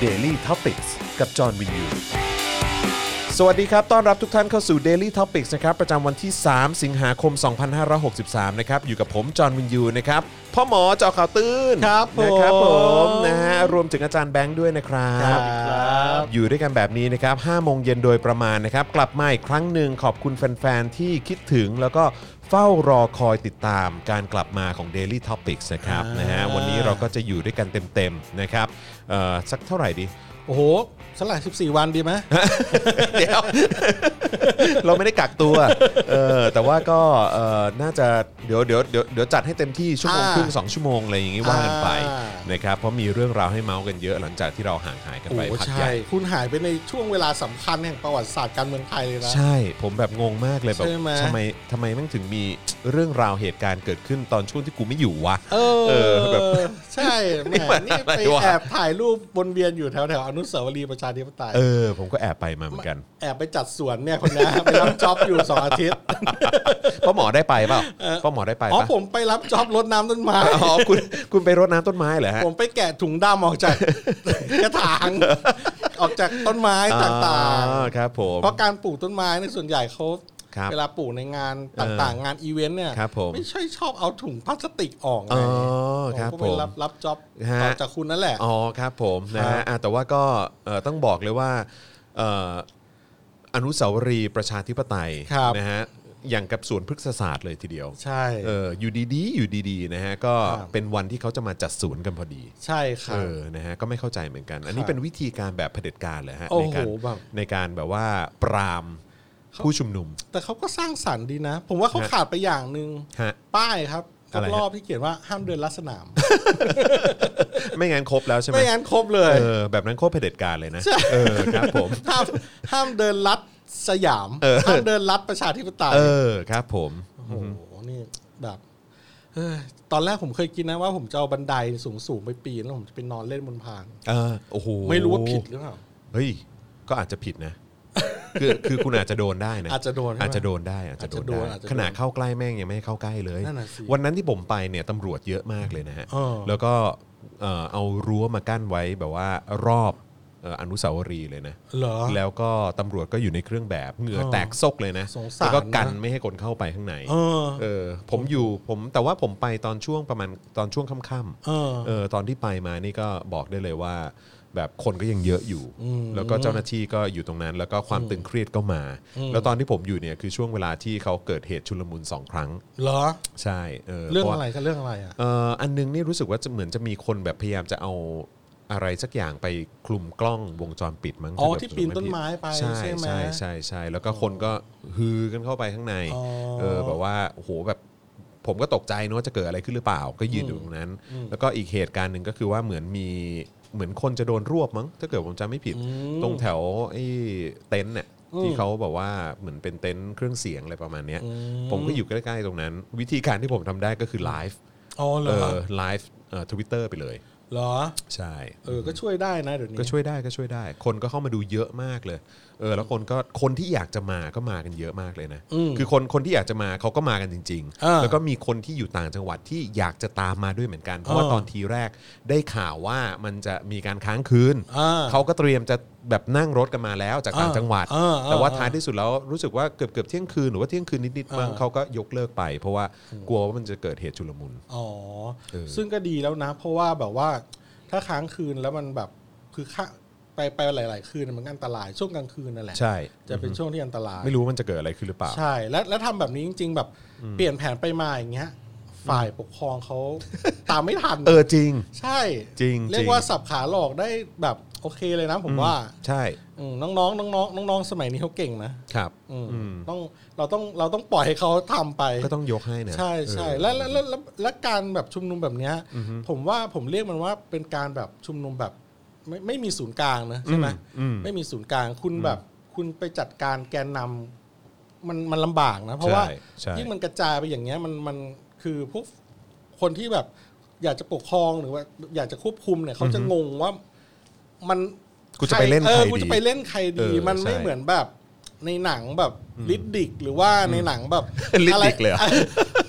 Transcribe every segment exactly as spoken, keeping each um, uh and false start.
Daily Topics กับจอห์นวินยูสวัสดีครับต้อนรับทุกท่านเข้าสู่ Daily Topics นะครับประจำวันที่สามสิงหาคมสองพันห้าร้อยหกสิบสามนะครับอยู่กับผมจอห์นวินยูนะครับพ่อหมอเจาะข่าวตื้นครับผมนะครับผมนะฮะรวมถึงอาจารย์แบงค์ด้วยนะครับครับอยู่ด้วยกันแบบนี้นะครับห้าโมงเย็นโดยประมาณนะครับกลับมาอีกครั้งหนึ่งขอบคุณแฟนๆที่คิดถึงแล้วก็เฝ้ารอคอยติดตามการกลับมาของ Daily Topics นะครับนะฮะวันนี้เราก็จะอยู่ด้วยกันเต็มๆนะครับเอ่อสักเท่าไหร่ดีโอ้โหสลายสิบสี่วันดีไหมเดี๋ยวเราไม่ได้กักตัวเออแต่ว่าก็เอ่อน่าจะเดี๋ยวเดี๋ยวเดี๋ยวเดี๋ยวจัดให้เต็มที่ชั่วโมงครึ่งสองชั่วโมงอะไรอย่างงี้ว่ากันไปนะครับเพราะมีเรื่องราวให้เมาส์กันเยอะหลังจากที่เราห่างหายกันไปพักใหญ่คุณหายไปในช่วงเวลาสำคัญแห่งประวัติศาสตร์การเมืองไทยเลยนะใช่ผมแบบงงมากเลยแบบทำไมทำไมมันถึงมีเรื่องราวเหตุการณ์เกิดขึ้นตอนช่วงที่กูไม่อยู่วะเออแบบใช่แหมนี่ไปแอบถ่ายรูปวนเวียนอยู่แถวแถวอนุสาวรีย์ประชาธิปไตยเออผมก็แอบไปมาเหมือนกันแอบไปจัดสวนเนี่ยคนนี้ไปรับจ็อบอยู่สองอาทิตย์พ่อหมอได้ไปเปล่าพ่อหมอได้ไปอ๋อผมไปรับจ็อบรดน้ำต้นไม้อ๋อคุณคุณไปรดน้ำต้นไม้เหรอฮะผมไปแกะถุงดำออกจากกระถางออกจากต้นไม้ต่างๆครับผมเพราะการปลูกต้นไม้ในส่วนใหญ่เขาเวลาปลูกในงานต่างๆงานอีเวนต์เนี่ยไม่ใช่ชอบเอาถุงพลาสติกออกไงผมก็ไปรับรับจ็อบต่อจากคุณนั่นแหละอ๋อครับผมนะฮะแต่ว่าก็ต้องบอกเลยว่าอนุสาวรีย์ประชาธิปไตยนะฮะอย่างกับสวนพฤกษศาสตร์เลยทีเดียวใช่เอออยู่ดีๆอยู่ดีๆนะฮะก็เป็นวันที่เขาจะมาจัดสวนกันพอดีใช่ครับเออนะฮะก็ไม่เข้าใจเหมือนกันอันนี้เป็นวิธีการแบบเผด็จการเลยฮะในการในการแบบว่าปรามผู้ชุมนุมแต่เขาก็สร้างสรรค์ดีนะผมว่าเขาขาดไปอย่างนึงป้ายครับรอบที่เขียนว่าห้ามเดินลัดสนามไม่งั้นครบแล้วใช่ไหมไม่งั้นครบเลยเออแบบนั้นโคตรเผด็จการเลยนะเออครับผมห้ามห้ามเดินลัดสยามห้ามเดินลัดประชาธิปไตยเออครับผมโอ้โหนี่แบบตอนแรกผมเคยคิดนะว่าผมจะเอาบันไดสูงๆไปปีนแล้วผมจะไปนอนเล่นบนพานเออโอ้โหไม่รู้ว่าผิดหรือเปล่าเฮ้ยก็อาจจะผิดนะคือคือคุณอาจจะโดนได้นะอาจจะโดนอาจจะโดนได้อาจจะโดนได้ขนาดเข้าใกล้แม่งยังไม่ให้เข้าใกล้เลยวันนั้นที่ผมไปเนี่ยตำรวจเยอะมากเลยนะฮะแล้วก็เอารั้วมากั้นไว้แบบว่ารอบอนุสาวรีย์เลยนะแล้วก็ตำรวจก็อยู่ในเครื่องแบบเหงื่อแตกซกเลยนะแล้วก็กันไม่ให้คนเข้าไปข้างในเออผมอยู่ผมแต่ว่าผมไปตอนช่วงประมาณตอนช่วงค่ำๆเออตอนที่ไปมานี่ก็บอกได้เลยว่าแบบคนก็ยังเยอะอยู่แล้วก็เจ้าหน้าที่ก็อยู่ตรงนั้นแล้วก็ความตึงเครียดก็มาแล้วตอนที่ผมอยู่เนี่ยคือช่วงเวลาที่เขาเกิดเหตุชุลมุนสองครั้งเหรอใช่เออเรื่องอะไรกันเรื่องอะไรอ่ะเอออันนึงนี่รู้สึกว่าจะเหมือนจะมีคนแบบพยายามจะเอาอะไรสักอย่างไปคลุมกล้องวงจรปิดมั้งอ๋อที่ปีนต้นไม้ไปใช่ไหมใช่ใช่ใช่แล้วก็คนก็ฮือกันเข้าไปข้างในเออแบบว่าโอ้โหแบบผมก็ตกใจนะว่าจะเกิดอะไรขึ้นหรือเปล่าก็ยืนอยู่ตรงนั้นแล้วก็อีกเหตุการณ์หนึ่งก็คือว่าเหมือนมีเหมือนคนจะโดนรวบมั้งถ้าเกิดผมจำไม่ผิดตรงแถวไอ้เต็นท์เนี่ยที่เขาบอกว่าเหมือนเป็นเต็นท์เครื่องเสียงอะไรประมาณนี้ผมก็อยู่ใกล้ๆตรงนั้นวิธีการที่ผมทำได้ก็คือไลฟ์อ๋อเหรอไลฟ์เอ่อ Twitter ไปเลยเหรอใช่เออก็ช่วยได้นะเดี๋ยวนี้ก็ช่วยได้ก็ช่วยได้คนก็เข้ามาดูเยอะมากเลยเออแล้วคนก็คนที่อยากจะมาก็มากันเยอะมากเลยนะคือคนคนที่อยากจะมาเขาก็มากันจริงๆแล้วก็มีคนที่อยู่ต่างจังหวัดที่อยากจะตามมาด้วยเหมือนกันเพราะว่าตอนทีแรกได้ข่าวว่ามันจะมีการค้างคืนเขาก็เตรียมจะแบบนั่งรถกันมาแล้วจากต่างจังหวัดแต่ว่าท้ายที่สุดแล้วรู้สึกว่าเกือบเกือบเที่ยงคืนหรือว่าเที่ยงคืนนิดๆบางเขาก็ยกเลิกไปเพราะว่ากลัวว่ามันจะเกิดเหตุชุลมุนอ๋อซึ่งก็ดีแล้วนะเพราะว่าแบบว่าถ้าค้างคืนแล้วมันแบบคือค่าไปไปหลายๆคืนมันอันตรายช่วงกลางคืนนั่นแหละใช่จะเป็นช่วงที่อันตรายไม่รู้มันจะเกิดอะไรขึ้นหรือเปล่าใช่แล้วแล้วทำแบบนี้จริงๆแบบเปลี่ยนแผนไปมาอย่างเงี้ยฝ่ายปกครองเขาตามไม่ทันเออจริงใช่จริงเรียกว่าสับขาหลอกได้แบบโอเคเลยนะผมว่าใช่น้องๆน้องๆน้องๆสมัยนี้เขาเก่งนะครับต้องเราต้องเราต้องปล่อยให้เขาทำไปก็ต้องยกให้นะใช่ใช่แล้วแล้วแล้วและการแบบชุมนุมแบบนี้ผมว่าผมเรียกมันว่าเป็นการแบบชุมนุมแบบไม่ไม่มีศูนย์กลางนะใช่ไหมไม่มีศูนย์กลางคุณแบบคุณไปจัดการแกนนำมันมันลำบากนะเพราะว่ายิ่งมันกระจายไปอย่างเงี้ยมันมันคือพวกคนที่แบบอยากจะปกครองหรือว่าอยากจะควบคุมเนี่ยเขาจะงงว่ามันกูจะไปเล่นใครดีกูจะไปเล่นใครดีมันไม่เหมือนแบบในหนังแบบลิดดิกหรือว่าในหนังแบบลิดดิกเลย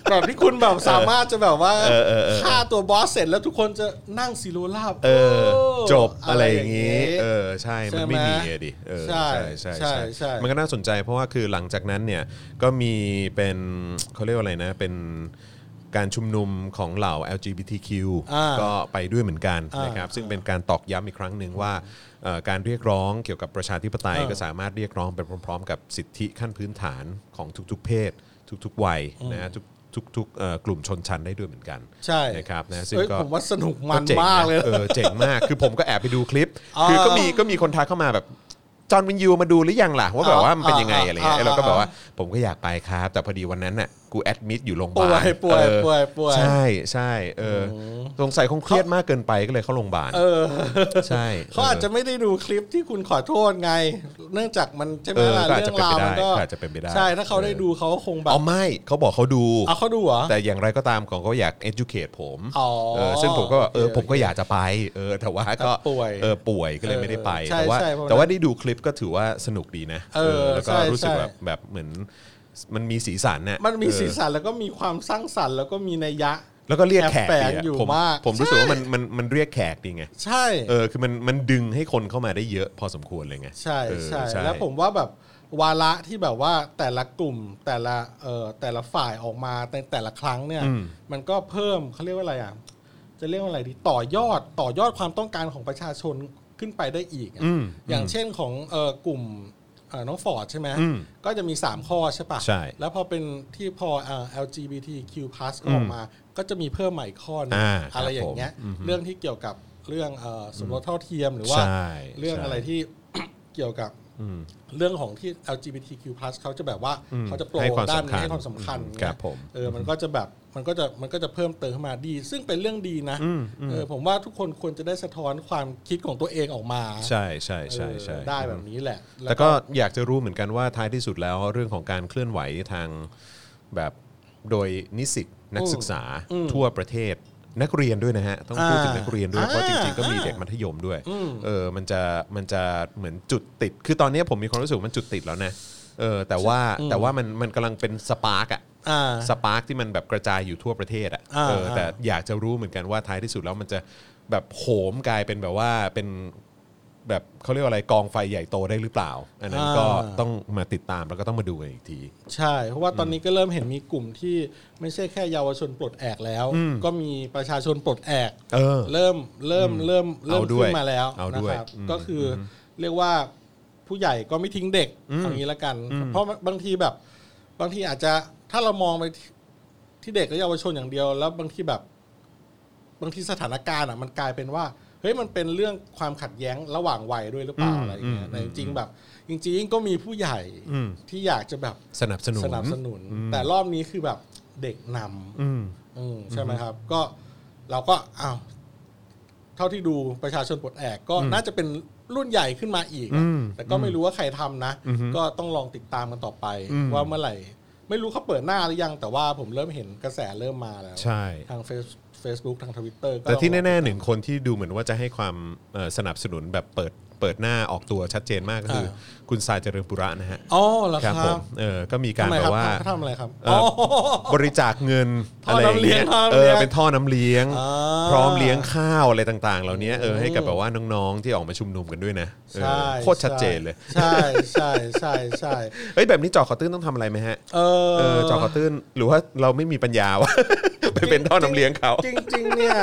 แบบที่คุณแบบสามารถจะแบบว่าฆ่าตัวบอสเสร็จแล้วทุกคนจะนั่งซีโร่ลาบจบอะไรอย่างงี้เออใช่มันไม่มีอ่ะดิเออใช่ใช่ใช่มันก็น่าสนใจเพราะว่าคือหลังจากนั้นเนี่ยก็มีเป็นเขาเรียกว่าอะไรนะเป็นการชุมนุมของเหล่า แอล จี บี ที คิว ก็ไปด้วยเหมือนกันนะครับซึ่งเป็นการตอกย้ำอีกครั้งหนึ่งว่าการเรียกร้องเกี่ยวกับประชาธิปไตยก็สามารถเรียกร้องไปพร้อมๆกับสิทธิขั้นพื้นฐานของทุกๆเพศทุกๆวัยนะฮะทุกๆกลุ่มชนชั้นได้ด้วยเหมือนกันใช่นะครับนะซึ่งก็ผมว่าสนุกมันมากเลยเออเจ๋งมากคือผมก็แอบไปดูคลิปคือก็มีก็มีคนทักเข้ามาแบบจอห์นวินยูมาดูหรือยังล่ะว่าแบบว่ามันเป็นยังไงอะไรเงี้ยเราก็แบบว่าผมก็อยากไปครับแต่พอดีวันนั้นน่ะกูแอดมิดอยู่โรงพยาบาลป่วยป่วยป่วยใช่ใช่เออสงสัยคงเครียดมากเกินไปก็เลยเข้าโรงพยาบาลใช่เขาอาจจะไม่ได้ดูคลิปที่คุณขอโทษไงเนื่องจากมันใช่ไหมล่ะเรื่องราวมันก็อาจจะเป็นไปได้ใช่ถ้าเขาได้ดูเขาคงแบบอ๋อไม่เขาบอกเขาดูอ๋อเขาดูเหรอแต่อย่างไรก็ตามของเขาอยาก educate ผมเออซึ่งผมก็เออผมก็อยากจะไปเออแต่ว่าก็ป่วยเออป่วยก็เลยไม่ได้ไปแต่ว่าแต่ว่าได้ดูคลิปก็ถือว่าสนุกดีนะเออแล้วก็รู้สึกแบบแบบเหมือนมันมีสีสันเนี่ยมันมีสีสันแล้วก็มีความสร้างสรรค์แล้วก็มีนัยยะแล้วก็เรียกแขกอยู่ผมผมรู้สึกว่ามันมันมันเรียกแขกดีไงใช่เออคือมันมันดึงให้คนเข้ามาได้เยอะพอสมควรเลยไงใช่ใช่แล้วผมว่าแบบวาระที่แบบว่าแต่ละกลุ่มแต่ละเอ่อแต่ละฝ่ายออกมาในแต่ละครั้งเนี่ยมันก็เพิ่มเขาเรียกว่าอะไรอ่ะจะเรียกว่าอะไรดีต่อยอดต่อยอดความต้องการของประชาชนขึ้นไปได้อีกอย่างเช่นของเอ่อกลุ่มน้องฟอร์ดใช่ไหมก็จะมีสามข้อใช่ปะใช่แล้วพอเป็นที่พอ แอล จี บี ที คิว พลัส ก็ออกมาก็จะมีเพิ่มใหม่ข้อนึงอะไรอย่างเงี้ยเรื่องที่เกี่ยวกับเรื่องสมรสเท่าเทียมหรือว่าเรื่องอะไรที่เกี่ยวกับเรื่องของที่ แอล จี บี ที คิว พลัส เขาจะแบบว่าเขาจะโปรด้านให้ความสำคัญเออมันก็จะแบบมันก็จะมันก็จะเพิ่มเติมขึ้นมาดีซึ่งเป็นเรื่องดีนะเออผมว่าทุกคนควรจะได้สะท้อนความคิดของตัวเองออกมาใช่ใช่ใช่ใช่ได้แบบนี้แหละแต่ก็อยากจะรู้เหมือนกันว่าท้ายที่สุดแล้วเรื่องของการเคลื่อนไหวทางแบบโดยนิสิตนักศึกษาทั่วประเทศนักเรียนด้วยนะฮะต้องพูดถึงนักเรียนด้วยเพราะจริงๆก็มีเด็กมัธยมด้วยเออมันจะมันจะเหมือนจุดติดคือตอนนี้ผมมีความรู้สึกมันจุดติดแล้วนะเออแต่ว่าแต่ว่ามันมันกำลังเป็นสปาร์กอะสปาร์กที่มันแบบกระจายอยู่ทั่วประเทศอ่ะเออแต่อยากจะรู้เหมือนกันว่าท้ายที่สุดแล้วมันจะแบบโหมกลายเป็นแบบว่าเป็นแบบเขาเรียกว่าอะไรกองไฟใหญ่โตได้หรือเปล่าอันนั้นก็ต้องมาติดตามแล้วก็ต้องมาดูกันอีกทีใช่เพราะว่าตอนนี้ก็เริ่มเห็นมีกลุ่มที่ไม่ใช่แค่เยาวชนปลดแอกแล้วก็มีประชาชนปลดแอกเริ่มเริ่มเริ่มเริ่มขึ้นมาแล้วนะครับก็คือเรียกว่าผู้ใหญ่ก็ไม่ทิ้งเด็กอย่างนี้ละกันเพราะบางทีแบบบางทีอาจจะถ้าเรามองไปที่เด็กและเยาวชนอย่างเดียวแล้วบางทีแบบบางทีสถานการณ์อ่ะมันกลายเป็นว่าเฮ้ยมันเป็นเรื่องความขัดแย้งระหว่างวัยด้วยหรือเปล่าอะไรอย่างเงี้ยแต่จริงๆแบบจริงๆก็มีผู้ใหญ่ที่อยากจะแบบสนับสนุนสนับสนุนแต่รอบนี้คือแบบเด็กนำใช่ไหมครับก็เราก็อ้าวเท่าที่ดูประชาชนปลดแอกก็น่าจะเป็นรุ่นใหญ่ขึ้นมาอีกแต่ก็ไม่รู้ว่าใครทำนะก็ต้องลองติดตามกันต่อไปว่าเมื่อไหร่ไม่รู้เขาเปิดหน้าหรือยังแต่ว่าผมเริ่มเห็นกระแสเริ่มมาแล้วทาง Facebook ทาง Twitter แต่ที่แน่ๆหนึ่งคนที่ดูเหมือนว่าจะให้ความสนับสนุนแบบเปิดเปิดหน้าออกตัวชัดเจนมากก็คือคุณทรายเจริญปุระนะฮะอ๋อเหรอครับผมเออก็มีการแบบว่าเขาทำอะไรครับบริจาคเงินอะไรอย่างเงี้ยเออเป็นท่อน้ำเลี้ยงพร้อมเลี้ยงข้าวอะไรต่างๆเหล่านี้เออให้กับแบบว่าน้องๆที่ออกมาชุมนุมกันด้วยนะโคตรชัดเจนเลยใช่ใช่ใช่ใช่เฮ้ยแบบนี้จอขอตื้นต้องทำอะไรไหมฮะเออจอขอตื้นหรือว่าเราไม่มีปัญญาวะไปเป็นท่อน้ำเลี้ยงเขาจริงๆเนี่ย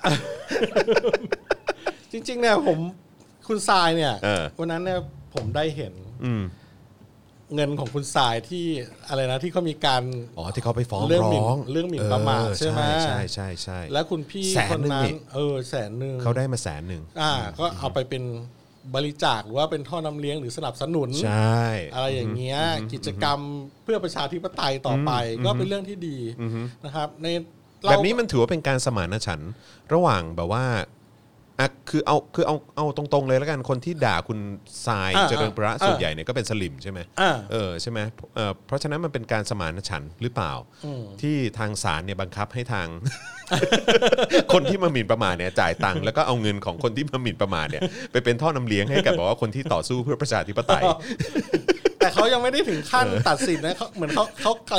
จริงๆเนี่ยผมคุณทรายเนี่ยวันนั้นเนี่ยผมได้เห็นเงินของคุณทรายที่อะไรนะที่เขามีการอ๋อที่เขาไปฟ้องเรื่องร้องเรื่องหมิ่นประมาทใช่ไหมใช่ใช่ใช่แล้วคุณพี่คนนั้นเออแสนหนึ่งเขาได้มาแสนหนึ่งอ่าก็เอาไปเป็นบริจาคหรือว่าเป็นท่อน้ำเลี้ยงหรือสนับสนุนใช่อะไรอย่างเงี้ยกิจกรรมเพื่อประชาธิปไตยต่อไปก็เป็นเรื่องที่ดีนะครับในแบบนี้มันถือว่าเป็นการสมานฉันท์ระหว่างแบบว่าอ่ะคือเอาคือเอาเอาตรงๆเลยแล้วกันคนที่ด่าคุณทรายเจริญปุระส่วนใหญ่เนี่ยก็เป็นสลิมใช่ไหมเออใช่ไหมเออเพราะฉะนั้นมันเป็นการสมานฉันท์หรือเปล่าที่ทางศาลเนี่ยบังคับให้ทาง คนที่มาหมิ่นประมาทเนี่ยจ่ายตังค์แล้วก็เอาเงินของคนที่มาหมิ่นประมาทเนี่ยไปเป็นท่อน้ำเลี้ยงให้กับบอกว่าคนที่ต่อสู้เพื่อประชาธิปไตยแต่เขายังไม่ได้ถึงขั้นตัดสินนะเขาเหมือนเขาเขาไกล่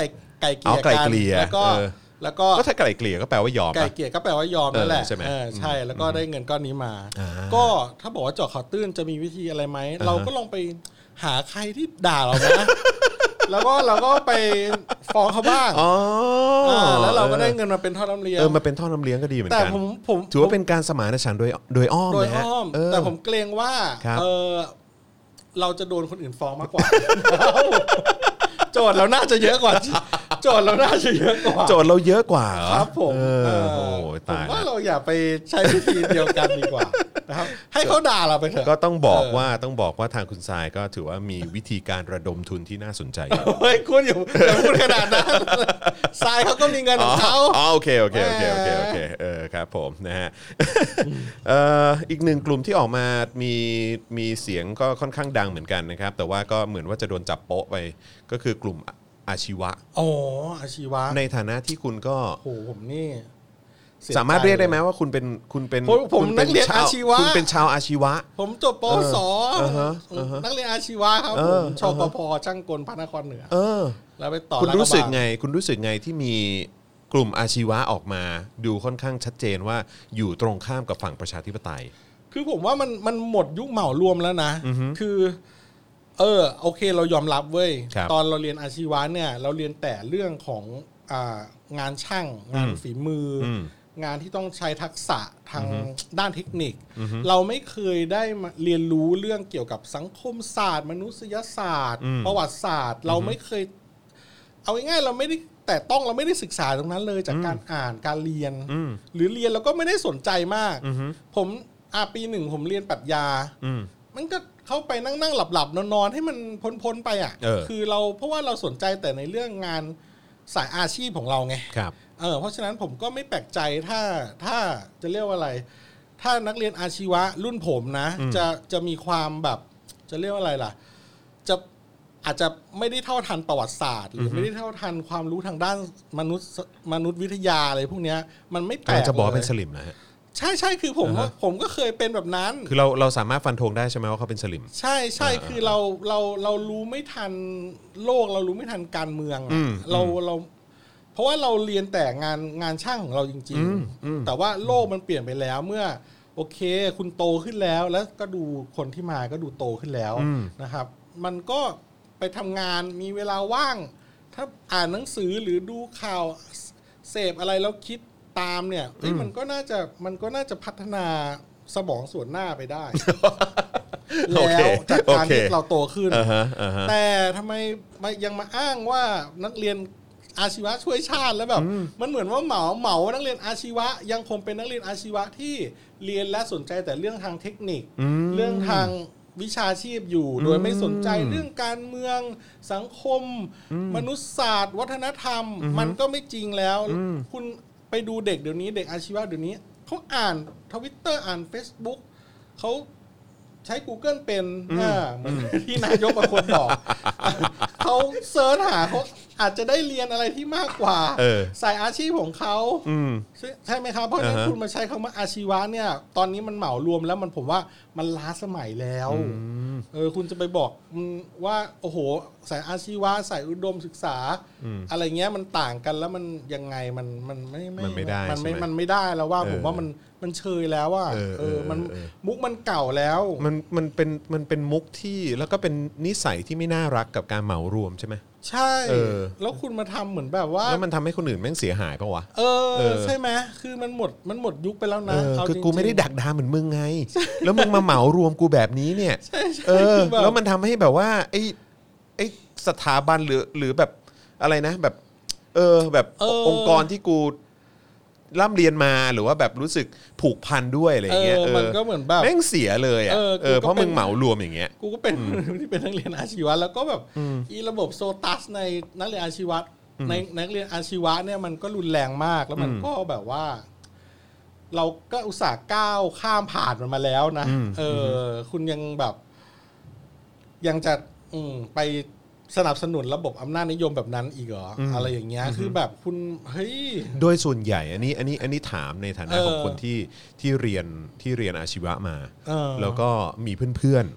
ไกลเกลี่ยกันแล้วก็แล้วก็ก็ถ้าไกลเกลี่ยก็แปลว่ายอมไกลเกลี่ยก็แปลว่ายอมนั่นแหละใช่ไหมใช่แล้วก็ได้เงินก้อนนี้มาก็ถ้าบอกว่าเจาะข่าวตื้นจะมีวิธีอะไรไหมเราก็ลองไปหาใครที่ด่าเรานะแล้วก็เราก็ไปฟ้องเขาบ้างแล้วเราก็ได้เงินมาเป็นท่อน้ำเลี้ยงเออมาเป็นท่อน้ำเลี้ยงก็ดีเหมือนกันแต่ผมผมถือว่าเป็นการสมานฉันท์โดยโดยอ้อมนะฮะแต่ผมเกรงว่าเออเราจะโดนคนอื่นฟ้องมากกว่าโจทย์เราน่าจะเยอะกว่าโจทย์เราน่าจะเยอะกว่าโจทย์เราเยอะกว่าครับผมผมว่าเราอย่าไปใช้วิธีเดียวกันดีกว่านะครับให้เขาด่าเราไปเถอะก็ต้องบอกว่าต้องบอกว่าทางคุณทรายก็ถือว่ามีวิธีการระดมทุนที่น่าสนใจเฮ้ยคุณอยู่อย่าพูดขนาดนั้นทรายเขาก็มีเงินของเขาอ๋อโอเคโอเคโอเคโอเคโอเคเออครับผมนะฮะเอ่ออีกหนึ่งกลุ่มที่ออกมามีมีเสียงก็ค่อนข้างดังเหมือนกันนะครับแต่ว่าก็เหมือนว่าจะโดนจับโป๊ะไปก็คือกลุ่มอาชีวะอ๋ออาชีวะในฐานะที่คุณก็โหผมนี่สามารถเรียกได้ไหมว่าคุณเป็นคุณเป็นผมนักเรียนอาชีวะคุณเป็นชาวอาชีวะผมจบป.ส.นักเรียนอาชีวะครับผมชปพ.ช่างกลพระนครเหนือแล้วไปต่อคุณรู้สึกไงคุณรู้สึกไงที่มีกลุ่มอาชีวะออกมาดูค่อนข้างชัดเจนว่าอยู่ตรงข้ามกับฝั่งประชาธิปไตยคือผมว่ามันมันหมดยุคเหมารวมแล้วนะคือเออโอเคเรายอมรับเว้ยตอนเราเรียนอาชีวะเนี่ยเราเรียนแต่เรื่องของอ่างานช่างงานฝีมืองานที่ต้องใช้ทักษะทางด้านเทคนิคเราไม่เคยได้มาเรียนรู้เรื่องเกี่ยวกับสังคมศาสตร์มนุษยศาสตร์ประวัติศาสตร์เราไม่เคยเอาง่ายๆเราไม่ได้แต่ต้องเราไม่ได้ศึกษาตรงนั้นเลยจากการอ่านการเรียนหรือเรียนเราก็ไม่ได้สนใจมากผมอ่ะปีหนึ่งผมเรียนปรัชญามันก็เข้าไปนั่งนั่งหลับหลับนอนนอนให้มันพ้นพ้นไปอ่ะคือเราเพราะว่าเราสนใจแต่ในเรื่องงานสายอาชีพของเราไงเออเพราะฉะนั้นผมก็ไม่แปลกใจถ้าถ้าจะเรียกว่าอะไรถ้านักเรียนอาชีวะรุ่นผมนะจะจะมีความแบบจะเรียกว่าอะไรล่ะจะอาจจะไม่ได้เท่าทันประวัติศาสตร์หรือไม่ได้เท่าทันความรู้ทางด้านมนุษย์มนุษยวิทยาอะไรพวกนี้มันไม่แปลกจะบอกเป็นสลิมนะฮะใช่ใช่คือผมผมก็เคยเป็นแบบนั้นคือเราเราสามารถฟันธงได้ใช่ไหมว่าเขาเป็นสลิมใช่ใช่คือเราเราเรารู้ไม่ทันโลกเรารู้ไม่ทันการเมืองเราเราเพราะว่าเราเรียนแต่งานงานช่างของเราจริงๆแต่ว่าโลกมันเปลี่ยนไปแล้วเมื่อโอเคคุณโตขึ้นแล้วแล้วก็ดูคนที่มาก็ดูโตขึ้นแล้วนะครับมันก็ไปทำงานมีเวลาว่างถ้าอ่านหนังสือหรือดูข่าวเสพอะไรแล้วคิดตามเนี่ยมันก็น่าจะมันก็น่าจะพัฒนาสมองส่วนหน้าไปได้แล้วจากการที่เราโตขึ้นแต่ทำไมยังมาอ้างว่านักเรียนอาชีวะช่วยชาติแล้วแบบมันเหมือนว่าเหมาเหมานักเรียนอาชีวะยังคงเป็นนักเรียนอาชีวะที่เรียนและสนใจแต่เรื่องทางเทคนิคเรื่องทางวิชาชีพอยู่โดยไม่สนใจเรื่องการเมืองสังคมมนุษยศาสตร์วัฒนธรรมมันก็ไม่จริงแล้วคุณไปดูเด็กเดี๋ยวนี้เด็กอาชีวะเดี๋ยวนี้เขาอ่าน Twitter อ่าน Facebook เขาใช้ Google เป็นเหมือนที่นายกบางคนบอกเขาเสิร์ชหาเขาอาจจะได้เรียนอะไรที่มากกว่าสายอาชีพของเขาใช่ไหมครับเพราะฉะนั้นคุณมาใช้คำว่าอาชีวะเนี่ยตอนนี้มันเหมารวมแล้วมันผมว่ามันล้าสมัยแล้วเออคุณจะไปบอกว่าโอ้โหสายอาชีวะสายอุดมศึกษาอะไรเงี้ยมันต่างกันแล้วมันยังไงมันมันไม่ไม่ได้มันไม่มันไม่ได้แล้วว่าผมว่ามันมันเชยแล้วว่าเออมันมุกมันเก่าแล้วมันมันเป็นมันเป็นมุกที่แล้วก็เป็นนิสัยที่ไม่น่ารักกับการเหมารวมใช่ไหมใช่แล้วคุณมาทำเหมือนแบบว่าแล้วมันทำให้คนอื่นแม่งเสียหายป่ะวะเออใช่ไหมคือมันหมดมันหมดยุคไปแล้วนะคือกูไม่ได้ดักดาเหมือนมึงไงแล้วมึงมาเหมารวมกูแบบนี้เนี่ยเออแล้วมันทำให้แบบว่าไอ้ไอ้สถาบันหรือหรือแบบอะไรนะแบบเออแบบองค์กรที่กูร่ำเรียนมาหรือว่าแบบรู้สึกผูกพันด้วยอะไรเงี้ยเออมันก็เหมือนแบบแม่งเสียเลยอ่ะเออเพราะมึงเหมารวมอย่างเงี้ยกูก็เป็นที่เป็นนักเรียนอาชีวะแล้วก็แบบอีระบบโซตัสในนักเรียนอาชีวะในนักเรียนอาชีวะเนี่ยมันก็รุนแรงมากแล้วมันก็แบบว่าเราก็อุตส่าห์ก้าวข้ามผ่านมันมาแล้วนะเออคุณยังแบบยังจะไปสนับสนุนระบบอำนาจนิยมแบบนั้นอีกเหรออะไรอย่างเงี้ยคือแบบคุณเฮ้ยโดยส่วนใหญ่อันนี้อันนี้อันนี้ถามในฐานะของคนที่ที่เรียนที่เรียนอาชีวะมาแล้วก็มีเพื่อน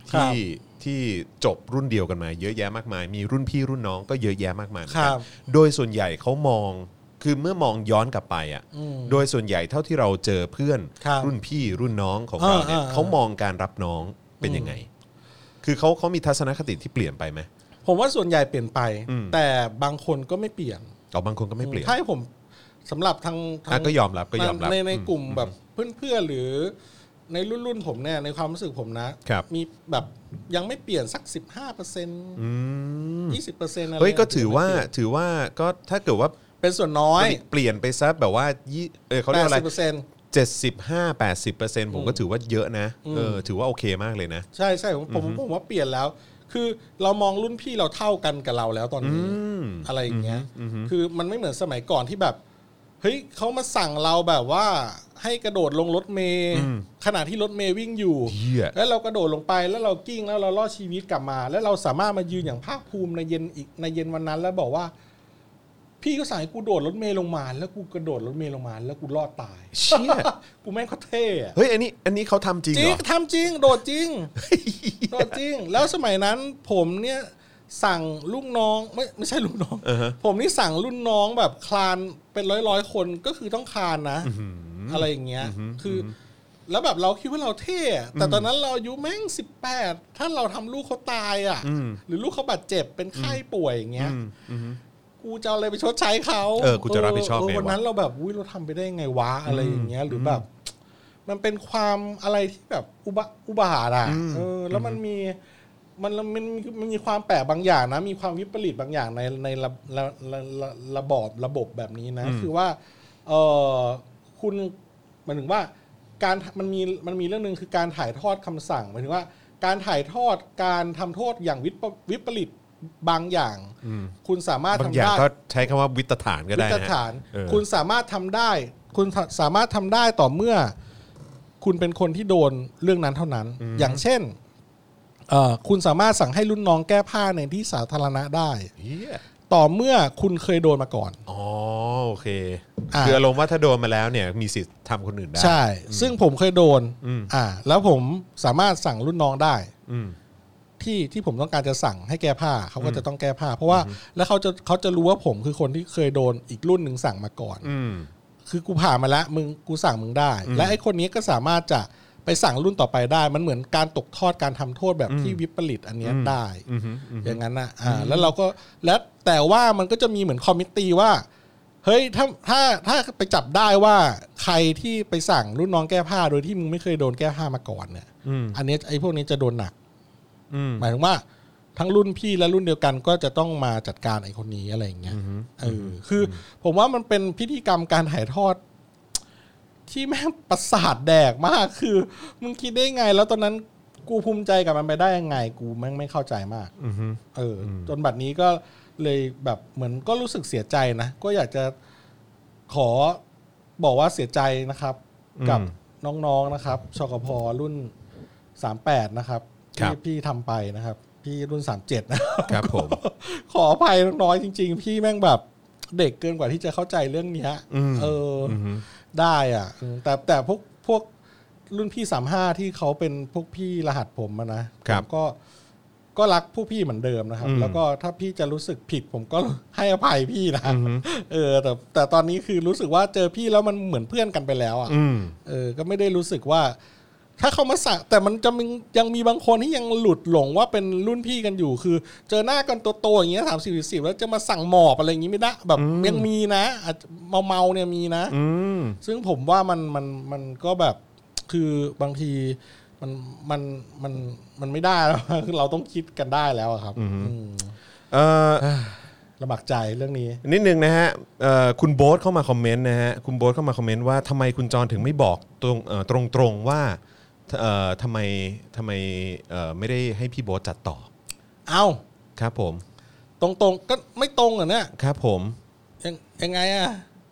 ที่ที่จบรุ่นเดียวกันมาเยอะแยะมากมายมีรุ่นพี่รุ่นน้องก็เยอะแยะมากมายโดยส่วนใหญ่เขามองคือเมื่อมองย้อนกลับไปอ่ะโดยส่วนใหญ่เท่าที่เราเจอเพื่อนรุ่นพี่รุ่นน้องของเราเนี่ยเขามองการรับน้องเป็นยังไงคือเขาเขามีทัศนคติที่เปลี่ยนไปไหมผมว่าส่วนใหญ่เปลี่ยนไปแต่บางคนก็ไม่เปลี่ยนอ๋อบางคนก็ไม่เปลี่ยนถ้าให้ผมสำหรับทางก็ยอมรับก็ยอมรับในในกลุ่มแบบเพื่อนๆหรือในรุ่นรุ่นผมเนี่ยในความรู้สึกผมนะมีแบบยังไม่เปลี่ยนสัก สิบห้าเปอร์เซ็นต์ ยี่สิบเปอร์เซ็นต์ อะไรเฮ้ยก็ถือว่าถือว่าก็ถ้าเกิดว่าเป็นส่วนน้อยเปลี่ยนไปซะแบบว่าเออเขาเรียกอะไรเจ็ดสิบห้า แปดสิบเปอร์เซ็นต์ ผมก็ถือว่าเยอะนะเออถือว่าโอเคมากเลยนะใช่ๆผมผมผมว่าเปลี่ยนแล้วคือเรามองรุ่นพี่เราเท่ากันกับเราแล้วตอนนี้อะไรอย่างเงี้ยคือมันไม่เหมือนสมัยก่อนที่แบบเฮ้ยเขามาสั่งเราแบบว่าให้กระโดดลงรถเมล์ขณะที่รถเมล์วิ่งอยู่แล้วเรากระโดดลงไปแล้วเรากิ้งแล้วเรารอดชีวิตกลับมาแล้วเราสามารถมายืนอย่างภาคภูมิในเย็นอีกในเย็นวันนั้นแล้วบอกว่าพี่ก็สั่งให้กูโดดรถเมล์ลงมาแล้วกูกระโดดรถเมล์ลงมาแล้วกูรอดตายเชี่ยกูแม่งเขาเท่เฮ้ยอันนี้อันนี้เขาทำจริงเหรอจริงทำจริงโดดจริงโดดจริงแล้วสมัยนั้นผมเนี่ยสั่งลูกน้องไม่ไม่ใช่ลูกน้อง uh-huh. ผมนี่สั่งรุ่นน้องแบบคลานเป็นร้อยร้อยคนก็คือต้องคลานนะ uh-huh. อะไรอย่างเงี้ย uh-huh. คือแล้วแบบเราคิดว่าเราเท่แต่ตอนนั้นเราอายุแม่งสิบแปดถ้าเราทำลูกเขาตายอ่ะ uh-huh. หรือลูกเขาบาดเจ็บเป็นไข้ป่วยอย่างเงี้ย uh-huh. กูจะเอาอะไรไปชดใช้เขาเออกูจะรับผิดชอบไงวะวันนั้นเราแบบอุ้ยเราทำไปได้ไงวะอะไรอย่างเงี้ยหรือแบบมันเป็นความอะไรที่แบบอุบะอุบาทอ่ะเออแล้วมันมีมันมันมันมีความแปลกบางอย่างนะมีความวิปริตบางอย่างในในระระระระระบอบระบบแบบนี้นะคือว่าเออคุณหมายถึงว่าการมันมีมันมีเรื่องนึงคือการถ่ายทอดคำสั่งหมายถึงว่าการถ่ายทอดการทำโทษอย่างวิปริตบางอย่างคุณสามารถทำได้ก็ใช้คำว่าวิตฐานก็ได้นะวิตฐานคุณสามารถทำได้คุณสามารถทำได้ต่อเมื่อคุณเป็นคนที่โดนเรื่องนั้นเท่านั้นอย่างเช่นคุณสามารถสั่งให้รุ่นน้องแก้ผ้าในที่สาธารณะได้ต่อเมื่อคุณเคยโดนมาก่อนอ๋อโอเคคืออารมณ์ว่าถ้าโดนมาแล้วเนี่ยมีสิทธิ์ทำคนอื่นได้ใช่ซึ่งผมเคยโดนอ่าแล้วผมสามารถสั่งรุ่นน้องได้ที่ที่ผมต้องการจะสั่งให้แก้ผ้าเขาก็จะต้องแก้ผ้าเพราะว่าแล้วเขาจะเขาจะรู้ว่าผมคือคนที่เคยโดนอีกรุ่นหนึ่งสั่งมาก่อนคือกูผ่านมาแล้วมึงกูสั่งมึงได้และไอ้คนนี้ก็สามารถจะไปสั่งรุ่นต่อไปได้มันเหมือนการตกทอดการทำโทษแบบที่วิปริตอันนี้ได้อย่างนั้นนะอ่าแล้วเราก็แล้วแต่ว่ามันก็จะมีเหมือนคอมมิตตี้ว่าเฮ้ยถ้าถ้าถ้าไปจับได้ว่าใครที่ไปสั่งรุ่นน้องแก้ผ้าโดยที่มึงไม่เคยโดนแก้ผ้ามาก่อนเนี่ยอันนี้ไอ้พวกนี้จะโดนหนักหมายถึงว่าทั้งรุ่นพี่และรุ่นเดียวกันก็จะต้องมาจัดการไอ้คนนี้อะไรอย่างเงี้ยเออคือผมว่ามันเป็นพิธีกรรมการถ่ายทอดที่แม่งประสาทแดกมากคือมึงคิดได้ไงแล้วตอนนั้นกูภูมิใจกับมันไปได้ยังไงกูแม่งไม่เข้าใจมากเออจนบัดนี้ก็เลยแบบเหมือนก็รู้สึกเสียใจนะก็อยากจะขอบอกว่าเสียใจนะครับกับน้องๆนะครับชกพ.รุ่นสามสิบแปดนะครับที่พี่ทำไปนะครับพี่รุ่นสามสิบเจ็ดนะครับผมขออภัยน้อยจริงๆพี่แม่งแบบเด็กเกินกว่าที่จะเข้าใจเรื่องนี้เออได้อ่ะแต่แต่พวกพวกรุ่นพี่สามสิบห้าที่เขาเป็นพวกพี่รหัสผมนะผมก็ก็รักพวกพี่เหมือนเดิมนะครับแล้วก็ถ้าพี่จะรู้สึกผิดผมก็ให้อภัยพี่นะเออแต่แต่ตอนนี้คือรู้สึกว่าเจอพี่แล้วมันเหมือนเพื่อนกันไปแล้วอ่ะเออก็ไม่ได้รู้สึกว่าถ้าเขามาสั่งแต่มันจะยังมีบางคนที่ยังหลุดหลงว่าเป็นรุ่นพี่กันอยู่คือเจอหน้ากันโตๆอย่างเงี้ยสามสิบสี่สิบแล้วจะมาสั่งหมอบอะไรอย่างงี้ไม่ได้แบบยังมีนะเมาๆเนี่ยมีนะซึ่งผมว่ามันมันมันก็แบบคือบางทีมันมันมันมันไม่ได้แล้วคือเราต้องคิดกันได้แล้วครับเออลำบากใจเรื่องนี้นิดนึงนะฮะคุณโบ๊ทเข้ามาคอมเมนต์นะฮะคุณโบ๊ทเข้ามาคอมเมนต์ว่าทำไมคุณจรถึงไม่บอกตรงตรงๆว่าทำไมทำไมไม่ได้ให้พี่โบ๊ทจัดต่อเอ้าครับผมตรงๆก็ไม่ตรงอ่ะเนี่ยครับผมยังยังไงอ่ะ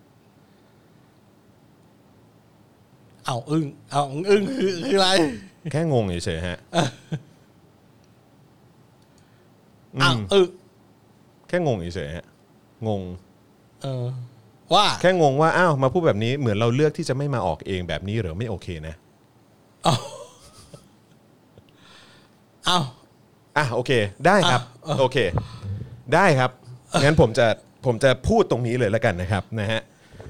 เอาอึ้งเอาอึ้งคือคืออะไรแค่งงเฉยๆฮะอ้าวอึ้งแค่งงเฉยๆฮะงงเออว่าแค่งงว่าอ้าวมาพูดแบบนี้เหมือนเราเลือกที่จะไม่มาออกเองแบบนี้หรือไม่โอเคนะอ้าวอ่ะโอเคได้ครับโอเคได้ครับงั้นผมจะผมจะพูดตรงนี้เลยแล้วกันนะครับนะฮะ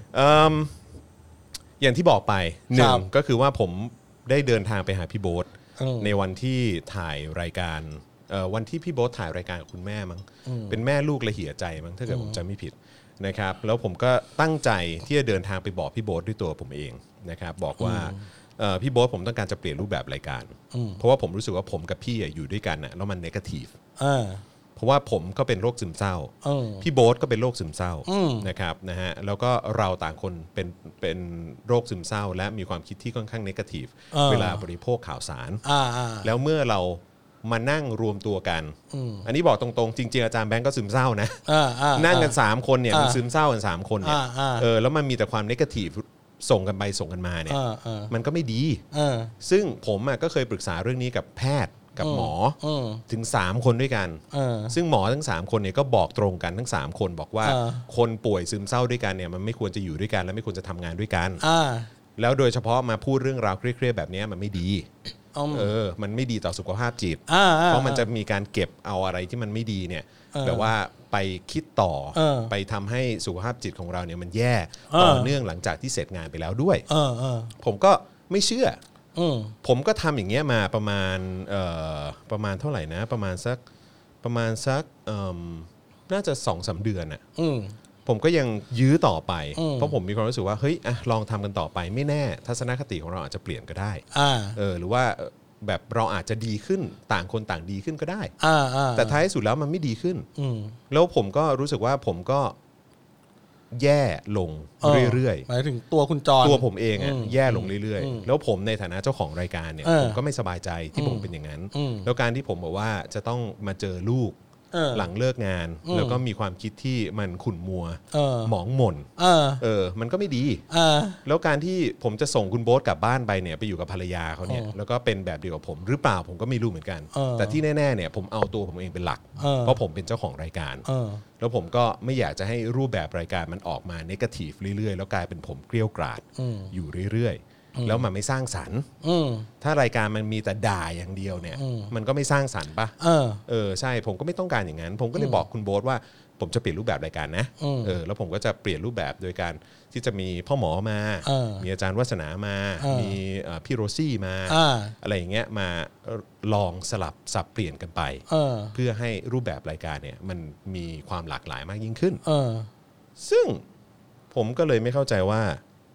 อย่างที่บอกไปหนึ่งก็คือว่าผมได้เดินทางไปหาพี่โบ๊ทในวันที่ถ่ายรายการวันที่พี่โบ๊ทถ่ายรายการกับคุณแม่มั้งเป็นแม่ลูกละเหี่ยใจมั้งถ้าเกิดผมจำไม่ผิดนะครับแล้วผมก็ตั้งใจที่จะเดินทางไปบอกพี่โบ๊ทด้วยตัวผมเองนะครับบอกว่าพี่โบ๊ทผมต้องการจะเปลี่ยนรูปแบบรายการเพราะว่าผมรู้สึกว่าผมกับพี่อยู่ด้วยกันนะแล้วมันเนกาทีฟเพราะว่าผมก็เป็นโรคซึมเศร้าพี่โบ๊ทก็เป็นโรคซึมเศร้านะครับนะฮะแล้วก็เราต่างคนเป็นเป็นโรคซึมเศร้าและมีความคิดที่ค่อนข้างเนกาทีฟเวลาบริโภคข่าวสารแล้วเมื่อเรามานั่งรวมตัวกันอันนี้บอกตรงๆจริงๆอาจารย์แบงก์ก็ซึมเศร้านะนั่งกันสามคนเนี่ยมันซึมเศร้ากันสามคนเนี่ยเออแล้วมันมีแต่ความเนกาทีฟส่งกันไปส่งกันมาเนี่ยมันก็ไม่ดีซึ่งผมก็เคยปรึกษาเรื่องนี้กับแพทย์กับหมอถึงสามคนด้วยกันซึ่งหมอทั้งสามคนเนี่ยก็บอกตรงกันทั้งสามคนบอกว่าคนป่วยซึมเศร้าด้วยกันเนี่ยมันไม่ควรจะอยู่ด้วยกันและไม่ควรจะทำงานด้วยกันแล้วโดยเฉพาะมาพูดเรื่องราวเครียดๆแบบนี้มันไม่ดีเออมันไม่ดีต่อสุขภาพจิตเพราะมันจะมีการเก็บเอาอะไรที่มันไม่ดีเนี่ยแบบว่าไปคิดต่อไปทำให้สุขภาพจิตของเราเนี่ยมันแย่ต่อเนื่องหลังจากที่เสร็จงานไปแล้วด้วยผมก็ไม่เชื่อผมก็ทำอย่างเงี้ยมาประมาณประมาณเท่าไหร่นะประมาณสักประมาณสักน่าจะ สองถึงสาม เดือนอ่ะผมก็ยังยื้อต่อไปเพราะผมมีความรู้สึกว่าเฮ้ยอ่ะลองทำกันต่อไปไม่แน่ทัศนคติของเราอาจจะเปลี่ยนก็ได้เออหรือว่าแบบเราอาจจะดีขึ้นต่างคนต่างดีขึ้นก็ได้แต่ท้ายสุดแล้วมันไม่ดีขึ้นแล้วผมก็รู้สึกว่าผมก็แย่ลงเรื่อยๆหมายถึงตัวคุณจรตัวผมเองอ่ะแย่ลงเรื่อยๆแล้วผมในฐานะเจ้าของรายการเนี่ยผมก็ไม่สบายใจที่ผมเป็นอย่างนั้นแล้วการที่ผมบอกว่าจะต้องมาเจอลูกหลังเลิกงานแล้วก็มีความคิดที่มันขุ่นมัวหมองหม่นเออมันก็ไม่ดีแล้วการที่ผมจะส่งคุณโบ๊ทกลับบ้านไปเนี่ยไปอยู่กับภรรยาเขาเนี่ยแล้วก็เป็นแบบเดียวกับผมหรือเปล่าผมก็ไม่รู้เหมือนกันแต่ที่แน่ๆเนี่ยผมเอาตัวผมเองเป็นหลักเพราะผมเป็นเจ้าของรายการแล้วผมก็ไม่อยากจะให้รูปแบบรายการมันออกมาเนกาทีฟเรื่อยๆแล้วกลายเป็นผมเกลี้ยกล่อมอยู่เรื่อยๆแล้วมันไม่สร้างสรรค์ถ้ารายการมันมีแต่ด่าอย่างเดียวเนี่ยมันก็ไม่สร้างสรรค์ป่ะเออใช่ผมก็ไม่ต้องการอย่างนั้นผมก็เลยบอกคุณโบ๊ทว่าผมจะเปลี่ยนรูปแบบรายการนะเออแล้วผมก็จะเปลี่ยนรูปแบบโดยการที่จะมีพ่อหมอมามีอาจารย์วัฒนามามีพี่โรซี่มาอะไรอย่างเงี้ยมาลองสลับสับเปลี่ยนกันไปเพื่อให้รูปแบบรายการเนี่ยมันมีความหลากหลายมากยิ่งขึ้นซึ่งผมก็เลยไม่เข้าใจว่า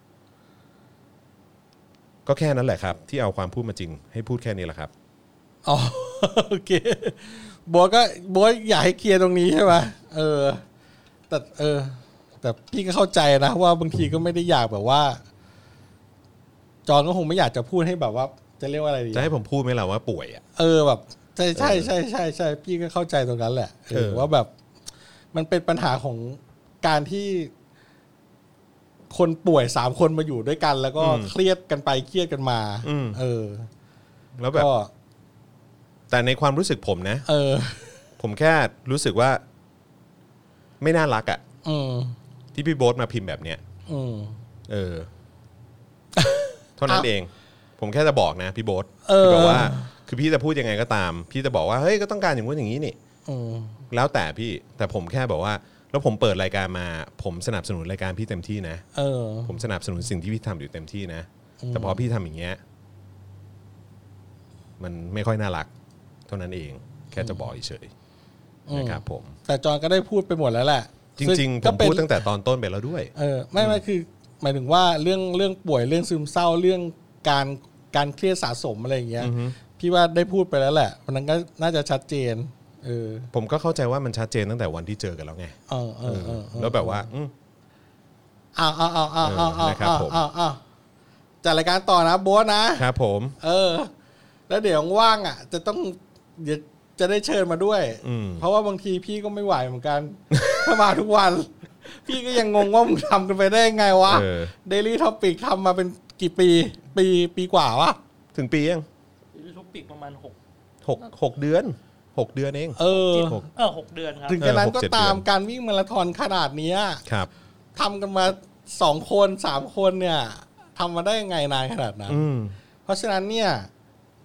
ก็แค่นั้นแหละครับที่เอาความพูดมาจริงให้พูดแค่นี้แหละครับอ๋อโอเคบัวก็บัวอยากให้เคลียร์ตรงนี้ใช่ไหมเออแต่เออแต่พี่ก็เข้าใจนะว่าบางทีก็ไม่ได้อยากแบบว่าจอนก็คงไม่อยากจะพูดให้แบบว่าจะเรียกว่าอะไรดีจะให้ผมพูดไหมล่ะว่าป่วยอ่ะเออแบบใช่ใช่ใช่ใช่ใช่พี่ก็เข้าใจตรงนั้นแหละเออว่าแบบมันเป็นปัญหาของการที่คนป่วยสามคนมาอยู่ด้วยกันแล้วก็เครียดกันไปเครียดกันมาเออแล้วแบบแต่ในความรู้สึกผมนะเออผมแค่รู้สึกว่าไม่น่ารักอ่ะที่พี่โบ๊ทมาพิมพ์แบบเนี้ยเออเท่านั้นเองผมแค่จะบอกนะพี่โบ๊ทคือแบบว่าคือพี่จะพูดยังไงก็ตามพี่จะบอกว่าเฮ้ยก็ต้องการอย่างนู้นอย่างนี้นี่แล้วแต่พี่แต่ผมแค่บอกว่าแล้วผมเปิดรายการมาผมสนับสนุนรายการพี่เต็มที่นะเออผมสนับสนุนสิ่งที่พี่ทำอยู่เต็มที่นะแต่พอพี่ทำอย่างเงี้ยมันไม่ค่อยน่ารักเท่านั้นเองแค่จะบอกเฉยๆนะครับผมแต่จอนก็ได้พูดไปหมดแล้วแหละจริงๆผมพูดตั้งแต่ตอนต้นไปแล้วด้วยเออไม่ไม่คือหมายถึงว่าเรื่องเรื่องป่วยเรื่องซึมเศร้าเรื่องการการเครียดสะสมอะไรอย่างเงี้ยพี่ว่าได้พูดไปแล้วแหละวันนั้นก็น่าจะชัดเจนเออผมก็เข้าใจว่ามันชัดเจนตั้งแต่วันที่เจอกันแล้วไงเออเออเออแล้วแบบว่าอืมอ้าวอ้าวอ้าวอ้าวอ้าวอ้าวอ้าวอ้าวจัดรายการต่อนะโบ๊ทนะครับผมเออแล้วเดี๋ยวว่างอ่ะจะต้องเดี๋ยวจะได้เชิญมาด้วยเพราะว่าบางทีพี่ก็ไม่ไหวเหมือนกันถ้ามาทุกวันพี่ก็ยังงงว่ามึงทำกันไปได้ไงวะ Daily Topic ทำมาเป็นกี่ปีปีปีกว่าวะถึงปียัง Daily Topic ประมาณหกหก หกเดือนหกเดือนเองเออเออหกเดือนครับถึงกระนั้นก็ตามการวิ่งมาราธอนขนาดนี้ครับทำกันมาสองคนสามคนเนี่ยทำมาได้ยังไงนานขนาดนั้นเพราะฉะนั้นเนี่ย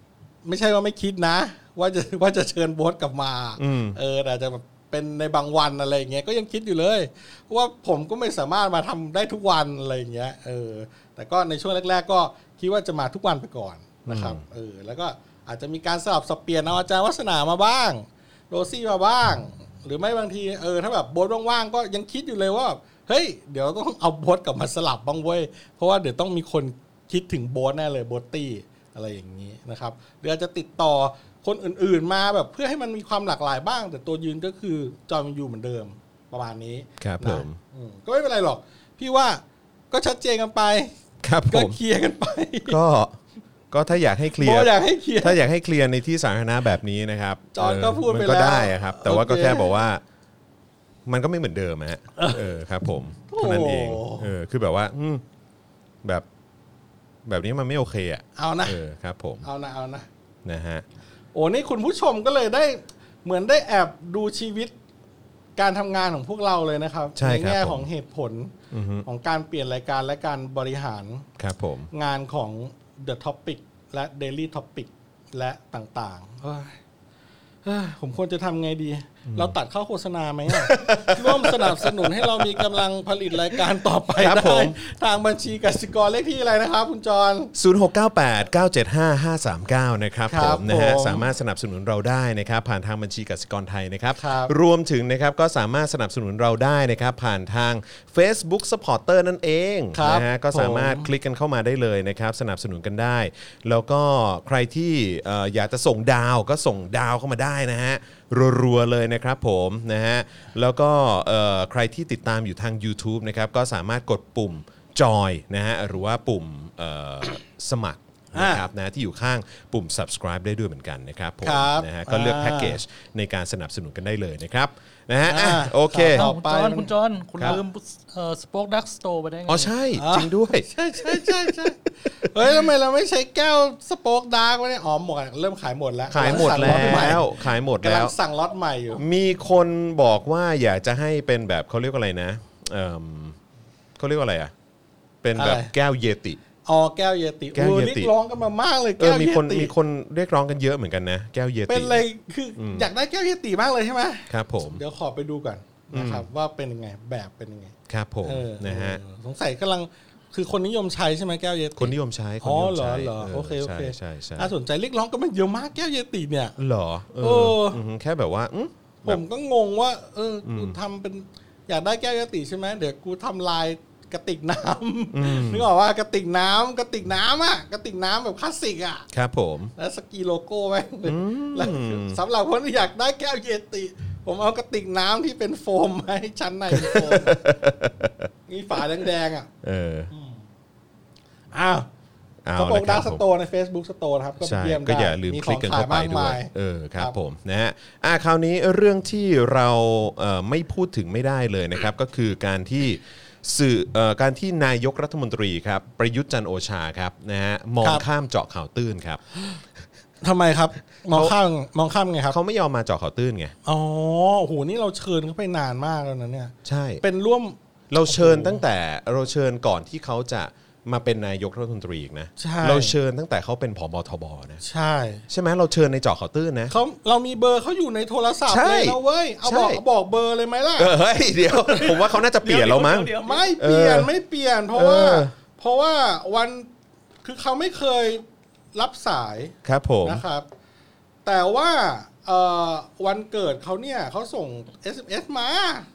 ไม่ใช่ว่าไม่คิดนะว่าจะว่าจะเชิญโบ๊ทกลับมาเออแต่จะแบบเป็นในบางวันอะไรอย่างเงี้ยก็ยังคิดอยู่เลยเพราะว่าผมก็ไม่สามารถมาทำได้ทุกวันอะไรอย่างเงี้ยเออแต่ก็ในช่วงแรกๆก็คิดว่าจะมาทุกวันไปก่อนนะครับเออแล้วก็อาจจะมีการสลับสับเปลี่ยนเอาอาจารย์วัฒนามาบ้างโรซี่มาบ้างหรือไม่บางทีเออถ้าแบบโบ๊ทว่างๆก็ยังคิดอยู่เลยว่าเฮ้ยเดี๋ยวต้องเอาโบ๊ทกลับมาสลับบ้างเว้ยเพราะว่าเดี๋ยวต้องมีคนคิดถึงโบ๊ทแน่เลยโบ๊ทตี้อะไรอย่างนี้นะครับหรืออาจจะติดต่อคนอื่นๆมาแบบเพื่อให้มันมีความหลากหลายบ้างแต่ตัวยืนก็คือจอห์นวินยูเหมือนเดิมประมาณนี้ครับผมก็ไม่เป็นไรหรอกพี่ว่าก็ชัดเจนกันไปครับผมก็เคลียร์กันไปก็ก็ถ้าอยากให้เคลียร์ถ้าอยากให้เคลียร์ในที่สาธารณะแบบนี้นะครับจอห์นก็พูดไปแล้วมันก็ได้ครับแต่ว่าก็แค่บอกว่ามันก็ไม่เหมือนเดิมฮะเออครับผมเท่านั้นเองเออคือแบบว่าแบบแบบนี้มันไม่โอเคอ่ะเอานะเออครับผมเอานะเอานะนะฮะโอ้นี่คุณผู้ชมก็เลยได้เหมือนได้แอบดูชีวิตการทำงานของพวกเราเลยนะครับในแง่ของเหตุผลของการเปลี่ยนรายการและการบริหารครับผมงานของ The Topic และ Daily Topic และต่างๆผมควรจะทำไงดีเราตัดเข้าโฆษณาไหมร่วมสนับสนุนให้เรามีกำลังผลิตรายการต่อไปได้ทางบัญชีกสิกรเลขที่อะไรนะครับคุณจรศูนย์ หก เก้า แปด เก้า เจ็ด ห้า ห้า สาม เก้านะครับผมนะฮะสามารถสนับสนุนเราได้นะครับผ่านทางบัญชีกสิกรไทยนะครับรวมถึงนะครับก็สามารถสนับสนุนเราได้นะครับผ่านทาง Facebook Supporter นั่นเองนะฮะก็สามารถคลิกกันเข้ามาได้เลยนะครับสนับสนุนกันได้แล้วก็ใครที่อยากจะส่งดาวก็ส่งดาวเข้ามาได้นะฮะรัวๆเลยนะครับผมนะฮะแล้วก็ใครที่ติดตามอยู่ทาง YouTube นะครับก็สามารถกดปุ่มจอยนะฮะหรือว่าปุ่มสมัครนะครับนะที่อยู่ข้างปุ่ม subscribe ได้ด้วยเหมือนกันนะครับผมนะฮะก็เลือกแพ็กเกจในการสนับสนุนกันได้เลยนะครับนะฮะโอเคต่อไปคุณจอนคุณลืมสป็อคดักสโตร์ไปได้ไงอ๋อใช่จริงด้วยใช่ใช่ใช่ใช่เฮ้ยทำไมเราไม่ใช้แก้วสป็อคดาร์กวะเนี่ยอ๋อหมดเริ่มขายหมดแล้วขายหมดแล้วขายหมดแล้วกำลังสั่งล็อตใหม่อยู่มีคนบอกว่าอยากจะให้เป็นแบบเขาเรียกว่าอะไรนะเออเขาเรียกว่าอะไรอ่ะเป็นแบบแก้วเยติอ๋อแก้วเยติโอ้เรียกร้องกันมามากเลยแก้วเยติมีคนมีคนเรียกร้องกันเยอะเหมือนกันนะแก้วเยติเป็นอะไรคืออยากได้แก้วเยติมากเลยใช่ไหมครับผมเดี๋ยวขอไปดูก่อนนะครับว่าเป็นยังไงแบบเป็นยังไงครับผมนะฮะสงสัยกำลังคือคนนิยมใช้ใช่ไหมแก้วเยติคนนิยมใช้อ๋อเหรอเหรอโอเคโอเคใช่ใช่น่าสนใจเรียกร้องกันมาเยอะมากแก้วเยติเนี่ยเหรอเออแค่แบบว่าผมก็งงว่าเออกูทำเป็นอยากได้แก้วเยติใช่ไหมเดี๋ยวกูทำลายกระติกน้ำนึกออกว่ากระติกน้ำกระติกน้ำอ่ะกระติกน้ำแบบคลาสสิกอ่ะครับผมแล้วสกีโลโก้ไว้แล้วสำหรับคนที่อยากได้แก้วเยติผมเอากระติกน้ำที่เป็นโฟมให้ชั้นในเป็นโฟมมีฝาแดงๆอ่ะเอออ้าวสปอกดาร์กสโตร์ใน Facebook Store นะครับก็เยี่ยมได้ก็อย่าลืมคลิกกันเข้าไปด้วยเออครับผมนะฮะอ่ะคราวนี้เรื่องที่เราเอ่อไม่พูดถึงไม่ได้เลยนะครับก็คือการที่สื่อการที่นายกรัฐมนตรีครับประยุทธ์จันทร์โอชาครับนะฮะมองข้ามเจาะข่าวตื้นครับทำไมครับมองข้ามมองข้ามไงครับเขาไม่ยอมมาเจาะข่าวตื้นไงอ๋อโหนี่เราเชิญเขาไปนานมากแล้วนะเนี่ยใช่เป็นร่วมเราเชิญตั้งแต่เราเชิญก่อนที่เขาจะมาเป็นนายกรัฐมนตรีอีกนะเราเชิญตั้งแต่เขาเป็นผบทบนะใช่ใช่ไหมเราเชิญในเจาะข่าวตื้นนะเขาเรามีเบอร์เขาอยู่ในโทรศัพท์เลยนะเว้ยเอาบอกบอกเบอร์เลยไหมล่ะเฮ้ยเดี๋ยวผมว่าเขาน่าจะเปลี่ยนเรามั้งไม่เปลี่ยนไม่เปลี่ยนเพราะว่าเพราะว่าวันคือเขาไม่เคยรับสายครับผมนะครับแต่ว่าวันเกิดเขาเนี่ยเขาส่ง เอส เอ็ม เอส มา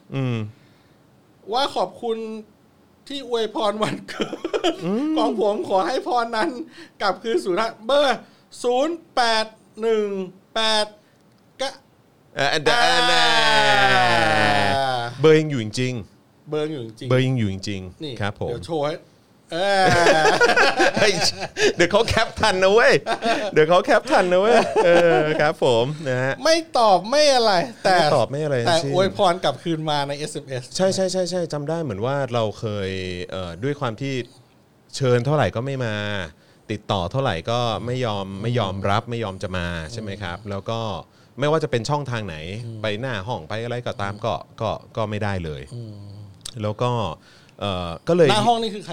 ว่าขอบคุณที่อวยพรวันเกิดของผมขอให้พรนั้นกลับคืนสู่เบอร์ศูนย์ แปด หนึ่ง แปดกะเออเบอร์ยังอยู่จริงเบอร์อยู่จริงเบอร์ยังอยู่จริงครับผมเดี๋ยวโชว์เออเดี๋ยวเขาแคปทันนะเว้ยเดี๋ยวเขาแคปทันนะเว้ยเออครับผมนะฮะไม่ตอบไม่อะไรแต่ตอบไม่อะไรแต่อวยพรกลับคืนมาใน เอส เอ็ม เอสใช่ใช่ใช่ใช่จำได้เหมือนว่าเราเคยเอ่อด้วยความที่เชิญเท่าไหร่ก็ไม่มาติดต่อเท่าไหร่ก็ไม่ยอมไม่ยอมรับไม่ยอมจะมาใช่ไหมครับแล้วก็ไม่ว่าจะเป็นช่องทางไหนไปหน้าห้องไปอะไรก็ตามก็ก็ก็ไม่ได้เลยแล้วก็เอ่อก็เลยหน้าห้องนี่คือใครครับ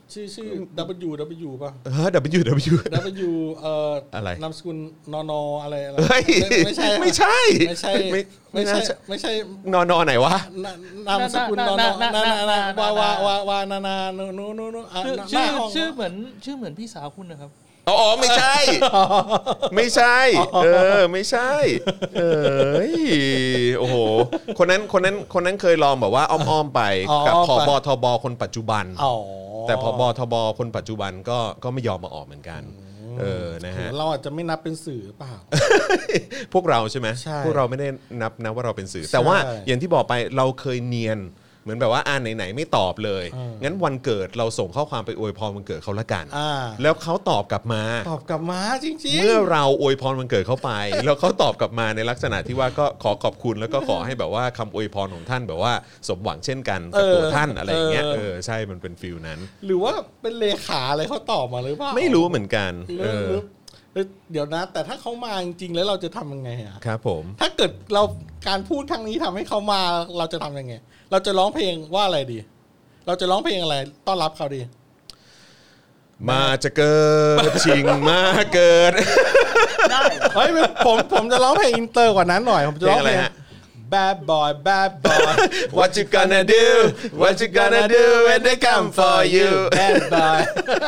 ชื่อชื่อ W W ป่ะเออ W W W เอ่ออะไรนามสกุลนนอะไรอะไรไม่ใช่ไม่ใช่ไม่ใช่ไม่ใช่ไม่ใช่นนไหนวะนามสกุลนนนาๆว่าวาวาวานานาโนโนโนโนชื่อชื่อเหมือนชื่อเหมือนพี่สาวคุณนะครับอ๋อไม่ใช่ไม่ใช่เออไม่ใช่เอ้ยโอ้โหคนนั้นคนนั้นคนนั้นเคยลองแบบว่าอ้อมๆไปกับผบทบคนปัจจุบันแต่ผบทบคนปัจจุบันก็ก็ไม่ยอมมาออกเหมือนกันเออนะฮะเราอาจจะไม่นับเป็นสื่อเปล่าพวกเราใช่ไหมพวกเราไม่ได้นับนะว่าเราเป็นสื่อแต่ว่าอย่างที่บอกไปเราเคยเนียนเหมือนแบบว่าอ่านไหนๆไม่ตอบเลยงั้นวันเกิดเราส่งข้อความไปอวยพรวันเกิดเขาละกันแล้วเขาตอบกลับมาตอบกลับมาจริงๆเมื่อเราอวยพรวันเกิดเขาไปแล้วเขาตอบกลับมาในลักษณะที่ว่าก็ขอขอบคุณแล้วก็ขอให้แบบว่าคำอวยพรของท่านแบบว่าสมหวังเช่นกันกับตัวท่านอะไรอย่างเงี้ยเออใช่มันเป็นฟีลนั้นหรือว่าเป็นเลขาอะไรเขาตอบมาหรือเปล่าไม่รู้เหมือนกันเออเดี๋ยวนะแต่ถ้าเขามาจริงๆแล้วเราจะทำยังไงอ่ะครับผมถ้าเกิดเราการพูดครั้งนี้ทำให้เขามาเราจะทำยังไงเราจะร้องเพลงว่าอะไรดีเราจะร้องเพลงอะไรต้อนรับเขาดีมาจะเกิดชิงมาเกิดได้เฮ้ยผมผมจะร้องเพลงอินเตอร์กว่านั้นหน่อยผมจะร้องเพลง Bad boy bad boy what you gonna do what you gonna do when they come for you bad boy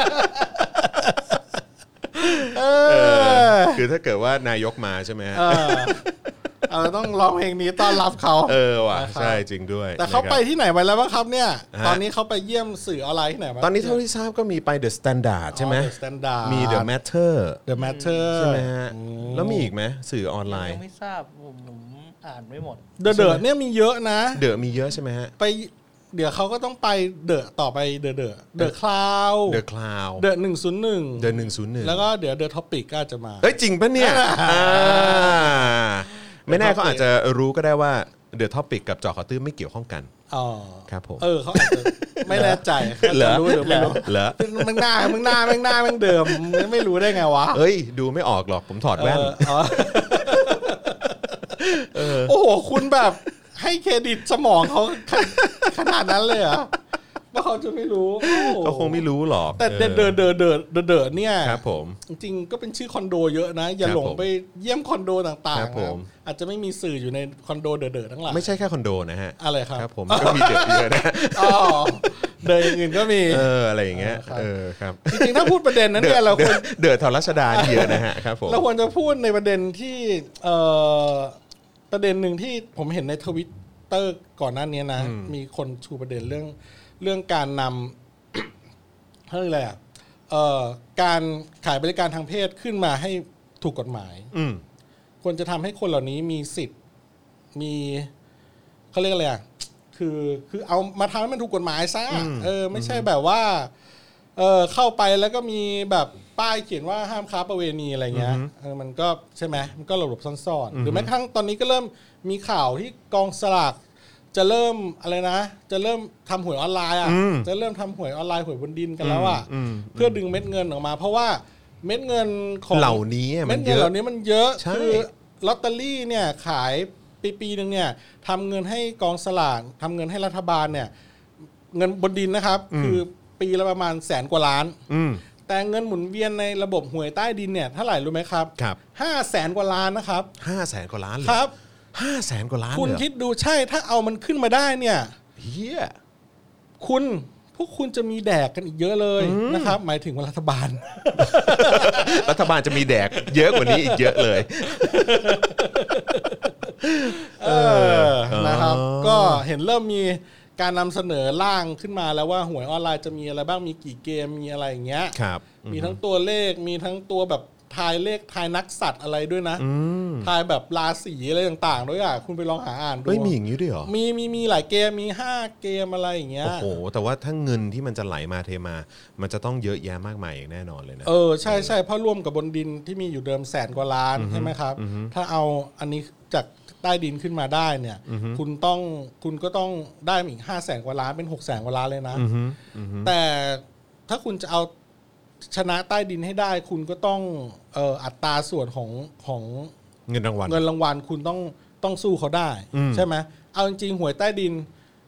คือถ้าเกิดว่านายกมาใช่ไหมเราต้องร้องเพลงนี้ต้อนรับเขาเออว่ะใช่จริงด้วยแต่เขาไปที่ไหนไปแล้วบ้างครับเนี่ยตอนนี้เขาไปเยี่ยมสื่อออนไลน์ที่ไหนบ้างตอนนี้เท่าที่ทราบก็มีไป The Standard ใช่ไหม The Standard มี The Matter The Matter ใช่ไหมฮะแล้วมีอีกไหมสื่อออนไลน์ยังไม่ทราบผมผมอ่านไม่หมด The The เนี่ยมีเยอะนะ The มีเยอะใช่ไหมฮะไปเดี๋ยวเขาก็ต้องไปเดอะต่อไปเดอะเดอะเดอะคลาวเดอะคลาวเดอะหนึ่งศูนย์หนึ่งเดอะหนึ่งศูนย์หนึ่งแล้วก็เดี๋ยวเดอะท็อปิกก็จะมาเฮ้ยจริงปะเนี่ยไม่แน่เขาอาจจะรู้ก็ได้ว่าเดอะท็อปิกกับจอข่าวตื้นไม่เกี่ยวข้องกันอ๋อครับผมเออเขาอาจจะไม่แน่ใจเขาจะรู้หรือไม่รู้เหรอมึงหน้ามึงหน้ามึงหน้ามึงเดิมไม่รู้ได้ไงวะเฮ้ยดูไม่ออกหรอกผมถอดแว่นโอ้โหคุณแบบให้เครดิตสมองเขาขนาดนั้นเลยเหรอว่าเขาจะไม่รู้เขาคงไม่รู้หรอกแต่เดอเดอเดอเดอเดอเดอเนี่ยครับผมจริงๆก็เป็นชื่อคอนโดเยอะนะอย่าหลงไปเยี่ยมคอนโดต่างๆนะอาจจะไม่มีสื่ออยู่ในคอนโดเดอเดอทั้งหลายไม่ใช่แค่คอนโดนะฮะอะไรครับครับผมก็มีเดอเยอะนะอ๋อเดออย่างอื่นก็มีเอออะไรอย่างเงี้ยเออครับจริงๆถ้าพูดประเด็นนั้นเนี่ยเราควรเดอแถวรัชดาเยอะนะฮะครับผมเราควรจะพูดในประเด็นที่เอ่อประเด็นหนึ่งที่ผมเห็นในทวิตเตอร์ก่อนหน้านี้นะมีคนชูประเด็นเรื่องเรื่องการนำเขาเรียกอะไรอ่ะเอ่อการขายบริการทางเพศขึ้นมาให้ถูกกฎหมายควรจะทำให้คนเหล่านี้มีสิทธิ์มีเขาเรียกอะไรอ่ะคือคือเอามาทำให้มันถูกกฎหมายซะเออไม่ใช่แบบว่าเออเข้าไปแล้วก็มีแบบป้ายเขียนว่าห้ามค้าประเวณีอะไรเงี้ยเออมันก็ใช่ไหมมันก็หลบๆซ่อนๆหรือแม้กระทั่งตอนนี้ก็เริ่มมีข่าวที่กองสลากจะเริ่มอะไรนะจะเริ่มทำหวยออนไลน์อ่ะจะเริ่มทำหวยออนไลน์หวยบนดินกันแล้วอ่ะเพื่อดึงเม็ดเงินออกมาเพราะว่าเม็ดเงินของเหล่านี้เม็ดเงินเหล่านี้มันเยอะคือลอตเตอรี่เนี่ยขายปีปีนึงเนี่ยทำเงินให้กองสลากทำเงินให้รัฐบาลเนี่ยเงินบนดินนะครับคือปีละประมาณแสนกว่าล้านแต่เงินหมุนเวียนในระบบหวยใต้ดินเนี่ยเท่าไหร่รู้ไหมครับครับห้าแสนกว่าล้านนะครับห้าแสนกว่าล้านเลยครับห้าแสนกว่าล้านคุณคิดดูใช่ถ้าเอามันขึ้นมาได้เนี่ยเฮียคุณพวกคุณจะมีแดกกันอีกเยอะเลยนะครับหมายถึงว่ารัฐบาลรัฐบาลจะมีแดกเยอะกว่านี้อีกเยอะเลยเออนะครับก็เห็นเริ่มมีการนำเสนอร่างขึ้นมาแล้วว่าหวยออนไลน์จะมีอะไรบ้างมีกี่เกมมีอะไรอย่างเงี้ยมีทั้งตัวเลขมีทั้งตัวแบบทายเลขทายนักสัตว์อะไรด้วยนะทายแบบราศีอะไรต่างๆด้วยอ่ะคุณไปลองหาอ่านดูไม่มีอย่างนี้ด้วยเหรอมีมีมีหลายเกมมีห้าเกมอะไรอย่างเงี้ยโอ้โหแต่ว่าถ้าเงินที่มันจะไหลมาเทมามันจะต้องเยอะแยะมากมายอย่างแน่นอนเลยนะเออใช่ใช่เพราะร่วมกับบนดินที่มีอยู่เดิมแสนกว่าล้านใช่ไหมครับถ้าเอาอันนี้จากใต้ดินขึ้นมาได้เนี่ยคุณต้องคุณก็ต้องได้อีกห้าแสนกว่าล้านเป็นหกแสนกว่าล้านเลยนะแต่ถ้าคุณจะเอาชนะใต้ดินให้ได้คุณก็ต้องเอ่ออัตราส่วนของของเงินรางวัลเงินรางวัลคุณต้องต้องสู้เขาได้ใช่ไหมเอาจริงๆหวยใต้ดิน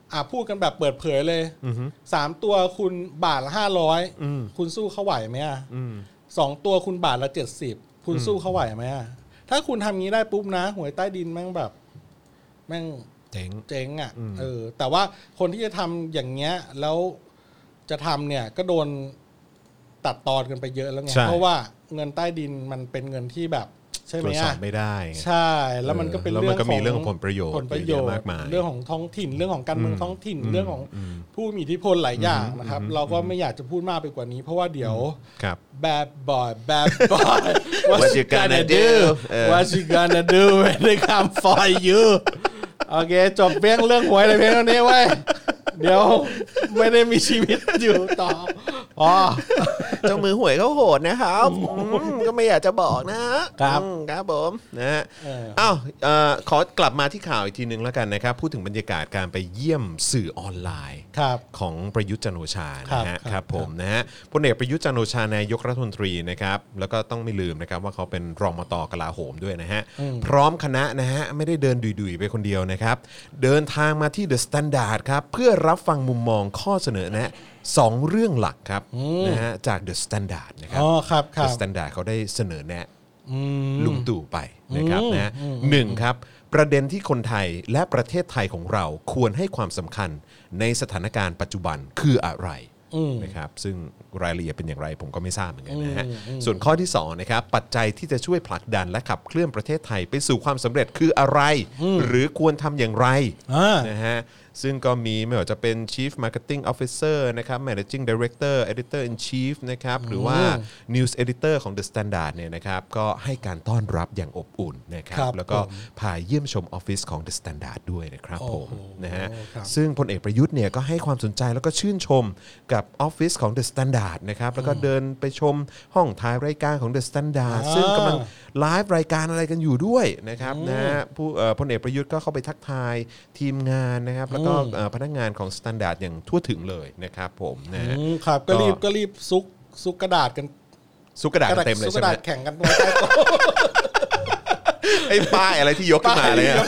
อ่ะพูดกันแบบเปิดเผยเลยสามตัวคุณบาทละห้าร้อยคุณสู้เขาไหวไหมอ่ะสองตัวคุณบาทละเจ็ดสิบคุณสู้เขาไหวไหมอ่ะถ้าคุณทำงี้ได้ปุ๊บนะหวยใต้ดินแม่งแบบแม่งเจ๋งเจ๋งอ่ะเออแต่ว่าคนที่จะทำอย่างเงี้ยแล้วจะทำเนี่ยก็โดนตัดตอนกันไปเยอะแล้วไงเพราะว่าเงินใต้ดินมันเป็นเงินที่แบบใช่ไหมอ่ะไม่ได้ใช่แล้วมันก็เป็นเรื่องของเรื่องของผลประโยชน์ผลประโยชน์มากมายเรื่องของท้องถิ่นเรื่องของการเมืองท้องถิ่นเรื่องของผู้มีอิทธิพลหลายอย่างนะครับเราก็ไม่อยากจะพูดมากไปกว่านี้เพราะว่าเดี๋ยว bad boy bad boy what you gonna do what you gonna do when they come for you โอเคจบเพียงเรื่องหวยในเพียงเท่านี้ไว้เดี๋ยวไม่ได้มีชีวิตอยู่ต่ออ๋อเจ้ามือหวยเขาโหดนะครับก็ไม่อยากจะบอกนะครับครับผมนะฮะอ้าวขอกลับมาที่ข่าวอีกทีนึงแล้วกันนะครับพูดถึงบรรยากาศการไปเยี่ยมสื่อออนไลน์ของประยุทธ์จันทร์โอชานะฮะครับผมนะฮะพลเอกประยุทธ์จันทร์โอชานายกรัฐมนตรีนะครับแล้วก็ต้องไม่ลืมนะครับว่าเขาเป็นรองมต.กลาโหมด้วยนะฮะพร้อมคณะนะฮะไม่ได้เดินดุยๆไปคนเดียวนะครับเดินทางมาที่ The Standard ครับเพื่อรับฟังมุมมองข้อเสนอแนะสองเรื่องหลักครับนะฮะจาก The Standard นะครับ The Standard เขาได้เสนอแนะลุงตู่ไปนะครับนะหนึ่งครับประเด็นที่คนไทยและประเทศไทยของเราควรให้ความสำคัญในสถานการณ์ปัจจุบันคืออะไรนะครับซึ่งรายละเอียดเป็นอย่างไรผมก็ไม่ทราบเหมือนกันนะฮะส่วนข้อที่สองนะครับปัจจัยที่จะช่วยผลักดันและขับเคลื่อนประเทศไทยไปสู่ความสำเร็จคืออะไรหรือควรทำอย่างไรนะฮะซึ่งก็มีไม่ว่าจะเป็น Chief Marketing Officer นะครับ Managing Director Editor in Chief นะครับหรือว่า News Editor ของ The Standard เนี่ยนะครับก็ให้การต้อนรับอย่างอบอุ่นนะครับแล้วก็พาเยี่ยมชมออฟฟิศของ The Standard ด้วยนะครับผมนะฮะซึ่งพลเอกประยุทธ์เนี่ยก็ให้ความสนใจแล้วก็ชื่นชมกับออฟฟิศของ The Standard นะครับแล้วก็เดินไปชมห้องถ่ายรายการของ The Standard ซึ่งกำลังไลฟ์รายการอะไรกันอยู่ด้วยนะครับนะฮะผู้พลเอกประยุทธ์ก็เข้าไปทักทายทีมงานนะครับแล้วก็พนักงานของ Standard อย่างทั่วถึงเลยนะครับผมนะครับก็รีบก็รีบซุกซุกกระดาษกันซุกกระดาษเต็มเลยใช่ไหมซุกกระดาษแข่งกันใต้โต๊ะไอ้ป้ายอะไรที่ยกขึ้นมาเลยอ่ะ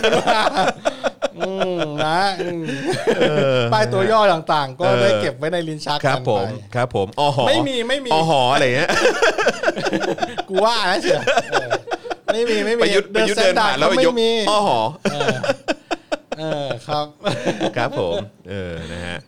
นะป้ายตัวย่อต่างๆก็ได้เก็บไว้ในลิ้นชักกันไปครับผมครับผมอ๋อหอไม่มีไม่มีอ๋อหออะไรเงี้ยกูว่านะเชียวไม่มีไม่มีประยุทธ์ประยุทธ์เดินผ่านแล้วยกอ๋อหอเออครับครับผมเออนะฮะ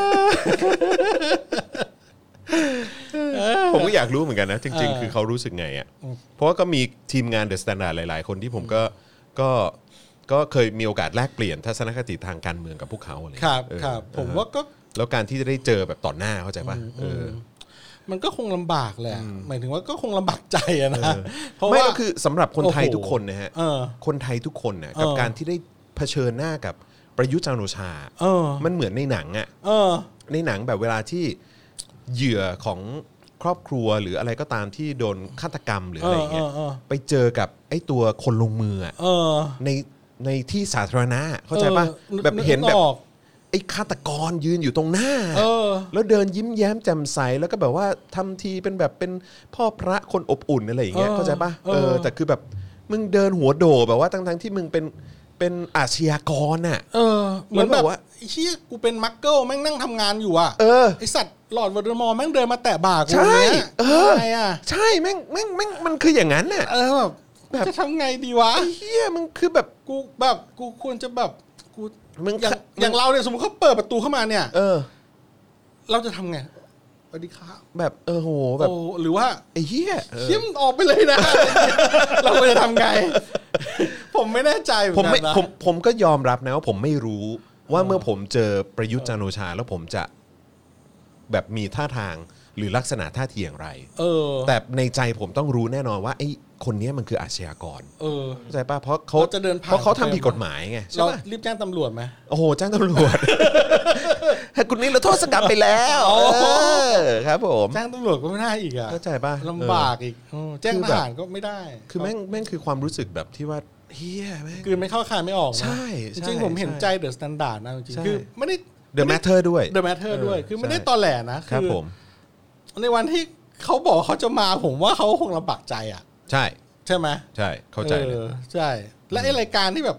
ผมก็อยากรู้เหมือนกันนะจริงๆคือเขารู้สึกไงอ่ะเพราะว่าก็มีทีมงาน The Standard หลายๆคนที่ผมก็ก็ก็เคยมีโอกาสแลกเปลี่ยนทัศนคติทางการเมืองกับพวกเขาอะไรครับครับผมว่าก็แล้วการที่จะได้เจอแบบต่อหน้าเข้าใจป่ะเออมันก็คงลำบากแหละหมายถึงว่าก็คงลำบากใจนะเพราะว่าคือสำหรับคนไทยทุกคนนะฮะคนไทยทุกคนเนี่ยกับการที่ได้เผชิญหน้ากับประยุทธ์จันทร์โอชามันเหมือนในหนังอ่ะในหนังแบบเวลาที่เหยื่อของครอบครัวหรืออะไรก็ตามที่โดนฆาตกรรมหรืออะไรเงี้ยไปเจอกับไอ้ตัวคนลงมืออ่ะในในที่สาธารณะเข้าใจป่ะแบบเห็นแบบไอ้ฆาตกรยืนอยู่ตรงหน้าแล้วเดินยิ้มแย้มแจ่มใสแล้วก็แบบว่าทำทีเป็นแบบเป็นพ่อพระคนอบอุ่นอะไรอย่างเงี้ยเข้าใจป่ะเออแต่คือแบบมึงเดินหัวโดแบบว่าทั้งๆที่มึงเป็นเป็นอาชญากรน่ะเออเหมือนแบบว่าไอ้เหี้ยกูเป็นมักเกิลแม่งนั่งทำงานอยู่อ่ะเออไอสัตว์หลอดวอลเดอมอร์แม่งเดินมาแตะบ่ากูใช่เออไงอ่ะใช่แม่งแม่งแม่งมันคืออย่างนั้นน่ะเออแบบจะทำไงดีวะไอ้เหี้ยมึงคือแบบกูแบบกูควรจะแบบกูมึงอย่างอย่างเราเนี่ยสมมติเขาเปิดประตูเข้ามาเนี่ยเออเราจะทำไงสวัสดีครับแบบเออโหแบบหรือว่าไอ้เหี้ยเหี้ยมันออกไปเลยนะเราจะทำไงผมไม่แน่ใจผมไม่ผมผมก็ยอมรับนะว่าผมไม่รู้ว่าเมื่อผมเจอประยุทธ์จันทร์โอชาแล้วผมจะแบบมีท่าทางหรือลักษณะท่าทีอย่างไรเออแต่ในใจผมต้องรู้แน่นอนว่าไอ้คนนี้มันคืออาชญากรเออเข้าใจป่ะเพราะเขาจะเดินเพราะเขาทำผิดกฎหมายไงใช่ป่ะรีบแจ้งตำรวจไหมโอ้โหแจ้งตำรวจให้คุณนี่เราโทษสกัดไปแล้วครับผมแจ้งตำรวจก็ไม่ได้อีกอ่ะเข้าใจป่ะลำบากอีกแจ้งทหารก็ไม่ได้คือแม่งแม่งคือความรู้สึกแบบที่ว่าเฮียแม่งคือไม่เข้าคายไม่ออกใช่จริงๆผมเห็นใจเดอะสแตนดาร์ดนะจริงๆคือไม่ได้เดอะแมทเทอร์ด้วยเดอะแมทเทอร์ด้วยคือไม่ได้ตอแหลนะคือผมในวันที่เขาบอกเขาจะมาผมว่าเขาคงลำบากใจอ่ะใช่ใช่ไหมใช่เข้าใจใช่และไอรายการที่แบบ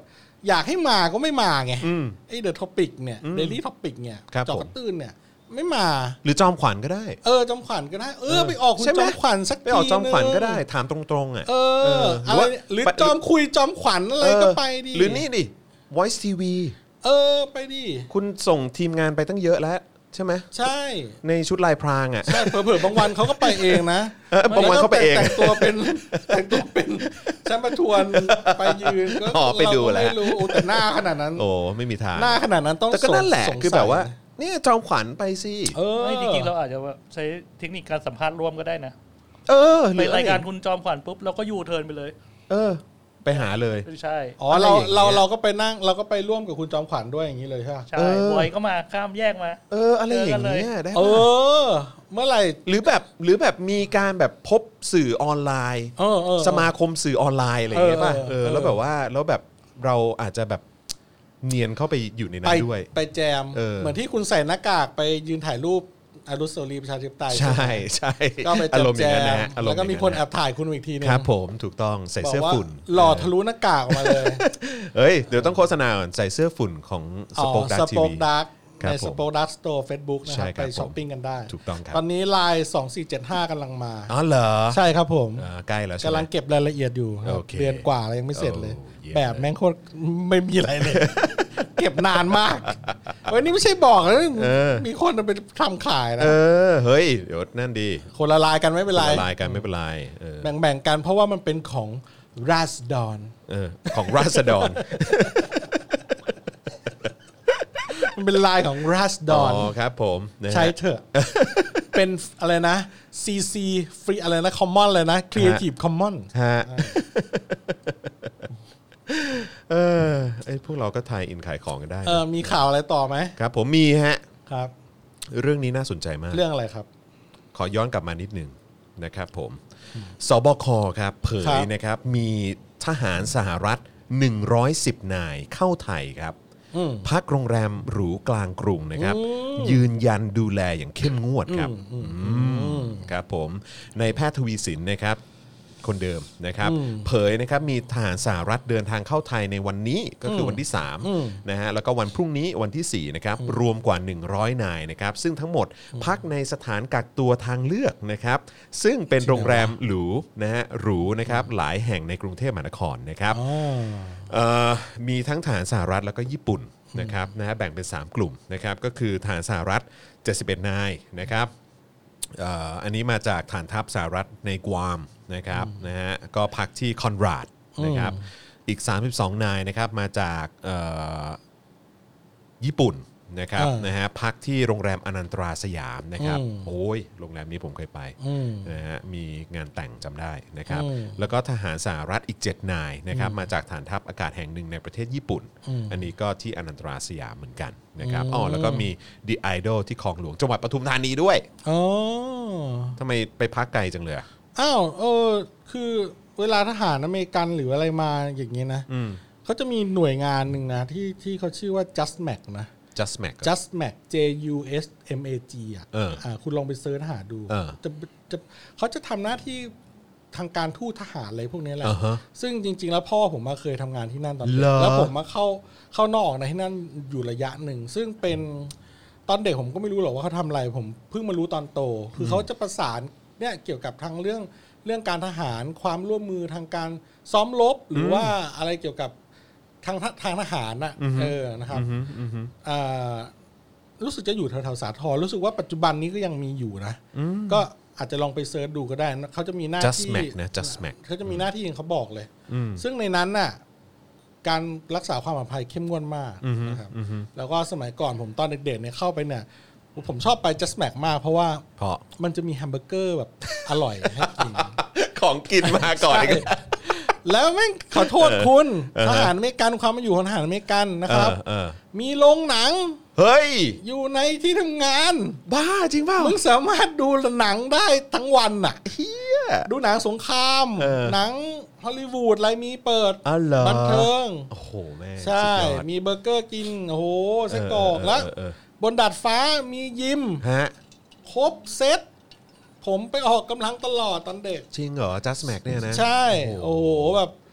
อยากให้มาก็ไม่มาไงไอ้เดอะท็อปิกเนี่ยเดลี่ท็อปิกเนี่ยจอกระตื้นเนี่ยไม่มาหรือจอมขวัญก็ได้เออจอมขวัญก็ได้เออไปออกคุณจอมขวัญสักทีไปออกจอมขวัญก็ได้ถามตรงๆอ่ะเอออะไรหรือจอมคุยจอมขวัญอะไรก็ไปดิหรือนี่ดิ Voice ที วีเออไปดิคุณส่งทีมงานไปตั้งเยอะแล้วใช่ไหมใช่ในชุดลายพรางอ่ะใช่เผลอๆบางวันเขาก็ไปเองนะเออบางวันเขาไปเองแต่งตัวเป็นแต่งตัวเป็นฉันมาทวนไปยืนก็เราไปดูแล้วไม่รู้แต่หน้าขนาดนั้นโอ้ไม่มีทางหน้าขนาดนั้นต้องแต่ก็นั่นแหละคือแบบว่าเนี่ยจอมขวัญไปสิเออจริงๆเราอาจจะใช้เทคนิคการสัมภาษณ์ร่วมก็ได้นะเออในรายการคุณจอมขวัญปุ๊บเราก็ยูเทิร์นไปเลยเออไปหาเลยใช่อ๋อเราเราเราก็ไปนั่งเราก็ไปร่วมกับคุณจอมขวัญด้วยอย่างนี้เลยใช่ไหมใช่บอยก็มาข้ามแยกมาเอออะไรอย่างเงี้ยได้เออเมื่อไหร่หรือแบบหรือแบบมีการแบบพบสื่อออนไลน์สมาคมสื่อออนไลน์อะไรอย่างเงี้ยป่ะเออแล้วแบบว่าแล้วแบบเราอาจจะแบบเนียนเข้าไปอยู่ในนั้นด้วยไปแจมเหมือนที่คุณใส่หน้ากากไปยืนถ่ายรูปอนุสาวรีย์ประชาธิปไตยใช่ใช่ก็ไปแจมแล้วก็มีคนแอบถ่ายคุณอีกทีนึงครับผมถูกต้องใส่เสื้อฝุ่นหล่อทะลุหน้ากากออกมาเลยเฮ้ยเดี๋ยวต้องโฆษณาก่อนใส่เสื้อฝุ่นของสป็อคดักทีวีในสป็อคดักสโตร์เฟซบุ๊กนะครับไปช้อปปิ้งกันได้ถูกต้องครับตอนนี้ไลน์สองสี่เจ็ดห้ากำลังมาอ๋อเหรอใช่ครับผมใกล้แล้วกำลังเก็บรายละเอียดอยู่เดือนกว่าแล้วยังไม่เสร็จเลยแบบแม่งโคตรไม่มีอะไรเลยเก็บนานมากเฮ้ยนี่ไม่ใช่บอกนะมีคนไปทำขายนะเออเฮ้ยเดี๋ยวนั่นดีคนละลายกันไม่เป็นไรคนละลายกันไม่เป็นไรแบ่งๆกันเพราะว่ามันเป็นของราษฎรของราษฎรมันเป็นลายของราษฎรอ๋อครับผมใช่เถอะเป็นอะไรนะ ซี ซี Free อะไรนะ Common เลยนะ Creative Common ฮะเออไอ้พวกเราก็ทายอินขายของกันได้เออมีข่าวอะไรต่อไหมครับผมมีฮะครับเรื่องนี้น่าสนใจมากเรื่องอะไรครับขอย้อนกลับมานิดหนึ่งนะครับผมสบคครับเผยนะครับมีทหารสหรัฐหนึ่งร้อยสิบนายเข้าไทยครับพักโรงแรมหรูกลางกรุงนะครับยืนยันดูแลอย่างเข้มงวดครับครับผมในแพทย์ทวีสินนะครับคนเดิมนะครับเผยนะครับมีทหารสหรัฐเดินทางเข้าไทยในวันนี้ก็คือวันที่สามนะฮะแล้วก็วันพรุ่งนี้วันที่สี่นะครับรวมกว่าหนึ่งร้อยนายนะครับซึ่งทั้งหมดพักในสถานกักตัวทางเลือกนะครับซึ่งเป็นโรงแรมหรูนะฮะหรูนะครับหลายแห่งในกรุงเทพมหานครนะครับมีทั้งทหารสหรัฐแล้วก็ญี่ปุ่นนะครับนะฮะแบ่งเป็นสามกลุ่มนะครับก็คือทหารสหรัฐเจ็ดสิบเอ็ดนายนะครับอันนี้มาจากฐานทัพสหรัฐในกวามนะครับนะฮะก็พักที่คอนราดนะครับอีกสามสิบสองนายนะครับมาจากญี่ปุ่นนะครับนะฮะพักที่โรงแรมอนันตราสยามนะครับโอ้ยโรงแรมนี้ผมเคยไปนะฮะมีงานแต่งจำได้นะครับแล้วก็ทหารสหรัฐอีกเจ็ดนายนะครับมาจากฐานทัพอากาศแห่งหนึ่งในประเทศญี่ปุ่นอันนี้ก็ที่อนันตราสยามเหมือนกันนะครับอ๋อแล้วก็มี The Idol ที่คลองหลวงจังหวัดปทุมธานีด้วยอ๋อทำไมไปพักไกลจังเลยอ้าวเออคือเวลาทหารอเมริกันหรืออะไรมาอย่างนี้นะเขาจะมีหน่วยงานหนึ่งนะที่ที่เขาชื่อว่า JustMac นะ JustMac JustMac J U S M A G อ่ะอ่าคุณลองไปเซิร์ชหาดูจะจะเขาจะทำหน้าที่ทางการทูตทหารอะไรพวกนี้แหละ uh-huh. ซึ่งจริงๆแล้วพ่อผมมาเคยทำงานที่นั่นตอนเด็กแล้วผมมาเข้าเข้านอกในที่นั่นอยู่ระยะหนึ่งซึ่งเป็นตอนเด็กผมก็ไม่รู้หรอกว่าเขาทำอะไรผมเพิ่งมารู้ตอนโตคือเขาจะประสานเนี่ยเกี่ยวกับทางเรื่องเรื่องการทหารความร่วมมือทางการซ้อมรบหรือว่าอะไรเกี่ยวกับทางทางทหารน่ะเออนะครับอ่ารู้สึกจะอยู่แถวๆสาทรรู้สึกว่าปัจจุบันนี้ก็ยังมีอยู่นะก็อาจจะลองไปเซิร์ชดูก็ได้เขาจะมีหน้าที่ JustMac นะ JustMac เขาจะมีหน้าที่เขาบอกเลยซึ่งในนั้นน่ะการรักษาความปลอดภัยเข้มงวดมากนะครับแล้วก็สมัยก่อนผมตอนเด็กๆเนี่ยเข้าไปเนี่ยผมชอบไป JustMac มากเพราะว่าเพราะมันจะมีแฮมเบอร์เกอร์แบบอร่อยให้กินของกินมาก่อนแล้วแม่งขอโทษคุณทหารอเมริกันความมาอยู่ของทหารอเมริกันนะครับมีโรงหนังเฮ้ยอยู่ในที่ทำงานบ้าจริงเปล่ามึงสามารถดูหนังได้ทั้งวันน่ะเฮียดูหนังสงครามหนังฮอลลีวูดอะไรมีเปิดบันเทิงโอ้โหแม่ใช่มีเบอร์เกอร์กินโอ้โหไส้กรอกแล้วบนดาดฟ้ามียิมครบเซตผมไปออกกำลังตลอดตอนเด็กจริงเหรอ JustMac เนี่ยนะใช่โอ้โหแบบ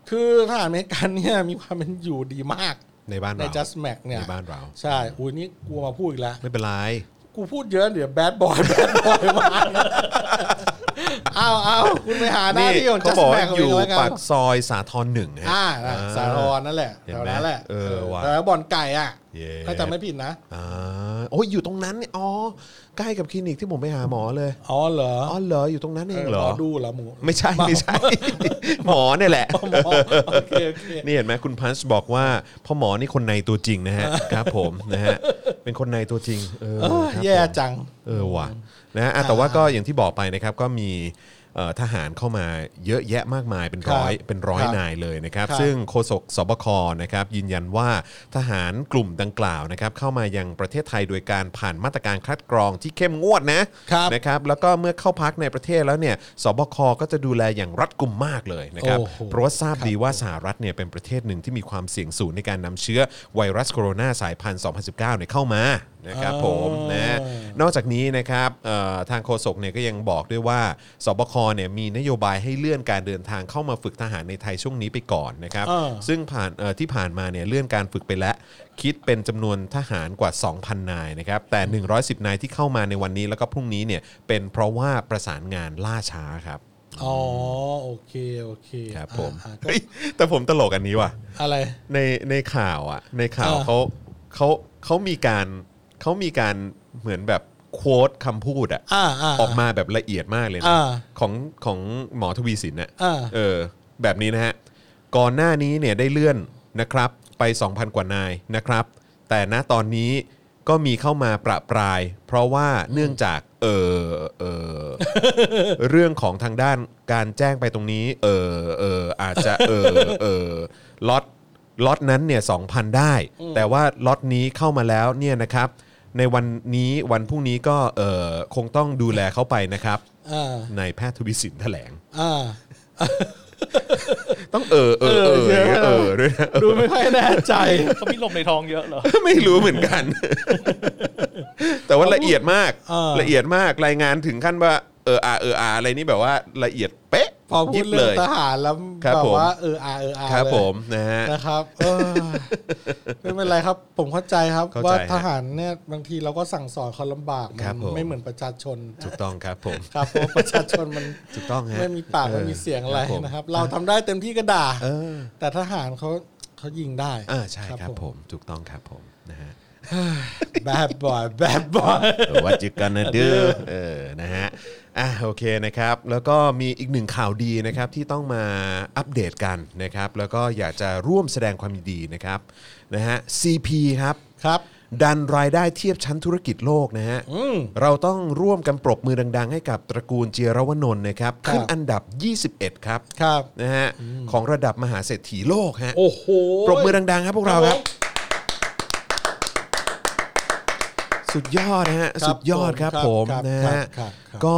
คือทหารอเมริกันเนี่ยมีความเป็นอยู่ดีมากในบ้านเราใน Just Max เนี่ยในบ้านเราใช่อุ้ยนี่กลัวมาพูดอีกแล้วไม่เป็นไรกูพูดเยอะเดี๋ยวแบดบอยแบดบอยมาเอาเอาคุณไปหาหน้าที่ของ Just Max อยู่ปากซอยสาทรหนึ่งฮะอ่าสาทรนั่นแหละแถวนั้นแหละเออว่ะแล้วบ่อนไก่อ่ะถ้าจำไม่ผิดนะอ่าโอ้ยอยู่ตรงนั้นอ๋อใกล้กับคลินิกที่ผมไปหาหมอเลยอ๋อเหรออ๋อเหรออยู่ตรงนั้นเองเหรอหมอดูเหรอหมูไม่ใช่ไม่ใช่หมอเนี่ยแหละนี่เห็นไหมคุณพันช์บอกว่าพ่อหมอนี่คนในตัวจริงนะฮะครับผมนะฮะเป็นคนในตัวจริงเออแย่จังเออว่ะนะแต่ว่าก็อย่างที่บอกไปนะครับก็มีทหารเข้ามาเยอะแยะมากมายเป็นร้อยเป็นร้อยนายเลยนะครับซึ่งโฆษกสบคนะครับยืนยันว่าทหารกลุ่มดังกล่าวนะครับเข้ามายังประเทศไทยโดยการผ่านมาตรการคัดกรองที่เข้มงวดนะนะครับแล้วก็เมื่อเข้าพักในประเทศแล้วเนี่ยสบคก็จะดูแลอย่างรัดกุมมากเลยนะครับเพราะว่าทราบดีว่าสหรัฐเนี่ยเป็นประเทศหนึ่งที่มีความเสี่ยงสูงในการนำเชื้อไวรัสโคโรนาสายพันธุ์สองพันสิบเก้าเนี่ยเข้ามานะครับผมนะนอกจากนี้นะครับทางโฆษกเนี่ยก็ยังบอกด้วยว่าสบคเนี่ยมีนโยบายให้เลื่อนการเดินทางเข้ามาฝึกทหารในไทยช่วงนี้ไปก่อนนะครับซึ่งผ่านที่ผ่านมาเนี่ยเลื่อนการฝึกไปแล้วคิดเป็นจำนวนทหารกว่า สองพัน นายนะครับแต่หนึ่งร้อยสิบนายที่เข้ามาในวันนี้แล้วก็พรุ่งนี้เนี่ยเป็นเพราะว่าประสานงานล่าช้าครับอ๋อโอเคโอเคครับผมแต่ผมตลกอันนี้ว่ะอะไรในในข่าวอ่ะในข่าวเขาเขาเขามีการเขามีการเหมือนแบบโค้ดคำพูดอ่ะออกมาแบบละเอียดมากเลยนะของของหมอทวีสินน่ะเออแบบนี้นะฮะก่อนหน้านี้เนี่ยได้เลื่อนนะครับไป สองพัน กว่านายนะครับแต่ณตอนนี้ก็มีเข้ามาประปรายเพราะว่าเนื่องจากเออเออเรื่องของทางด้านการแจ้งไปตรงนี้เออเอออาจจะเออเออล็อตล็อตนั้นเนี่ย สองพัน ได้แต่ว่าล็อตนี้เข้ามาแล้วเนี่ยนะครับในวันนี้วันพรุ่งนี้ก็เออคงต้องดูแลเขาไปนะครับนายแพทย์ทวีสินแถลงต้องเออเออเออเออด้วยนะดูไม่ค่อยแน่ใจเขามีลมในท้องเยอะเหรอไม่รู้เหมือนกันแต่ว่าละเอียดมากละเอียดมากรายงานถึงขั้นว่าเอออาเอออาอะไรนี่แบบว่าละเอียดเป๊ะพอพูดเรื่องทหารแล้วแบบว่าเอออาเอออาครับผมนะฮะนะครับไม่เป็นไรครับผมเข้าใจครับว่าทหารเนี่ยบางทีเราก็สั่งสอนเขาลำบากมันไม่เหมือนประชาชนถูกต้องครับผมครับเพราะประชาชนมันถูกต้องฮะไม่มีปากไม่มีเสียงอะไรนะครับเราทำได้เต็มที่ก็ด่าแต่ทหารเขาเขายิงได้อ่าใช่ครับผมถูกต้องครับผมนะฮะ bad boy bad boy what you gonna do เออนะฮะอ่ะโอเคนะครับแล้วก็มีอีกหนึ่งข่าวดีนะครับที่ต้องมาอัปเดตกันนะครับแล้วก็อยากจะร่วมแสดงความยินดีนะครับนะฮะ ซี พี ครับครับดันรายได้เทียบชั้นธุรกิจโลกนะฮะเราต้องร่วมกันปรบมือดังๆให้กับตระกูลเจียรวนนท์นะครับขึ้นอันดับยี่สิบเอ็ดครับครับนะฮะของระดับมหาเศรษฐีโลกฮะโอ้โหปรบมือดังๆครับพวกเราครับสุดยอดนะฮะสุดยอดครับผมนะฮะก็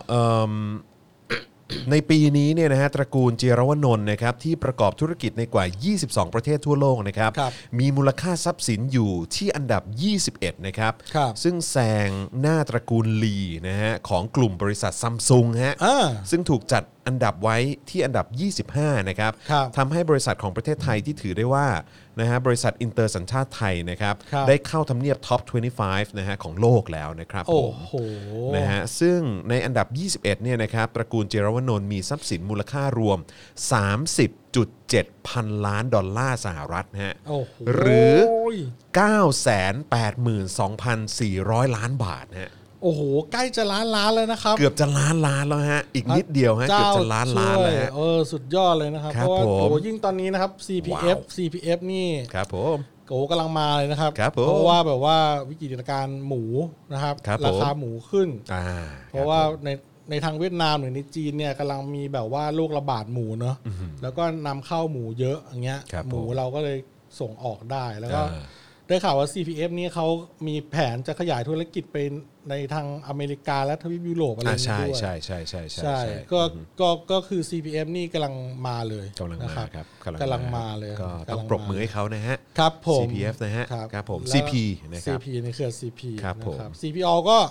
ในปีนี้เนี่ยนะฮะตระกูลเจียรวนนท์นะครับที่ประกอบธุรกิจในกว่ายี่สิบสองประเทศทั่วโลกนะครับมีมูลค่าทรัพย์สินอยู่ที่อันดับยี่สิบเอ็ดนะครับซึ่งแซงหน้าตระกูลลีนะฮะของกลุ่มบริษัทซัมซุงฮะซึ่งถูกจัดอันดับไว้ที่อันดับยี่สิบห้านะครับทำให้บริษัทของประเทศไทยที่ถือได้ว่านะฮะบริษัทอินเตอร์สัญชาติไทยนะครับได้เข้าทำเนียบท็อปยี่สิบห้านะฮะของโลกแล้วนะครับผมนะฮะซึ่งในอันดับยี่สิบเอ็ดเนี่ยนะครับตระกูลเจรวนนท์มีทรัพย์สินมูลค่ารวม สามสิบจุดเจ็ด พันล้านดอลลาร์สหรัฐนะฮะหรือ เก้าแสนแปดหมื่นสองพันสี่ร้อย ล้านบาทนะฮะโอ้โหใกล้จะล้านล้านแล้วนะครับเกือบจะล้านล้านแล้วฮะอีกนิดเดียวฮะเกือบจะล้านล้านแล้วเออสุดยอดเลยนะครับเพราะว่าโอ้ยิ่งตอนนี้นะครับ ซี พี เอฟ ซี พี เอฟ นี่ครับผมโอ้กำลังมาเลยนะครับเพราะว่าแบบว่าวิกฤตการณ์หมูนะครับราคาหมูขึ้นเพราะว่าในในทางเวียดนามหรือในจีนเนี่ยกำลังมีแบบว่าโรคระบาดหมูเนอะแล้วก็นำเข้าหมูเยอะอย่างเงี้ยหมูเราก็เลยส่งออกได้แล้วก็ได้ข่าวว่า ซี พี เอฟ นี่เขามีแผนจะขยายธุรกิจไปในทางอเมริกาและทวีปยุโรปอะไรอย่างเงี้ยด้วยใช่ใช่ใช่ใช่ใช่ก็ก็ก็คือ ซี พี เอฟ นี่กำลังมาเลยกำลังมาครับกำลังมาเลยก็ต้องปรบมือให้เขานะฮะครับผมซี พี เอฟ นะฮะครับผม ซี พี นะครับซี พี นี่คือ ซี พีครับผมซี พี อ ก็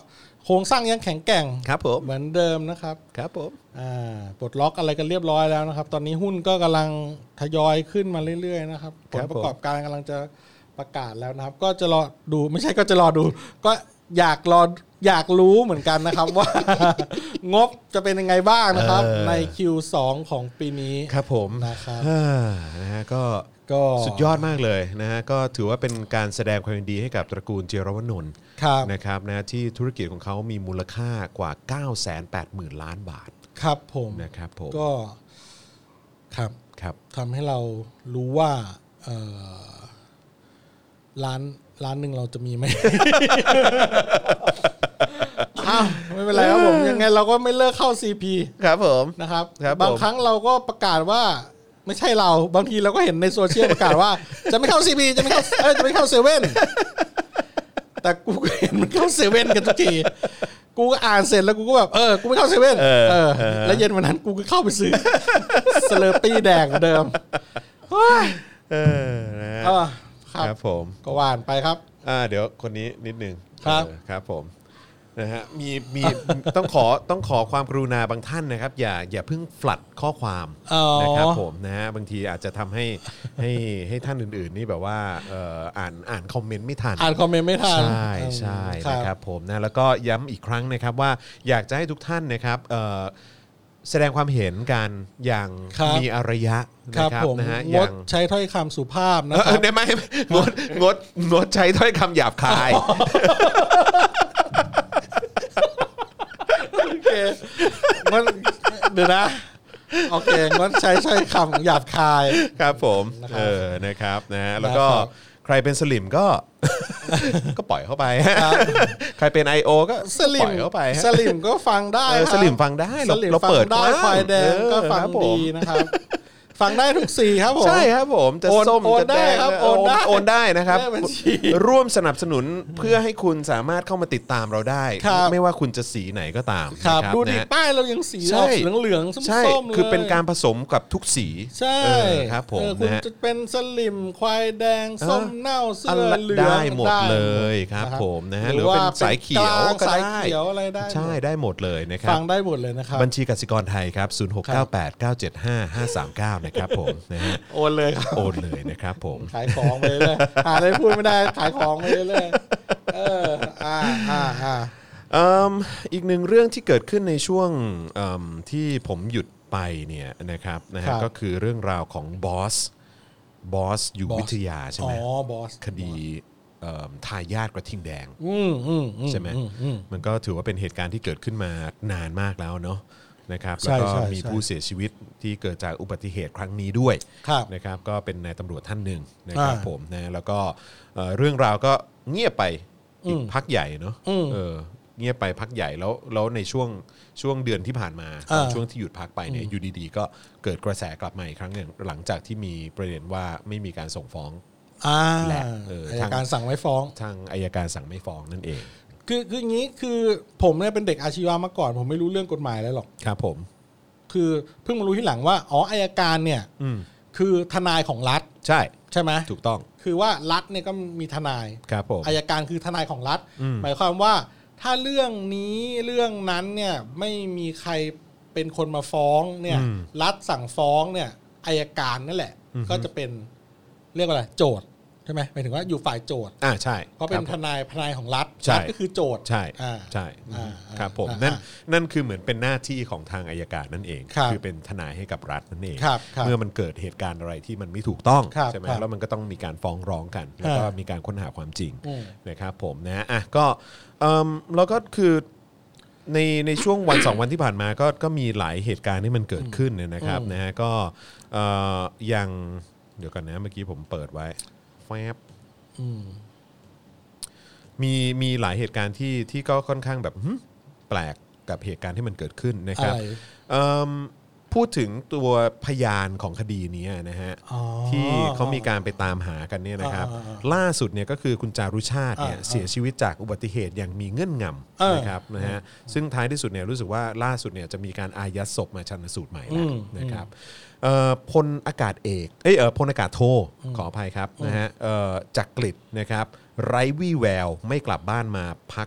โครงสร้างยังแข็งแกร่งครับผมเหมือนเดิมนะครับครับผมอ่าปลดล็อกอะไรกันเรียบร้อยแล้วนะครับตอนนี้หุ้นก็กำลังทยอยขึ้นมาเรื่อยๆนะครับผลประกอบการกำลังจะประกาศแล้วนะครับก็จะรอดูไม่ใช่ก็จะรอดูก็อยากรออยากรู้เหมือนกันนะครับ ว่างบจะเป็นยังไงบ้างนะครับใน คิว สอง ของปีนี้ครับผมนะครับนะฮะก็ก็สุดยอดมากเลยนะฮะก็ถือว่าเป็นการแสดงความยินดีให้กับตระกูลเจรวนนท์นะครับนะที่ธุรกิจของเขามีมูลค่ากว่า เก้าแสนแปดหมื่น ล้านบาทครับผมนะครับผมก็ครับครับทำให้เรารู้ว่าเอ่อร้านร้านหนึ่งเราจะมีไหม อ้าวไม่เป็นไรครับผมยังไงเราก็ไม่เลิกเข้า ซี พีครับผมนะครับบางครั้งเราก็ประกาศว่าไม่ใช่เราบางทีเราก็เห็นในโซเชียลประกาศว่าจะไม่เข้า ซี พี จะไม่เข้าเอ้ยจะไม่เข้าเซเว่นแต่กูก็เห็นมันเข้าเซเว่นกันทุกทีกูก็อ่านเสร็จแล้วกูก็แบบเออกูไม่เข้าเซเว่นเออแล้วเย็นวันนั้นกูก็เข้าไปซื้อสเลอร์ปี้แดงเหมือนเดิมเออนะครับผมก็หวานไปครับอ่าเดี๋ยวคนนี้นิดนึงครับครับผมนะฮะมีมีต้องขอต้องขอความกรุณาบางท่านนะครับอย่าอย่าเพิ่งฟลัดข้อความนะครับผมนะฮะบางทีอาจจะทำให้ให้ให้ท่านอื่นๆนี่แบบว่าเอ่ออ่านอ่านคอมเมนต์ไม่ทันอ่านคอมเมนต์ไม่ทันใช่ใช่นะครับผมนะแล้วก็ย้ำอีกครั้งนะครับว่าอยากจะให้ทุกท่านนะครับเอ่อแสดงความเห็นกันอย่างมีอารยะนะครับนะฮะงดใช้ถ้อยคำสุภาพนะครับไม่ไม่งดงดงดใช้ถ้อยคำหยาบคายโอเคงั้นเดี๋ยวนะโอเคงั้นใช้ใช้คำหยาบคายครับผมเออนะครับนะฮะแล้วก็ใครเป็นสลิมก็ก็ปล่อยเข้าไปใครเป็น ไอ โอ ก็ปล่อยเข้าไปสลิมก็ฟังได้สลิมฟังได้เราเปิดได้ควายแดงก็ฟังดีนะครับฟังได้ทุกสีครับผมใช่ครับผมจะส้มจะแดงโอนได้โอนได้นะครับร่วมสนับสนุนเพื่อให้คุณสามารถเข้ามาติดตามเราได้ไม่ว่าคุณจะสีไหนก็ตามครับดูดิป้ายเรายังสีออกเหลืองๆส้มๆเลยคือเป็นการผสมกับทุกสีใช่ครับผมคุณจะเป็นสลิมควายแดงส้มเน่าเสื้อเหลืองได้หมดเลยครับผมนะฮะหรือว่าเป็นสายเขียวก็ได้สายเขียวอะไรได้ใช่ได้หมดเลยนะครับฟังได้หมดเลยนะครับบัญชีกสิกรไทยครับศูนย์หกเก้าแปด เก้าเจ็ดห้า ห้าสามเก้านะครับผมนะฮะโอนเลยครับโอนเลยนะครับผมขายของไปเลยหาอะไรพูดไม่ได้ขายของไปเลยเอออ่าอ่าอ่าอีกหนึ่งเรื่องที่เกิดขึ้นในช่วงที่ผมหยุดไปเนี่ยนะครับนะฮะก็คือเรื่องราวของบอสบอสอยู่วิทยาใช่ไหมอ๋อบอสคดีทายาทกระทิงแดงใช่ไหมมันก็ถือว่าเป็นเหตุการณ์ที่เกิดขึ้นมานานมากแล้วเนาะนะครับแล้วก็มีผู้เสียชีวิตที่เกิดจากอุบัติเหตุครั้งนี้ด้วยนะครับก็เป็นนายตำรวจท่านหนึ่งนะครับผมนะแล้วก็เรื่องราวก็เงียบไปอีกพักใหญ่เนาะเออเงียบไปพักใหญ่แล้วแล้วในช่วงช่วงเดือนที่ผ่านมาช่วงที่หยุดพักไปเนี่ยอยู่ดีๆก็เกิดกระแสกลับมาอีกครั้งหนึ่งหลังจากที่มีประเด็นว่าไม่มีการส่งฟ้องและอัยการสั่งไม่ฟ้องทางอัยการสั่งไม่ฟ้องนั่นเองคือคืออย่างนี้คือผมเนี่ยเป็นเด็กอาชีวะมาก่อนผมไม่รู้เรื่องกฎหมายอะไรหรอกครับผมคือเพิ่งมารู้ทีหลังว่าอ๋ออัยการเนี่ยคือทนายของรัฐใช่ใช่ไหมถูกต้องคือว่ารัฐเนี่ยก็มีทนายครับผมอัยการคือทนายของรัฐหมายความว่าถ้าเรื่องนี้เรื่องนั้นเนี่ยไม่มีใครเป็นคนมาฟ้องเนี่ยรัฐสั่งฟ้องเนี่ยอัยการนั่นแหละก็จะเป็นเรียกว่าอะไรโจทย์ใช่ไหมหมายถึงว่าอยู่ฝ่ายโจทย์อ่าใช่เพราะเป็นทนายทนายของรัฐรัฐก็คือโจทย์ใช่ใช่ครับผมนั่นนั่นคือเหมือนเป็นหน้าที่ของทางอัยการนั่นเองคือเป็นทนายให้กับรัฐนั่นเองเมื่อมันเกิดเหตุการณ์อะไรที่มันไม่ถูกต้องใช่ไหมแล้วมันก็ต้องมีการฟ้องร้องกันแล้วก็มีการค้นหาความจริงนะครับผมนะอ่ะก็แล้วก็คือในในช่วงวันสองวันที่ผ่านมาก็ก็มีหลายเหตุการณ์ที่มันเกิดขึ้นเนี่ยนะครับนะฮะก็อย่างเดี๋ยวกันนะเมื่อกี้ผมเปิดไว้แฟบมีมีหลายเหตุการณ์ที่ที่ก็ค่อนข้างแบบแปลกกับเหตุการณ์ที่มันเกิดขึ้นนะครับพูดถึงตัวพยานของคดีนี้นะฮะที่เขามีการไปตามหากันเนี่ยนะครับล่าสุดเนี่ยก็คือคุณจารุชาติเนี่ยเสียชีวิตจากอุบัติเหตุอย่างมีเงื่อนงำนะครับนะฮะซึ่งท้ายที่สุดเนี่ยรู้สึกว่าล่าสุดเนี่ยจะมีการอายัดศพมาชันสูตรใหม่แล้วนะครับพลอากาศเอกเอ้ยพลอากาศโทขออภัยครับนะฮะจักริดนะครับไร้วี่แววไม่กลับบ้านมาพัก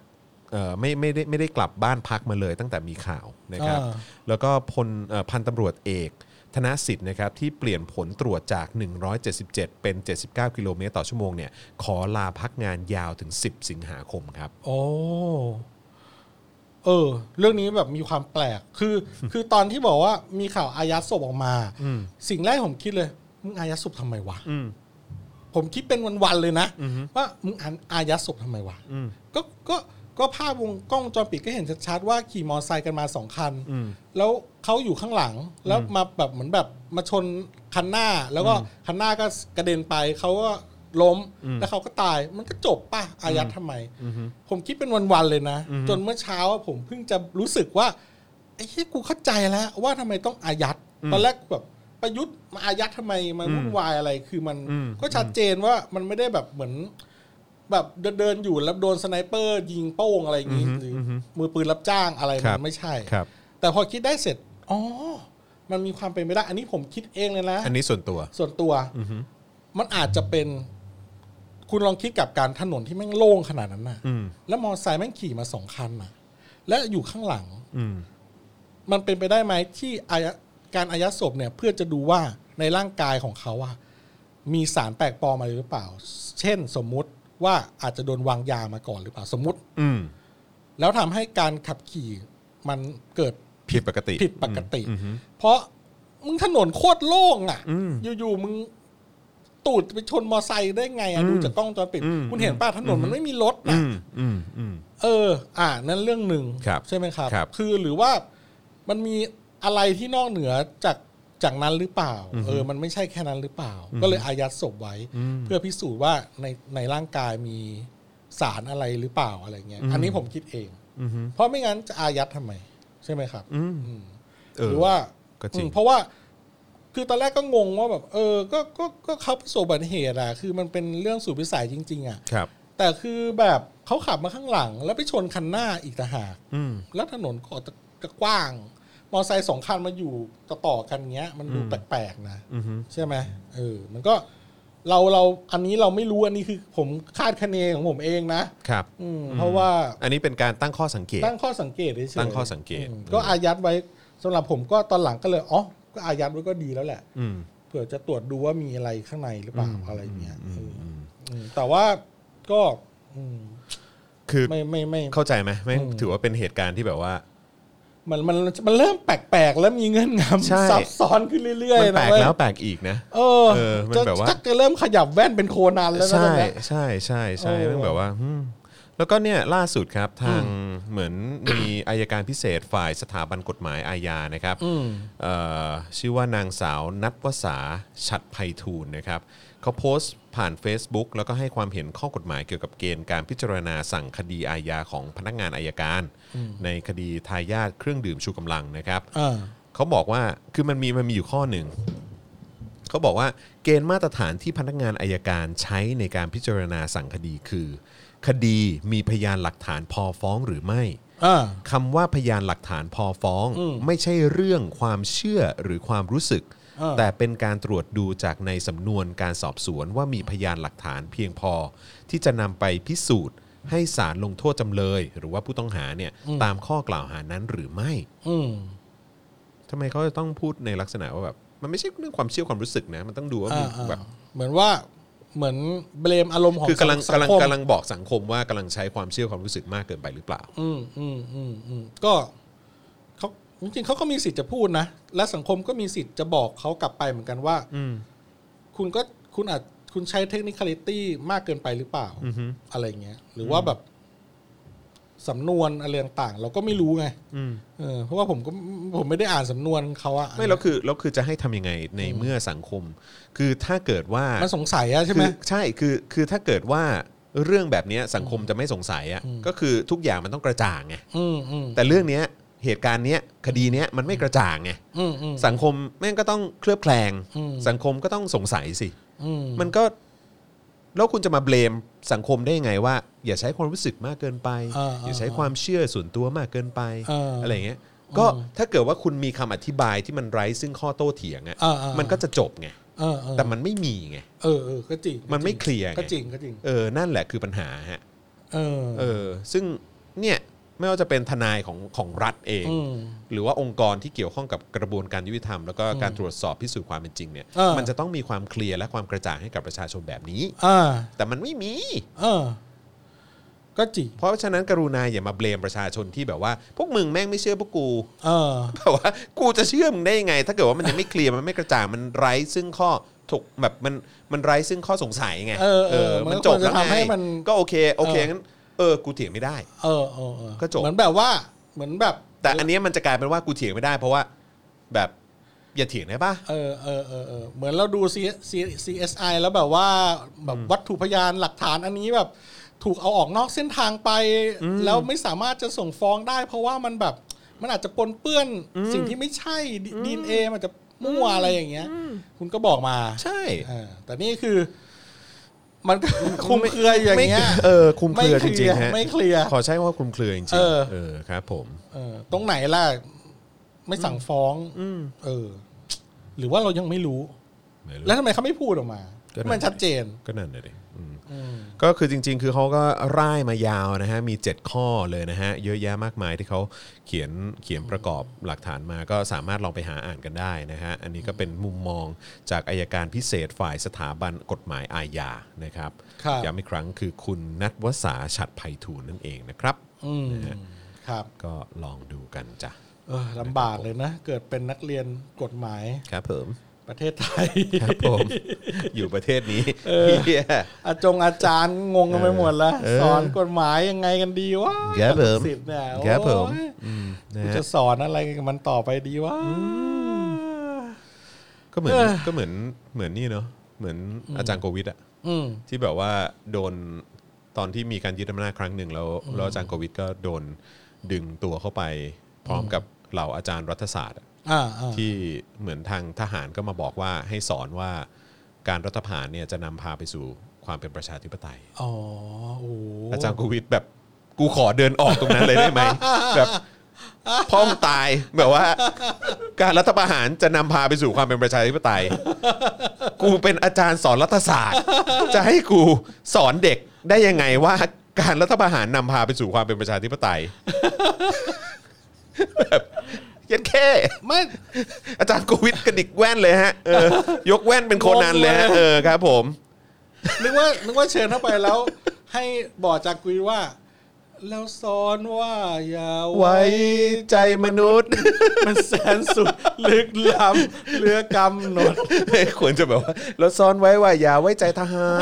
เอ่อไม่ไม่ได้ไม่ได้กลับบ้านพักมาเลยตั้งแต่มีข่าวนะครับแล้วก็พลเอ่อพันตำรวจเอกธนสิทธิ์นะครับที่เปลี่ยนผลตรวจจากหนึ่งร้อยเจ็ดสิบเจ็ดเป็นเจ็ดสิบเก้ากิโลเมตรต่อชั่วโมงเนี่ยขอลาพักงานยาวถึงสิบสิงหาคมครับโอ้เออเรื่องนี้แบบมีความแปลกคือคือตอนที่บอกว่ามีข่าวอายัดศพออกมาสิ่งแรกผมคิดเลยมึงอายัดศพทำไมวะผมคิดเป็นวันๆเลยนะว่ามึงอายัดศพทำไมวะก็ก็ก็ภาพวงกล้องวงจรปิดก็เห็นชัดๆว่าขี่มอเตอร์ไซค์กันมาสองคันแล้วเขาอยู่ข้างหลังแล้วมาแบบเหมือนแบบมาชนคันหน้าแล้วก็คันหน้าก็กระเด็นไปเขาก็ล้มแล้วเขาก็ตายมันก็จบป่ะอายัดทำไมผมคิดเป็นวันๆเลยนะจนเมื่อเช้าผมเพิ่งจะรู้สึกว่าไอ้เฮ้ยกูเข้าใจแล้วว่าทำไมต้องอายัดตอนแรกแบบประยุทธ์มาอายัดทำไมมาวุ่นวายอะไรคือมันก็ชัดเจนว่ามันไม่ได้แบบเหมือนแบบเดินอยู่แล้วโดนสไนเปอร์ยิงโป้งอะไรอย่างงี้หรือมือปืนรับจ้างอะไรมันไม่ใช่แต่พอคิดได้เสร็จอ๋อมันมีความเป็นไปได้อันนี้ผมคิดเองเลยนะอันนี้ส่วนตัวส่วนตัวมันอาจจะเป็นคุณลองคิดกับการถนนที่แม่งโล่งขนาดนั้นน่ะแล้วมอเตอร์ไซค์แม่งขี่มาสองคันน่ะและอยู่ข้างหลังมันเป็นไปได้ไหมที่การอายัดศพเนี่ยเพื่อจะดูว่าในร่างกายของเขาอะมีสารแปลกปลอมอะไรหรือเปล่าเช่นสมมุติว่าอาจจะโดนวางยามาก่อนหรือเปล่าสมมุติแล้วทำให้การขับขี่มันเกิดผิดปกติผิดปกติเพราะมึงถนนโคตรโล่งอ่ะอยู่ๆมึงตูดไปชนมอไซค์ได้ไงอ่ะดูจากกล้องวงจรปิดคุณเห็นป่ะถนนมันไม่มีรถอ่ะเอออ่านั่นเรื่องหนึ่งใช่ไหมครับคือหรือว่ามันมีอะไรที่นอกเหนือจากจากนั้นหรือเปล่าเออมันไม่ใช่แค่นั้นหรือเปล่าก็เลยอายัดศพไว้เพื่อพิสูจน์ว่าในในร่างกายมีสารอะไรหรือเปล่าอะไรเงี้ยอันนี้ผมคิดเองเพราะไม่งั้นจะอายัดทำไมใช่ไหมครับหรือว่าเพราะว่าคือตอนแรกก็งงว่าแบบเออก็ก็ก็เขาประสบอุบัติเหตุอ่ะคือมันเป็นเรื่องสุดวิสัยจริงๆอ่ะแต่คือแบบเขาขับมาข้างหลังแล้วไปชนคันหน้าอีกต่างหากแล้วถนนก็กว้างมอเตอร์ไซค์สองคันมาอยู่ต่อๆกันเงี้ยมันดูแปลกๆนะใช่ไหมเออมันก็เราเราอันนี้เราไม่รู้อันนี้คือผมคาดคะเนของผมเองนะครับเพราะว่าอันนี้เป็นการตั้งข้อสังเกตตั้งข้อสังเกตเฉยตั้งข้อสังเกตก็อายัดไว้สำหรับผมก็ตอนหลังก็เลยอ๋อก็อายัดไว้ก็ดีแล้วแหละเผื่อจะตรวจดูว่ามีอะไรข้างในหรือเปล่าอะไรเงี้ยแต่ว่าก็คือไม่ไม่ไม่เข้าใจไหมไม่ถือว่าเป็นเหตุการณ์ที่แบบว่ามันมันมันเริ่มแปลกๆแล้วมีเงื่อนงำซับซ้อนขึ้นเรื่อยๆนะมันแปลกแล้วแปลกอีกนะเออมันแบบว่าจะเริ่มขยับแว่นเป็นโคนันแล้วนะใช่ใช่ใช่ใช่เรื่องแบบว่าแล้วก็เนี่ยล่าสุดครับทางเหมือนมีอัยการพิเศษฝ่ายสถาบันกฎหมายอาญานะครับชื่อว่านางสาวณัฐวสาฉัตรไพฑูรย์นะครับเขาโพสต์ผ่าน Facebook แล้วก็ให้ความเห็นข้อกฎหมายเกี่ยวกับเกณฑ์การพิจารณาสั่งคดีอาญาของพนักงานอัยการในคดีทายาทเครื่องดื่มชูกำลังนะครับเขาบอกว่าคือมันมีมันมีอยู่ข้อหนึ่งเขาบอกว่าเกณฑ์มาตรฐานที่พนักงานอัยการใช้ในการพิจารณาสั่งคดีคือคดีมีพยานหลักฐานพอฟ้องหรือไม่คำว่าพยานหลักฐานพอฟ้องไม่ใช่เรื่องความเชื่อหรือความรู้สึกแต่เป็นการตรวจดูจากในสำนวนการสอบสวนว่ามีพยานหลักฐานเพียงพอที่จะนำไปพิสูจน์ให้ศาลลงโทษจำเลยหรือว่าผู้ต้องหาเนี่ยตามข้อกล่าวหานั้นหรือไม่ทำไมเขาจะต้องพูดในลักษณะว่าแบบมันไม่ใช่เรื่องความเชื่อความรู้สึกนะมันต้องดูว่าแบบเหมือนว่าเหมือนเบลมอารมณ์ของคือกำลังกำลังกำลังบอกสังคมว่ากำลังใช้ความเชื่อความรู้สึกมากเกินไปหรือเปล่าอืมอืมอืมอืมก็เขาจริงๆเขาก็มีสิทธิ์จะพูดนะและสังคมก็มีสิทธิ์จะบอกเขากลับไปเหมือนกันว่าคุณก็คุณอาจคุณใช้เทคนิคอลิตี้มากเกินไปหรือเปล่าอะไรเงี้ยหรือว่าแบบสำนวนอะไรต่างๆเราก็ไม่รู้ไงเออเพราะว่าผมก็ผมไม่ได้อ่านสำนวนเขาอะไม่แล้วคือแล้วคือจะให้ทำยังไงในเมื่อสังคมคือถ้าเกิดว่ามันสงสัยอะใช่ไหมใช่คือคือถ้าเกิดว่าเรื่องแบบนี้สังคมจะไม่สงสัยอะก็คือทุกอย่างมันต้องกระจ่างไงแต่เรื่องเนี้ยเหตุการณ์เนี้ยคดีเนี้ยมันไม่กระจ่างไงสังคมแม่งก็ต้องเคลือบแคลงสังคมก็ต้องสงสัยสิมันก็แล้วคุณจะมาเบลมสังคมได้ยังไงว่าอย่าใช้ความรู้สึกมากเกินไปอย่าใช้ความเชื่อส่วนตัวมากเกินไปอะไรอย่างเงี้ยก็ถ้าเกิดว่าคุณมีคำอธิบายที่มันไร้ซึ่งข้อโต้เถียงอ่ะมันก็จะจบไงแต่มันไม่มีไงเออเออก็จริงมันไม่เคลียร์ก็จริงก็จริงเออนั่นแหละคือปัญหาฮะเออเออซึ่งเนี่ยไม่ว่าจะเป็นทนายของของรัฐเองหรือว่าองค์กรที่เกี่ยวข้องกับกระบวนการยุติธรรมแล้วก็การตรวจสอบพิสูจน์ความเป็นจริงเนี่ยมันจะต้องมีความเคลียร์และความกระจ่างให้กับประชาชนแบบนี้แต่มันไม่มีก็จริงเพราะฉะนั้นกรุณาอย่ามาเบลมประชาชนที่แบบว่าพวกมึงแม่งไม่เชื่อพวกกูแบบว่ากูจะเชื่อมึงได้ยังไงถ้าเกิดว่ามันยังไม่เคลียร์มันไม่กระจ่างมันไร้ซึ่งข้อถูกแบบมันมันไร้ซึ่งข้อสงสัยไงเออมันจบแล้วไงก็โอเคโอเคงั้นเออกูเถียงไม่ได้เออเออก็จบเหมือนแบบว่าเหมือนแบบแต่อันนี้มันจะกลายเป็นว่ากูเถียงไม่ได้เพราะว่าแบบอย่าเถียงได้ป่ะเออเออเออเออเหมือนเราดู ซี เอส ไอ แล้วแบบว่าแบบวัตถุพยานหลักฐานอันนี้แบบถูกเอาออกนอกเส้นทางไปแล้วไม่สามารถจะส่งฟ้องได้เพราะว่ามันแบบมันอาจจะปนเปื้อนสิ่งที่ไม่ใช่ ดี เอ็น เอ มันจะมั่วอะไรอย่างเงี้ยคุณก็บอกมาใช่แต่นี่คือมันคุมเครืออย่างเงี้ยเออคุมเครือจริงๆฮะไม่เคลียร์ขอใช้ว่าคุมเครือจริงๆเออครับผมเออตรงไหนล่ะไม่สั่งฟ้องเออหรือว่าเรายังไม่รู้แล้วทำไมเขาไม่พูดออกมามันชัดเจนก็นั่นเลยก็คือจริงๆคือเขาก็ร่ายมายาวนะฮะมีเจ็ดข้อเลยนะฮะเยอะแยะมากมายที่เขาเขียนเขียนประกอบหลักฐานมาก็สามารถลองไปหาอ่านกันได้นะฮะอันนี้ก็เป็นมุมมองจากอัยการพิเศษฝ่ายสถาบันกฎหมายอาญานะครับย้ำอีกครั้งคือคุณณัฐวสาฉัตรไพฑูรย์นั่นเองนะครับนะฮะครับก็ลองดูกันจ้ะลำบากเลยนะเกิดเป็นนักเรียนกฎหมายครับผมประเทศไทยครับผมอยู่ประเทศนี้อาจงอาจารย์งงกันไปหมดแล้วสอนกฎหมายยังไงกันดีวะครับผมสิทธิ์เนี่ยครับผมจะสอนอะไรกับมันต่อไปดีวะก็เหมือนก็เหมือนเหมือนนี่เนาะเหมือนอาจารย์โควิดอ่ะที่แบบว่าโดนตอนที่มีการยึดอำนาจครั้งหนึ่งแล้วแล้วอาจารย์โควิดก็โดนดึงตัวเข้าไปพร้อมกับเหล่าอาจารย์รัฐศาสตร์ที่เหมือนทางทหารก็มาบอกว่าให้สอนว่าการรัฐประหารเนี่ยจะนำพาไปสู่ความเป็นประชาธิปไตยอ๋ออาจารย์โควิดแบบกูขอเดินออกตรงนั้นเลยได้ไหมแบบพ่อมตายแบบว่าการรัฐประหารจะนำพาไปสู่ความเป็นประชาธิปไตยกูเป็นอาจารย์สอนรัฐศาสตร์จะให้กูสอนเด็กได้ยังไงว่าการรัฐประหารนำพาไปสู่ความเป็นประชาธิปไตยแบบยันแค่ไม่อาจารย์โควิดกระดิกแว่นเลยฮะเออยกแว่นเป็นโคนันเลยฮะเออครับผมนึกว่านึกว่าเชิญเข้าไปแล้วให้บอกจากกุยว่าแล้วสอนว่าอย่าไว้ใจมนุษย์มันแสนสุดลึกล้ำเหลือกำหนดควรจะแบบว่าแล้วสอนไว้ว่าอย่าไว้ใจทหาร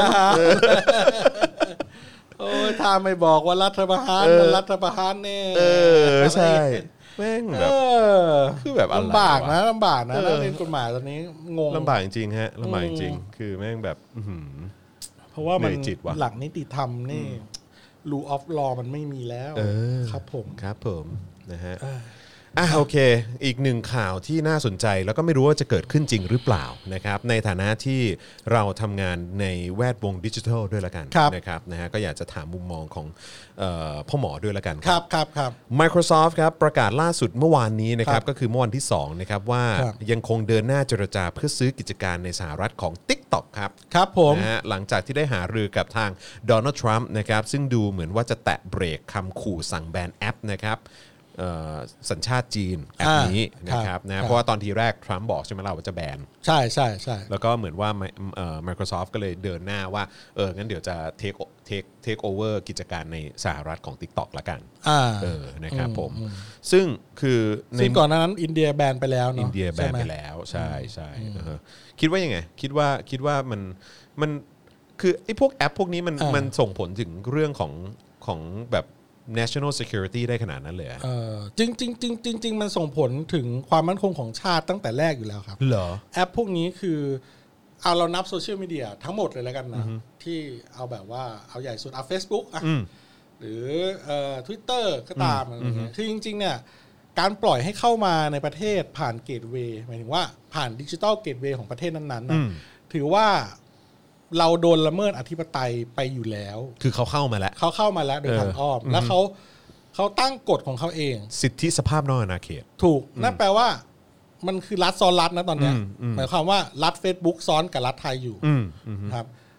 โอ้ยถ้าไม่บอกว่ารัฐประหารมันรัฐประหารแน่เออใช่แม่งแบบคือแบบลำบากนะลำบากนะนักเรียนกฎหมายตอนนี้งงลำบากจริงฮะลำบากจริงคือแม่งแบบเพราะว่ามันหลักนิติธรรมนี่ rule of law มันไม่มีแล้วครับผมครับผมนะฮะอ่ะโอเคอีกหนึ่งข่าวที่น่าสนใจแล้วก็ไม่รู้ว่าจะเกิดขึ้นจริงหรือเปล่านะครับในฐานะที่เราทำงานในแวดวงดิจิทัลด้วยละกันนะครับนะฮะก็อยากจะถามมุมมองของพ่อหมอด้วยละกันครับครับครับ Microsoft ครับประกาศล่าสุดเมื่อวานนี้นะครับก็คือเมื่อวันที่สองนะครับว่ายังคงเดินหน้าเจรจาเพื่อซื้อกิจการในสหรัฐของ TikTok ครับครับผมนะฮะหลังจากที่ได้หารือกับทางโดนัลด์ทรัมป์นะครับซึ่งดูเหมือนว่าจะแตะเบรกคำขู่สั่งแบนแอปนะครับสัญชาติจีนแอปนี้นะครับนะเพราะว่าตอนทีแรกทรัมป์บอกใช่ไหมล่ะว่าจะแบนใช่ใช่ใช่แล้วก็เหมือนว่า Microsoft ก็เลยเดินหน้าว่าเอองั้นเดี๋ยวจะ take take take over กิจการในสหรัฐของ TikTok ละกันเออนะครับผมซึ่งคือซึ่งก่อนหน้านั้นอินเดียแบนไปแล้วเนาะอินเดียแบนไปแล้วใช่ใช่คิดว่ายังไงคิดว่าคิดว่ามันมันคือไอ้พวกแอปพวกนี้มันมันส่งผลถึงเรื่องของของแบบ national security ได้ขนาดนั้นเลยเออจริงจริงจริงจริงจริงมันส่งผลถึงความมั่นคงของชาติตั้งแต่แรกอยู่แล้วครับเหรอแอปพวกนี้คือเอาเรานับโซเชียลมีเดียทั้งหมดเลยแล้วกันนะที่เอาแบบว่าเอาใหญ่สุดเอา Facebook อ่ะหรือเอ่อ Twitter ก็ตามอะไรอย่างเงี้ยคือจริงๆเนี่ยการปล่อยให้เข้ามาในประเทศผ่านเกตเวย์หมายถึงว่าผ่านดิจิทัลเกตเวย์ของประเทศนั้นๆนะถือว่าเราโดนละเมิดอธิปไตยไปอยู่แล้วคือเขาเข้ามาแล้วเขาเข้ามาแล้วโดยทางอ้อมแล้วเขาเขาตั้งกฎของเขาเองสิทธิสภาพนอกอาณาเขตถูกนั่นแปลว่ามันคือรัฐซ้อนรัฐนะตอนนี้หมายความว่ารัฐ Facebook ซ้อนกับรัฐไทยอยู่ครับ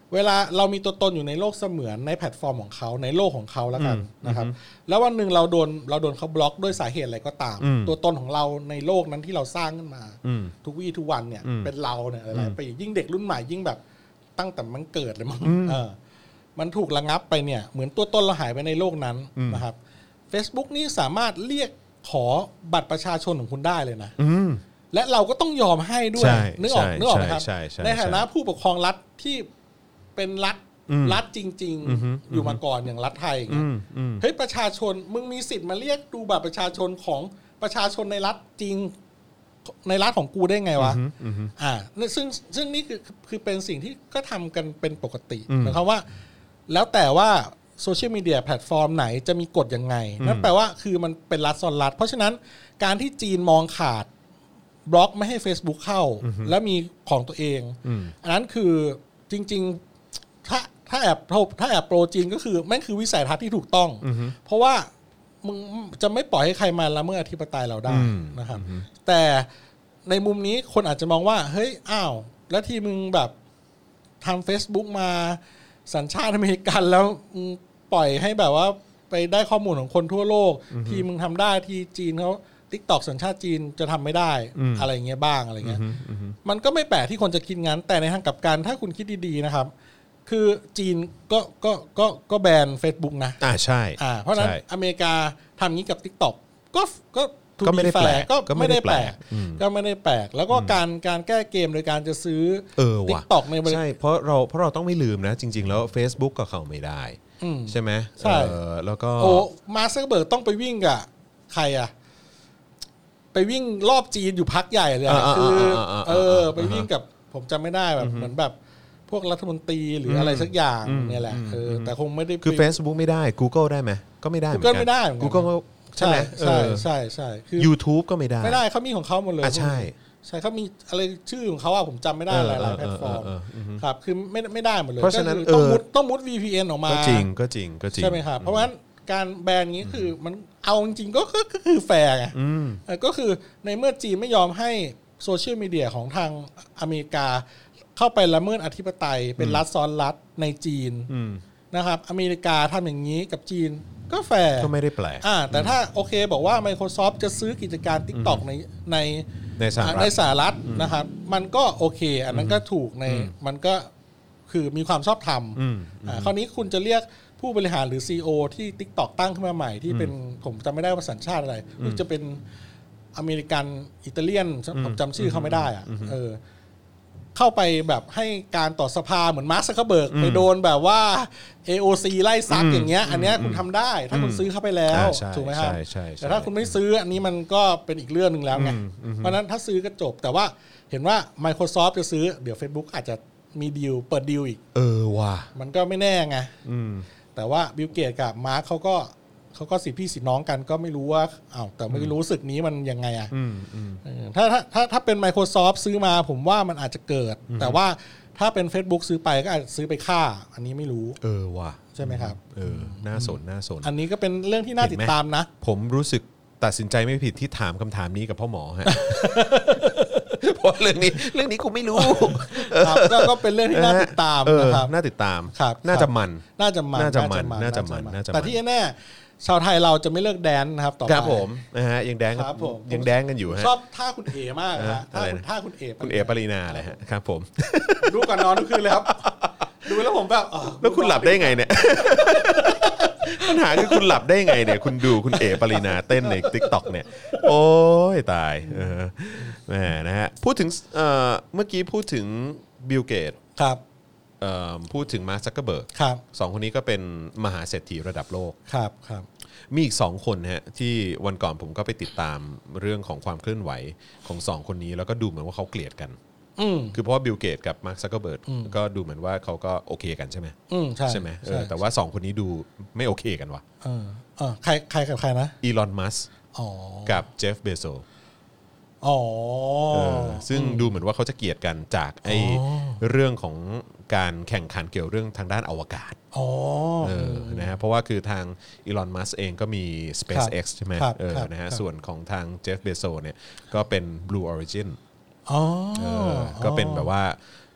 เวลาเรามีตัวตนอยู่ในโลกเสมือนในแพลตฟอร์มของเขาในโลกของเขาแล้วกันนะครับแล้ววันหนึ่งเราโดนเราโดนเขาบล็อกด้วยสาเหตุอะไรก็ตามตัวตนของเราในโลกนั้นที่เราสร้างขึ้นมาทุกวี่ทุกวันเนี่ยเป็นเราเนี่ยอะไรไปยิ่งเด็กรุ่นใหม่ยิ่งแบบตั้งแต่มันเกิดเลยมั้งเออมันถูกระงับไปเนี่ยเหมือนตัวตนเราหายไปในโลกนั้นนะครับ Facebook นี่สามารถเรียกขอบัตรประชาชนของคุณได้เลยนะและเราก็ต้องยอมให้ด้วยนึกออกนึกออกไหมครับในฐานะผู้ปกครองรัฐที่เป็นรัฐรัฐจริงๆอยู่มาก่อนอย่างรัฐไทยเฮ้ยประชาชนมึงมีสิทธิ์มาเรียกดูบัตรประชาชนของประชาชนในรัฐจริงในรัฐของกูได้ไงวะอ่าซึ่งซึ่งนี่คือคือเป็นสิ่งที่ก็ทำกันเป็นปกติหมายความว่าแล้วแต่ว่าโซเชียลมีเดียแพลตฟอร์มไหนจะมีกฎยังไงนั่นแปลว่าคือมันเป็นรัฐซ้อนรัฐเพราะฉะนั้นการที่จีนมองขาดบล็อกไม่ให้ Facebook เข้าแล้วมีของตัวเองอันนั้นคือจริงๆถ้าถ้าแอบถ้าแอบโปรจีนก็คือแม่งคือวิสัยทัศน์ที่ถูกต้องเพราะว่ามึงจะไม่ปล่อยให้ใครมาละเมิดอธิปไตยเราได้นะครับแต่ในมุมนี้คนอาจจะมองว่าเฮ้ยอ้าวแล้วที่มึงแบบทำ Facebook มาสัญชาติอเมริกันแล้วปล่อยให้แบบว่าไปได้ข้อมูลของคนทั่วโลกที่มึงทำได้ที่จีนเขา TikTok สัญชาติจีนจะทำไม่ได้อะไรเงี้ยบ้างอะไรเงี้ยมันก็ไม่แปลกที่คนจะคิดงั้นแต่ในทางกลับกันถ้าคุณคิดดีๆนะครับคือจีนก็ก็ก็ก็แบน Facebook นะอ่าใช่อ่าเพราะฉะนั้นอเมริกาทำงี้กับ TikTok ก็ก็ก็ไม่ได้แปลกก็ไม่ได้แปลกก็ไม่ได้แปลกแล้วก็การการแก้เกมโดยการจะซื้อ TikTok ในใช่เพราะเราเพราะเราต้องไม่ลืมนะจริงๆแล้ว Facebook ก็เข้าไม่ได้ใช่ไหมใช่แล้วก็โอ้มาร์ค ซักเคอร์เบิร์กต้องไปวิ่งกับใครอ่ะไปวิ่งรอบจีนอยู่พักใหญ่เลยคือเออไปวิ่งกับผมจำไม่ได้แบบเหมือนแบบพวกรัฐมนตรีหรืออะไรสักอย่างเนี่ยแหละเออแต่คงไม่ได้คือ Facebook ไม่ได้ Google ได้ไหมก็ไม่ได้ Google ไม่ได้ Google ใช่ไหมใช่ใช่ใช่คือ YouTube ก็ไม่ได้ไม่ได้เขามีของเขาหมดเลยใช่ใช่เขามีอะไรชื่อของเขาอ่ะผมจำไม่ได้หลายๆแพลตฟอร์มครับคือไม่ไม่ได้หมดเลยเพราะฉะนั้นต้องมุดต้องมุด วี พี เอ็น ออกมาก็จริงก็จริงก็จริงใช่ไหมครับเพราะฉะนั้นการแบนนี้คือมันเอาจริงๆก็ก็คือแฟร์ไงก็คือในเมื่อจีนไม่ยอมให้โซเชียลมีเดียของทางอเมริกาเข้าไปละเมิดอธิปไตยเป็นรัฐซ้อนรัฐในจีนนะครับอเมริกาทำอย่างนี้กับจีนก็แฟร์ก็ไม่ได้แปลกอ่าแต่ถ้าโอเคบอกว่า Microsoft จะซื้อกิจการ TikTok ในในในสหรัฐนะครับมันก็โอเคอันนั้นก็ถูกในมันก็คือมีความชอบธรรมอ่าคราวนี้คุณจะเรียกผู้บริหารหรือ ซี อี โอ ที่ TikTok ตั้งขึ้นมาใหม่ที่เป็นผมจำไม่ได้ว่าสัญชาติอะไรมันจะเป็นอเมริกันอิตาเลียนผมจำชื่อเขาไม่ได้อ่ะเออเข้าไปแบบให้การต่อสภาเหมือนมาร์ค ซักเคอร์เบิร์กไปโดนแบบว่า เอ โอ ซี ไล่ซักอย่างเงี้ยอันเนี้ยคุณทำได้ถ้าคุณซื้อเข้าไปแล้วถูกไหมครับแต่ถ้าคุณไม่ซื้ออันนี้มันก็เป็นอีกเรื่องนึงแล้วไงเพราะนั้นถ้าซื้อก็จบแต่ว่าเห็นว่า Microsoft จะซื้อเดี๋ยว Facebook อาจจะมีดีลเปิดดีลอีกเออว่ะมันก็ไม่แน่ไงแต่ว่าบิลเกตกับมาร์คเขาก็เขาก็สิพี่สิน้องกันก็ไม่รู้ว่าอ้าวแต่ไม่รู้สึกนี้มันยังไงอ่ะถ้าถ้าถ้าถ้าเป็น Microsoft ซื้อมาผมว่ามันอาจจะเกิดแต่ว่าถ้าเป็น Facebook ซื้อไปก็อาจจะซื้อไปฆ่าอันนี้ไม่รู้เออว่ะใช่ไหมครับเออน่าสนน่าสนอันนี้ก็เป็นเรื่องที่น่าติดตามนะผมรู้สึกตัดสินใจไม่ผิดที่ถามคำถามนี้กับพ่อหมอฮะเพราะเรื่องนี้เรื่องนี้กูไม่รู้ครับก็เป็นเรื่องที่น่าติดตามนะครับน่าติดตามครับน่าจะมันน่าจะมันน่าจะมันน่าจะมันแต่ที่แน่ชาวไทยเราจะไม่เลิกแดนนะครับต่อไปครับผมนะฮะยังแดนกันยังแดนกันอยู่ฮะชอบท่าคุณเอมากนะท่าท่าคุณเอคุณเอปรีนาอะไรฮะครับผมดูก่อนนอนทุกคืนเลยครับดูแล้วผมแบบแล้วคุณหลับได้ไงเนี่ยปัญหาคือคุณหลับได้ไงเนี่ยคุณดูคุณเอปรีนาเต้นใน TikTok เนี่ยโอ้ยตายเออแหมนะฮะพูดถึงเอ่อเมื่อกี้พูดถึงบิลเกตครับพูดถึงมาร์ค ซักเคอร์เบิร์กสองคนนี้ก็เป็นมหาเศรษฐีระดับโลกครับครับมีอีกสองคนฮะที่วันก่อนผมก็ไปติดตามเรื่องของความเคลื่อนไหวของสองคนนี้แล้วก็ดูเหมือนว่าเขาเกลียดกันคือเพราะว่าบิลเกตกับมาร์ค ซักเคอร์เบิร์กก็ดูเหมือนว่าเขาก็โอเคกันใช่ไหมใช่ไหมแต่ว่าสองคนนี้ดูไม่โอเคกันว่ะใครใครกับใครนะอีลอน มัสก์กับเจฟ เบโซอ๋อซึ่งดูเหมือนว่าเขาจะเกลียดกันจากไอ้เรื่องของการแข่งขันเกี่ยวเรื่องทางด้านอวกาศอ๋อเออนะฮะเพราะว่าคือทางอีลอน มัสก์เองก็มี SpaceX ใช่ไหมเออนะฮะส่วนของทางเจฟ เบโซเนี่ยก็เป็น Blue Origin อ๋อก็เป็นแบบว่า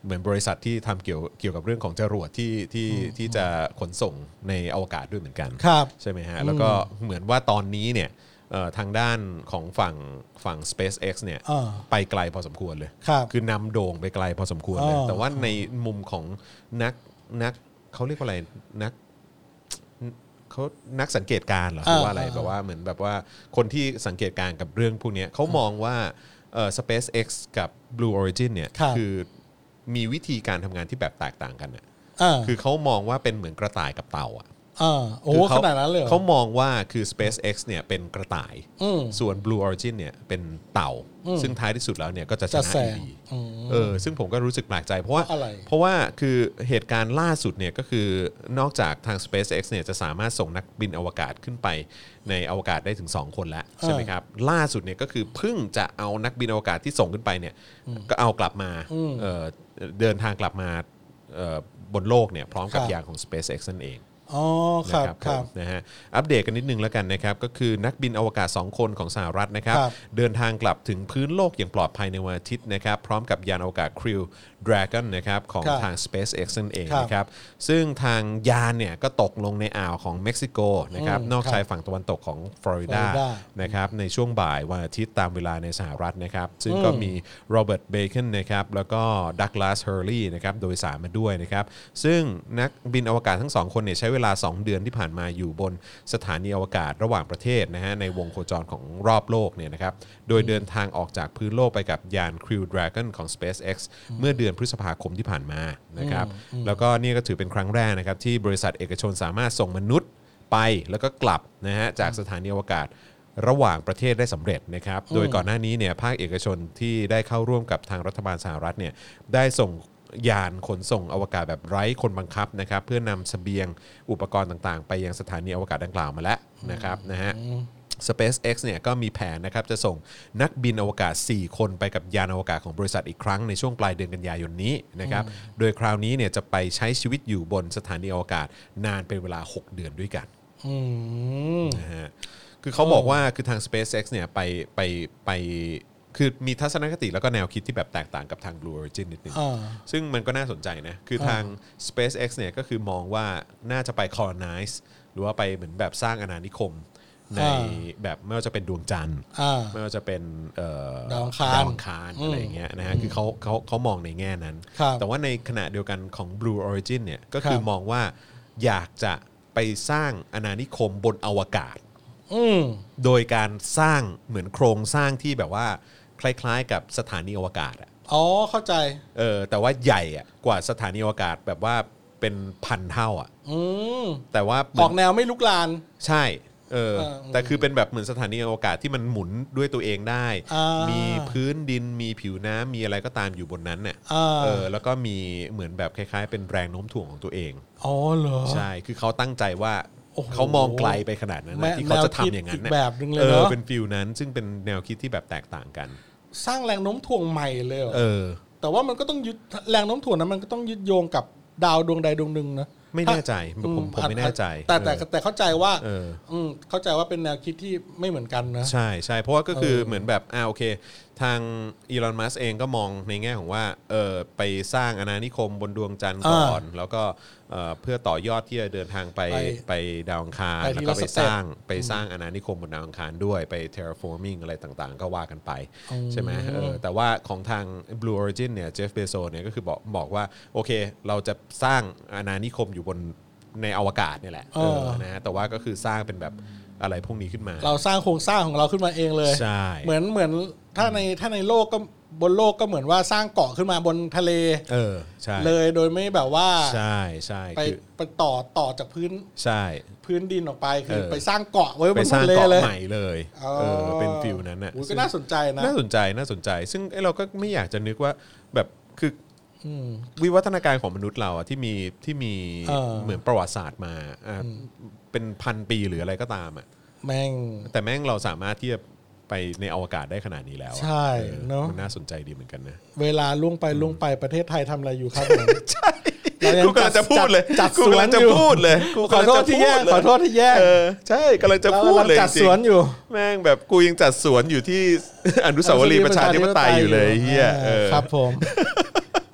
เหมือนบริษัทที่ทำเกี่ยวเกี่ยวกับเรื่องของจรวดที่ที่ที่จะขนส่งในอวกาศด้วยเหมือนกันใช่ไหมฮะแล้วก็เหมือนว่าตอนนี้เนี่ยทางด้านของฝั่งฝั่ง SpaceX เนี่ยไปไกลพอสมควรเลยคือนำโด่งไปไกลพอสมควรเลยแต่ว่าในมุมของนักนักเขาเรียกว่าอะไรนักเขานักสังเกตการณ์เหรอหรือว่าอะไรแบบว่าเหมือนแบบว่าคนที่สังเกตการณ์กับเรื่องพวกนี้เขามองว่าเอ่อ SpaceX กับ Blue Origin เนี่ยคือมีวิธีการทำงานที่แบบแตกต่างกันน่ะคือเขามองว่าเป็นเหมือนกระต่ายกับเต่าอ่ะโอ้ขนาดนั้นเลยเขามองว่าคือ SpaceX เนี่ยเป็นกระต่ายส่วน Blue Origin เนี่ยเป็นเต่าซึ่งท้ายที่สุดแล้วเนี่ยก็จะชนะอยู่ดีเออซึ่งผมก็รู้สึกแปลกใจเพราะว่าเพราะว่าคือเหตุการณ์ล่าสุดเนี่ยก็คือนอกจากทาง SpaceX เนี่ยจะสามารถส่งนักบินอวกาศขึ้นไปในอวกาศได้ถึงสองคนแล้วใช่ไหมครับล่าสุดเนี่ยก็คือเพิ่งจะเอานักบินอวกาศที่ส่งขึ้นไปเนี่ยก็เอากลับมาเอ่อเดินทางกลับมาบนโลกเนี่ยพร้อมกับยานของ SpaceX นั่นเองอ๋อครับครับนะฮะอัปเดตกันนิดนึงแล้วกันนะครับก็คือนักบินอวกาศสองคนของสหรัฐนะครับเดินทางกลับถึงพื้นโลกอย่างปลอดภัยในวันอาทิตย์นะครับพร้อมกับยานอวกาศ Crew Dragon นะครับของทาง SpaceX นั่นเองนะครับซึ่งทางยานเนี่ยก็ตกลงในอ่าวของเม็กซิโกนะครับนอกชายฝั่งตะวันตกของฟลอริดานะครับในช่วงบ่ายวันอาทิตย์ตามเวลาในสหรัฐนะครับซึ่งก็มีโรเบิร์ตเบคอนนะครับแล้วก็ดักลาสเฮอร์ลีย์นะครับโดยสารมาด้วยนะครับซึ่งนักบินอวกาศทั้งสองคนเนี่ยใช้เวลาสองเดือนที่ผ่านมาอยู่บนสถานีอวกาศระหว่างประเทศนะฮะในวงโคจรของรอบโลกเนี่ยนะครับโดยเดินทางออกจากพื้นโลกไปกับยาน Crew Dragon ของ SpaceX เมื่อเดือนพฤษภาคมที่ผ่านมานะครับแล้วก็นี่ก็ถือเป็นครั้งแรกนะครับที่บริษัทเอกชนสามารถส่งมนุษย์ไปแล้วก็กลับนะฮะจากสถานีอวกาศระหว่างประเทศได้สำเร็จนะครับโดยก่อนหน้านี้เนี่ยภาคเอกชนที่ได้เข้าร่วมกับทางรัฐบาลสหรัฐเนี่ยได้ส่งยานขนส่งอวกาศแบบไร้คนบังคับนะครับเพื่อนำเสบียงอุปกรณ์ต่างๆไปยังสถานีอวกาศดังกล่าวมาแล้วนะครับนะฮะ SpaceX เนี่ยก็มีแผนนะครับจะส่งนักบินอวกาศสี่คนไปกับยานอวกาศของบริษัทอีกครั้งในช่วงปลายเดือนกันยายนนี้นะครับโดยคราวนี้เนี่ยจะไปใช้ชีวิตอยู่บนสถานีอวกาศนานเป็นเวลาหกเดือนด้วยกันนะฮะคือเขาบอกว่าคือทาง SpaceX เนี่ยไปไปไปคือมีทัศนคติแล้วก็แนวคิดที่แบบแตกต่างกับทาง Blue Origin นิดนึงซึ่งมันก็น่าสนใจนะคือทาง SpaceX เนี่ยก็คือมองว่าน่าจะไป colonize หรือว่าไปเหมือนแบบสร้างอาณานิคมในแบบไม่ว่าจะเป็นดวงจันทร์ไม่ว่าจะเป็นดาวอังคารดาวอังคารอะไรอย่างเงี้ยนะฮะคือเขาเขาเขามองในแง่นั้นแต่ว่าในขณะเดียวกันของ Blue Origin เนี่ยก็คือมองว่าอยากจะไปสร้างอาณานิคมบนอวกาศโดยการสร้างเหมือนโครงสร้างที่แบบว่าคล้ายๆกับสถานีอวกาศอ่ะอ๋อเข้าใจเออแต่ว่าใหญ่อ่ะกว่าสถานีอวกาศแบบว่าเป็นพันเท่าอ่ะแต่ว่าออกแนวไม่ลุกลานใช่เออแต่คือเป็นแบบเหมือนสถานีอวกาศที่มันหมุนด้วยตัวเองได้มีพื้นดินมีผิวน้ำมีอะไรก็ตามอยู่บนนั้นเนี่ยเออแล้วก็มีเหมือนแบบคล้ายๆเป็นแรงโน้มถ่วงของตัวเองอ๋อเหรอใช่คือเขาตั้งใจว่าเขามองไกลไปขนาดนั้นนะที่เขาจะทำอย่างนั้นแบบนึงเลยเนาะเป็นฟิลนั้นซึ่งเป็นแนวคิดที่แบบแตกต่างกันสร้างแรงโน้มถ่วงใหม่เลยเออแต่ว่ามันก็ต้องยึดแรงโน้มถ่วงนั้นมันก็ต้องยึดโยงกับดาวดวงใดดวงหนึ่งนะไม่แน่ใจผมผมไม่แน่ใจแต่แต่แต่เข้าใจว่าเข้าใจว่าเป็นแนวคิดที่ไม่เหมือนกันนะใช่ใช่เพราะว่าก็คือเหมือนแบบอ่าโอเคทางอีลอนมัสก์เองก็มองในแง่ของว่าเออไปสร้างอาณานิคมบนดวงจันทร์ก่อนแล้วก็เพื่อต่อยอดที่จะเดินทางไปไปดาวอังคารแล้วก็ไปสร้างไปสร้างอาณานิคมบนดาวอังคารด้วยไป terraforming อะไรต่างๆก็ว่ากันไปใช่ไหมเออแต่ว่าของทาง Blue Origin เนี่ยเจฟเบโซเนี่ยก็คือบอกบอกว่าโอเคเราจะสร้างอาณานิคมอยู่บนในอวกาศเนี่ยแหละเออนะแต่ว่าก็คือสร้างเป็นแบบอะไรพวกนี้ขึ้นมาเราสร้างโครงสร้างของเราขึ้นมาเองเลยใช่เหมือนเหมือนถ้าในถ้าในโลกก็บนโลกก็เหมือนว่าสร้างเกาะขึ้นมาบนทะเลเออใช่เลยโดยไม่แบบว่าใช่ใช่ไปไปต่อต่อจากพื้นใช่พื้นดินออกไปคือไปสร้างเกาะไว้บนทะเลเลยใหม่เลยเออเป็นฟิลนั้นน่ะก็น่าสนใจนะน่าสนใจน่าสนใจซึ่งเราก็ไม่อยากจะนึกว่าแบบคือวิวัฒนาการของมนุษย์เราอ่ะที่มีที่มีเหมือนประวัติศาสตร์มาเป็นพันปีหรืออะไรก็ตามอ่ะแม่งแต่แม่งเราสามารถที่จะไปในอวกาศได้ขนาดนี้แล้วใช่เนาะมันน่าสนใจดีเหมือนกันนะเวลาล่วงไปล่วงไปประเทศไทยทำอะไรอยู่ครับผมใช่กูกำลังจะพูดเลยจัดสวนจะพูดเลยขอโทษที่แย่ขอโทษที่แย่ใช่กำลังจะพูดเลยจัดสวนอยู่แม่งแบบกูยังจัดสวนอยู่ที่อนุสาวรีย์ประชาธิปไตยอยู่เลยเฮียครับผม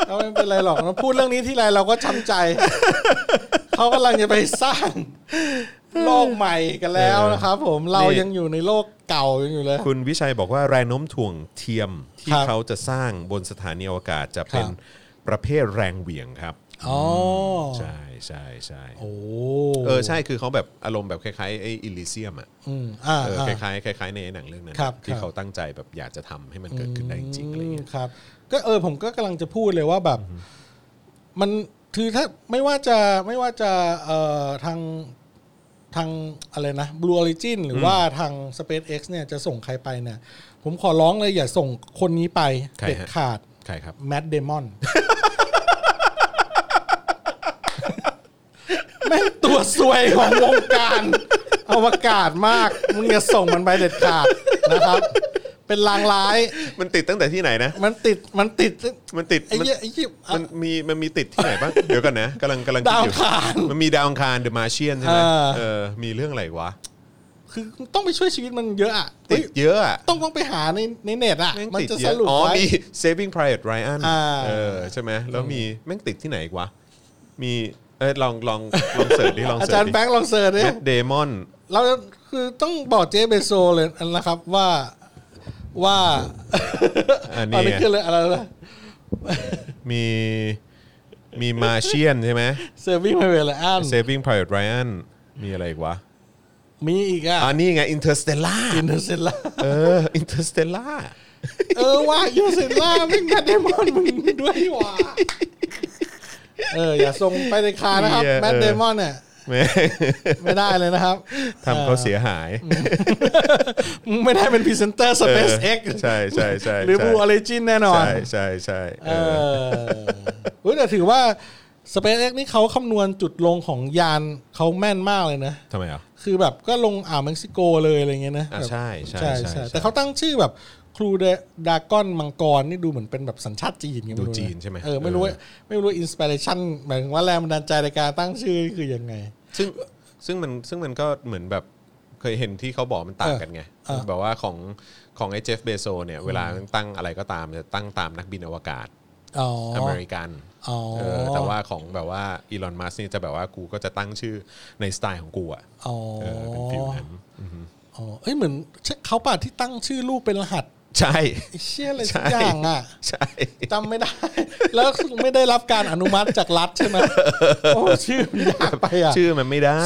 เอาไม่เป็นไรหรอกพูดเรื่องนี้ที่ไรเราก็ช้ำใจเขากำลังจะไปสร้างโลกใหม่กันแล้วนะครับผมเรายังอยู่ในโลกเก่าอยู่เลยคุณวิชัยบอกว่าแรงโน้มถ่วงเทียมที่เขาจะสร้างบนสถานีอวกาศจะเป็นประเภทแรงเหวี่ยงครับอ๋อใช่ใช่ใช่โอ้เออใช่คือเขาแบบอารมณ์แบบคล้ายๆไอ้อิลิเซียมอ่ะเออคล้ายๆคล้ายๆในหนังเรื่องนั้นที่เขาตั้งใจแบบอยากจะทำให้มันเกิดขึ้นได้จริงๆอะไรอย่างเงี้ยครับก็เออผมก็กำลังจะพูดเลยว่าแบบมันคือถ้าไม่ว่าจะไม่ว่าจะเอ่อทางทางอะไรนะ Blue Origin หรือว่าทาง SpaceX เนี่ยจะส่งใครไปเนี่ยผมขอร้องเลยอย่าส่งคนนี้ไปเด็ดขาดใครครับแมทเดมอนแม่งตัวซวยของวงการอวกาศมากมึงอย่าส่งมันไปเด็ดขาดนะครับเป็นลางร้ายมันติดตั้งแต่ที่ไหนนะมันติดมันติดมันติดไอ้ไอ้มันมีมันมีติดที่ไหนบ้างเดี๋ยวกันนะกำลังกำลังดาวอังคารมันมีดาวอังคารเดอะมาร์เชียนใช่ไหมเออมีเรื่องอะไรวะคือต้องไปช่วยชีวิตมันเยอะอะติดเยอะอะต้องต้องไปหาในในเน็ตอะมันจะสรุปอ๋อมี Saving Private Ryan เออใช่ไหมแล้วมีแม่งติดที่ไหนวะมีเออลองลองลองเสิร์ชดิลองอาจารย์แบงค์ลองเสิร์ชดิแมทเดมอนเราคือต้องบอกเจเบโซเลยนะครับว่าว่าอันนี้คืออะไรนะมีมีมาร์เชียนใช่ไหม Saving Private Ryan Saving Private Ryan มีอะไรอีกวะมีอีกอ่ะอันนี้ไง Interstellar Interstellar เออ Interstellar เออว่า Interstellar ไม่แมทเดมอนมึงด้วยว่ะเอออย่าส่งไปในคานะครับแมทเดมอนเนี่ยไม่ได้เลยนะครับทำเขาเสียหายไม่ได้เป็นพรีเซนเตอร์ SpaceX ใช่ใช่ใช่หรือ Blue Origin แน่นอนใช่ใช่ใช่เออแต่ถือว่า SpaceX นี่เขาคำนวณจุดลงของยานเขาแม่นมากเลยนะทำไมอ่ะคือแบบก็ลงอ่าวเม็กซิโกเลยอะไรเงี้ยนะใช่ใช่ใช่แต่เขาตั้งชื่อแบบครูดากอนมังกรนี่ดูเหมือนเป็นแบบสัญชาติจีนดูจีนใช่ไหมเออไม่รู้ไม่รู้อินสปิเรชันหมายถึงว่าแรงบันดาลใจในการตั้งชื่อคือยังไงซึ่งซึ่งมันซึ่งมันก็เหมือนแบบเคยเห็นที่เขาบอกมันต่างกันไงแบบว่าของของไอ้เจฟเบโซเนี่ยเวลาตั้งอะไรก็ตามจะตั้งตามนักบินอวกาศอเมริกันแต่ว่าของแบบว่าอีลอนมัสก์นี่จะแบบว่ากูก็จะตั้งชื่อในสไตล์ของกูอ่ะเป็นฟิลนั้นอ๋อเอ้ยเหมือนเขาป่ะที่ตั้งชื่อลูกเป็นรหัสใช่เชี่ยอะไรสักอย่างอ่ะใช่จำไม่ได้แล้วไม่ได้รับการอนุมัติจากรัฐใช่ไหมโอ้ชื่อมันยากไปอ่ะชื่อมันไม่ได้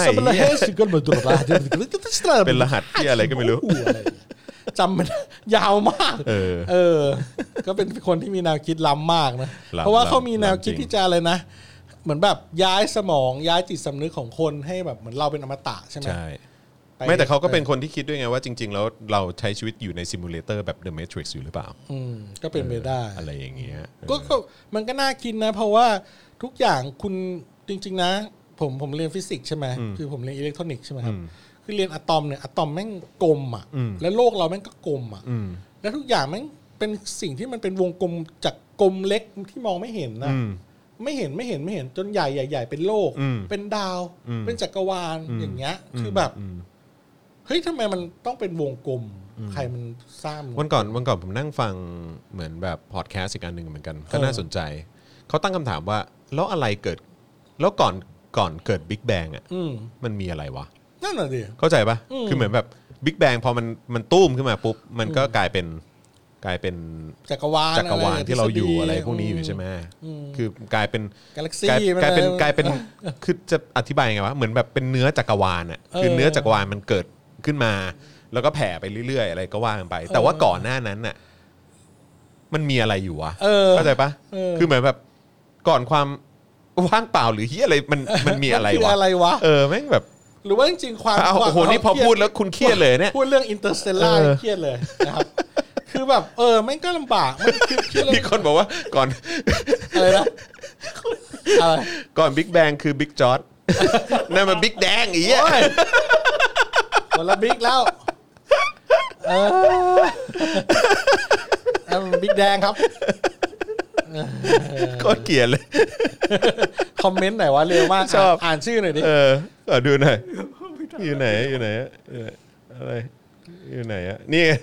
เป็นรหัสที่อะไรก็ไม่รู้จำไม่ได้ยาวมากเออเออก็เป็นคนที่มีแนวคิดล้ำมากนะเพราะว่าเขามีแนวคิดที่จะอะไรนะเหมือนแบบย้ายสมองย้ายจิตสำนึกของคนให้แบบเหมือนเราเป็นอมตะใช่ไหมไม่แต่เขาก็เป็นคนที่คิดด้วยไงว่าจริงๆแล้วเราใช้ชีวิตอยู่ในซิมูเลเตอร์แบบ The Matrix อยู่หรือเปล่าอืมก็เป็นไปได้อะไรอย่างเงี้ยก็มันก็น่าคิดนะเพราะว่าทุกอย่างคุณจริงๆนะผมผมเรียนฟิสิกส์ใช่ไหมคือผมเรียนอิเล็กทรอนิกส์ใช่ไหมครับคือเรียนอะตอมเนี่ยอะตอมแม่งกลมอ่ะแล้วโลกเราแม่งก็กลมอ่ะแล้วทุกอย่างแม่งเป็นสิ่งที่มันเป็นวงกลมจากกลมเล็กที่มองไม่เห็นนะไม่เห็นไม่เห็นไม่เห็นจนใหญ่ใหญ่ๆเป็นโลกเป็นดาวเป็นจักรวาลอย่างเงี้ยคือแบบเฮ้ยทำไมมันต้องเป็นวงกลมใครมันสร้างวันก่อนวันก่อนผมนั่งฟังเหมือนแบบพอดแคสต์อีกอันหนึ่งเหมือนกันก็น่าสนใจเขาตั้งคำถามว่าแล้วอะไรเกิดแล้วก่อนก่อนเกิดบิ๊กแบงอ่ะมันมีอะไรวะนั่นแหละดิเข้าใจปะคือเหมือนแบบบิ๊กแบงพอมันมันตุ้มขึ้นมาปุ๊บมันก็กลายเป็นกลายเป็นจักรวาลจักรวาลที่เราอยู่อะไรพวกนี้อยู่ใช่ไหมคือกลายเป็นกาแล็กซี่กลายเป็นกลายเป็นคือจะอธิบายยังไงวะเหมือนแบบเป็นเนื้อจักรวาลอ่ะคือเนื้อจักรวาลมันเกิดขึ้นมาแล้วก็แผ่ไปเรื่อยๆอะไรก็ว่ากันไปแต่ว่าก่อนหน้านั้นน่ะมันมีอะไรอยู่วะเข้าใจปะคือเหมือนแบบก่อนความว่างเปล่าหรือเฮียอะไรมันมันมีอะไรวะเออแม่งแบบหรือว่าจริงๆความโอ้โหนี่พอพูดแล้วคุณเครียดเลยเนี่ยพูดเรื่องอินเตอร์สเตลล่าเครียดเลยนะครับคือแบบเออแม่งก็ลำบากมันคือมีคนบอกว่าก่อนอะไรนะอะไรก่อนบิ๊กแบงคือบิ๊กจอร์จนั่นมันบิ๊กแดงอีอ่ะคนละบิ๊กแล้วเออบิ๊กแดงครับก็เกลียดเลยคอมเมนต์ไหนวะเร็วมากชอบอ่านชื่อหน่อยดิเออขอดูหน่อยอยู่ไหนอยู่ไหนอะไรอยู่ไหนอ่ะนี่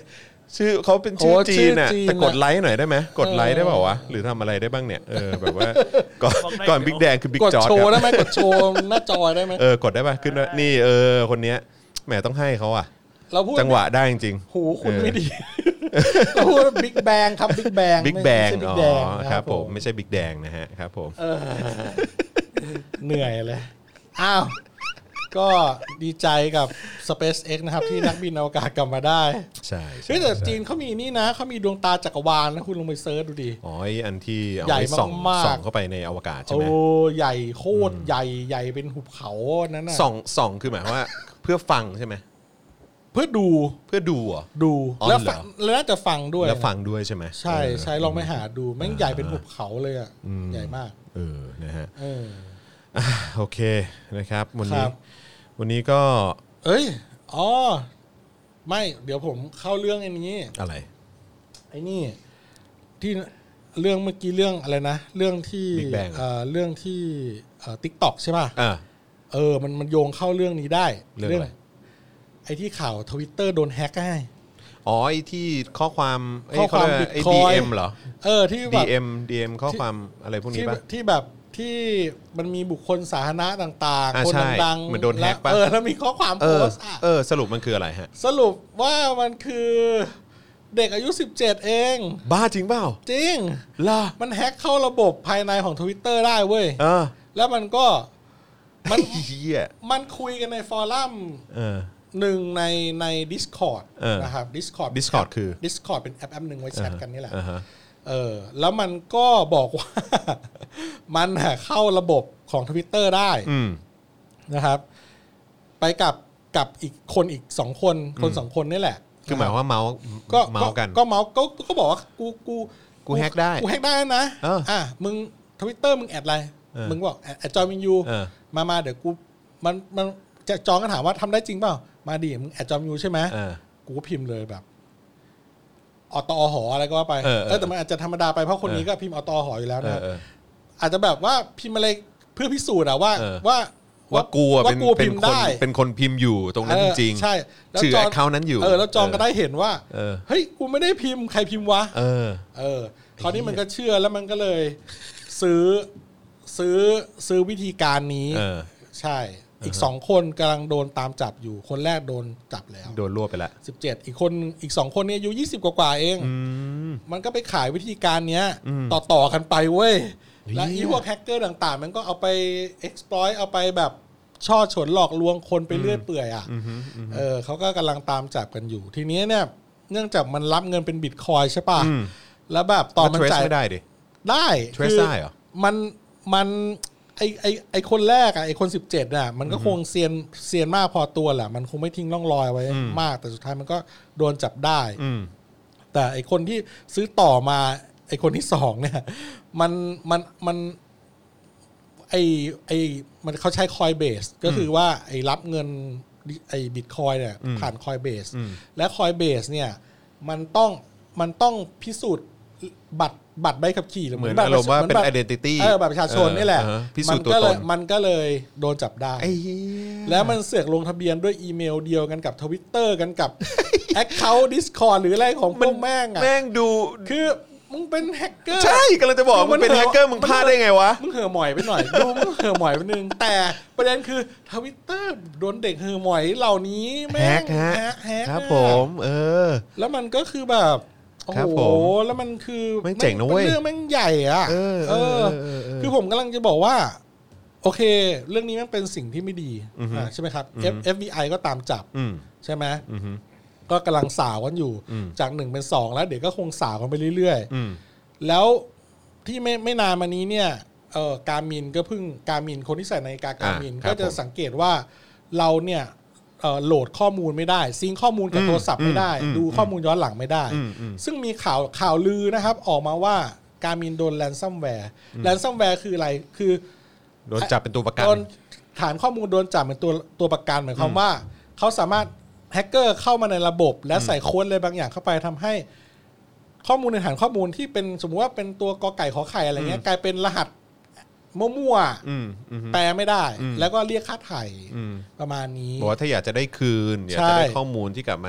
ชื่อเขาเป็นชื่อจีนน่ะแต่กดไลค์หน่อยได้ไหมกดไลค์ได้เปล่าวะหรือทำอะไรได้บ้างเนี่ยเออแบบว่าก่อนก่อนบิ๊กแดงคือบิ๊กจอร์จกดโชว์ได้ไหมกดโชว์หน้าจอได้ไหมเออกดได้ป่ะขึ้นว่านี่เออคนเนี้ยแหมต้องให้เขาอ่ะจังหวะได้จริงๆหูคุณไม่ดีเราพูดบิ๊กแบงครับบิ๊กแบงบิ๊กแบงอ๋อครับผมไม่ใช่บิ๊กแดงนะฮะครับผมเหนื่อยเลยอ้าวก็ดีใจกับ SpaceX นะครับที่นักบินอวกาศกลับมาได้ใช่ใช่แต่จีนเขามีนี่นะเขามีดวงตาจักรวาลนะคุณลองไปเซิร์ชดูดิอ๋อไอ้อันที่เอาไว้ส่องส่องเข้าไปในอวกาศใช่ไหมโอ้ใหญ่โคตรใหญ่ใหญ่เป็นหุบเขานั้นน่ะส่องส่องคือหมายว่าเพื่อฟังใช่ไหมเพื่อดูเพื่อดูอ่ะดูแล้วแล้วน่าจะฟังด้วยแล้วฟังด้วยใช่ไหมใช่ใช่ลองไปหาดูแม่งใหญ่เป็นหุบเขาเลยอ่ะใหญ่มากเออนะฮะเออโอเคนะครับวันนี้วันนี้ก็เอ้ยอ๋อไม่เดี๋ยวผมเข้าเรื่องไอ้นี้อะไรไอ้นี่ที่เรื่องเมื่อกี้เรื่องอะไรนะเรื่องที่เอ่อเรื่องที่เอ่อ TikTok ใช่ป่ะอ่าเออมันมันโยงเข้าเรื่องนี้ได้เรื่องไอ้ที่ข่าว Twitter โดนแฮกให้อ๋อไอ้ที่ข้อความข้อความไอ้ ดี เอ็ม เหรอเออที่แบบดี เอ็ม ดี เอ็ม ข้อความอะไรพวกนี้ป่ะที่แบบที่มันมีบุคคลสาธารณะต่างๆคนดังๆมันโดนแฮกป่ะเออแล้วมีข้อความโพสต์เออสรุปมันคืออะไรฮะสรุปว่ามันคือเด็กอายุสิบเจ็ดเองบ้าจริงเปล่าจริงล่ะมันแฮกเข้าระบบภายในของ Twitter ได้เว้ยเออแล้วมันก็มันมันคุยกันในฟอรัมหนึ่งในใน Discord นะครับ Discord Discord คือ Discord เป็นแอปแอปนึงไว้แชทกันนี่แหละเออแล้วมันก็บอกว่ามันเข้าระบบของ Twitter ได้นะครับไปกับกับอีกคนอีกสองคนคนสองคนนี่แหละคือหมายว่าเมาส์ก็เมาส์กันก็เมาส์ก็ก็บอกว่ากูกูกูแฮกได้กูแฮกได้นะอ่ะมึง Twitter มึงแอดอะไรมึงบอกแอดจอยมินยูมามาเดี๋ยวกูมันมันจะจองก็ถามว่าทำได้จริงเปล่ามาดิมึงแอดจอยมินยูใช่ไหมกูก็พิมพ์เลยแบบอตอหออะไรก็ว่าไปเออแต่มันอาจจะธรรมดาไปเพราะคนนี้ก็พิมพ์อตอหออยู่แล้วนะอาจจะแบบว่าพิมพ์อะไรเพื่อพิสูจน์อะว่าว่าว่ากูเป็นเป็นคนเป็นคนพิมพ์อยู่ตรงนั้นจริงใช่ชื่อแอคเคาท์นั้นอยู่เออแล้วจองก็ได้เห็นว่าเฮ้ยกูไม่ได้พิมพ์ใครพิมพ์วะเออเออคราวนี้มันก็เชื่อแล้วมันก็เลยซื้อซื้อซื้อวิธีการนี้ใช่อีกสองคนกำลังโดนตามจับอยู่คนแรกโดนจับแล้วโดนรวบไปแล้วสิบเจ็ดอีกคนอีกสองคนเนี่ยอายุยี่สิบกว่าๆเองมันก็ไปขายวิธีการเนี้ยต่อๆกันไปเว้ยและอีพวกแฮกเกอร์ต่างๆมันก็เอาไป exploit เอาไปแบบช่อฉนหลอกลวงคนไปเรื่อยเปื่อยอ่ะเออเขาก็กำลังตามจับกันอยู่ทีนี้เนี่ยเนื่องจากมันรับเงินเป็นบิตคอยน์ใช่ป่ะแล้วแบบตอนมันจ่ายไม่ได้ดิได้คือได้เหรอมันมันไอไอไอคนแรกอ่ะไอคนสิบเจ็ดอ่ะมันก็คงเซียนเซียนมากพอตัวแหละมันคงไม่ทิ้งร่องรอยไว้มากแต่สุดท้ายมันก็โดนจับได้แต่ไอคนที่ซื้อต่อมาไอคนที่สองเนี่ยมันมันมันไอไอมันเขาใช้ Coinbase ก็คือว่าไอรับเงินไอ Bitcoin เนี่ยผ่าน Coinbase และ Coinbase เนี่ยมันต้องมันต้องพิสูจน์บัตรบัตรใบขับขี่หรือเหมือนอารมณ์ว่าเป็น identity เออบัตรประชาชนนี่แหละมันก็เลยมันก็เลยโดนจับได้แล้วมันเสือกลงทะเบียนด้วยอีเมลเดียวกันกับ Twitter กันกับ Account Discord หรืออะไรของพวกแม่งอ่ะแม่งดูคือมึงเป็นแฮกเกอร์ใช่กำลังจะบอกมึงเป็นแฮกเกอร์มึงพลาดได้ไงวะมึงเห่อหมอยไปหน่อยดูมึงเห่อหมอยไปนึงแต่ประเด็นคือ Twitter โดนเด็กเห่อหมอยเหล่านี้แม่งแฮกแฮกครับผมเออแล้วมันก็คือแบบโอ้โหแล้วมันคือไม่เจ๋งนะเว้ยเรื่องแม่งใหญ่อ่ะเออคือผมกำลังจะบอกว่าโอเคเรื่องนี้มันเป็นสิ่งที่ไม่ดีใช่ไหมครับ เอฟ บี ไอ ก็ตามจับใช่ไหมก็กำลังสาวกันอยู่จากหนึ่งเป็นสองแล้วเดี๋ยวก็คงสาวกันไปเรื่อยๆแล้วที่ไม่ไม่นานมานี้เนี่ยเอ่อการมินก็เพิ่งการมินคนที่ใส่นาฬิกาการมินก็จะสังเกตว่าเราเนี่ยโหลดข้อมูลไม่ได้ซิงข้อมูลกับโทรศัพท์ไม่ได้ดูข้อมูลย้อนหลังไม่ได้ซึ่งมีข่าวข่าวลือนะครับออกมาว่าการมินโดนแรนซัมแวร์แรนซัมแวร์คืออะไรคือโดนจับเป็นตัวประกันฐานข้อมูลโดนจับเป็นตัวตัวประกันหมายความว่าเขาสามารถแฮกเกอร์เข้ามาในระบบและใส่โค้ดอะไรบางอย่างเข้าไปทำให้ข้อมูลในฐานข้อมูลที่เป็นสมมติว่าเป็นตัวกอไก่ขอไข่อะไรเงี้ยกลายเป็นรหัสมั่วๆแปลไม่ได้แล้วก็เรียกค่าไถ่ประมาณนี้บอกว่าถ้าอยากจะได้คืนอยากจะได้ข้อมูลที่กลับมา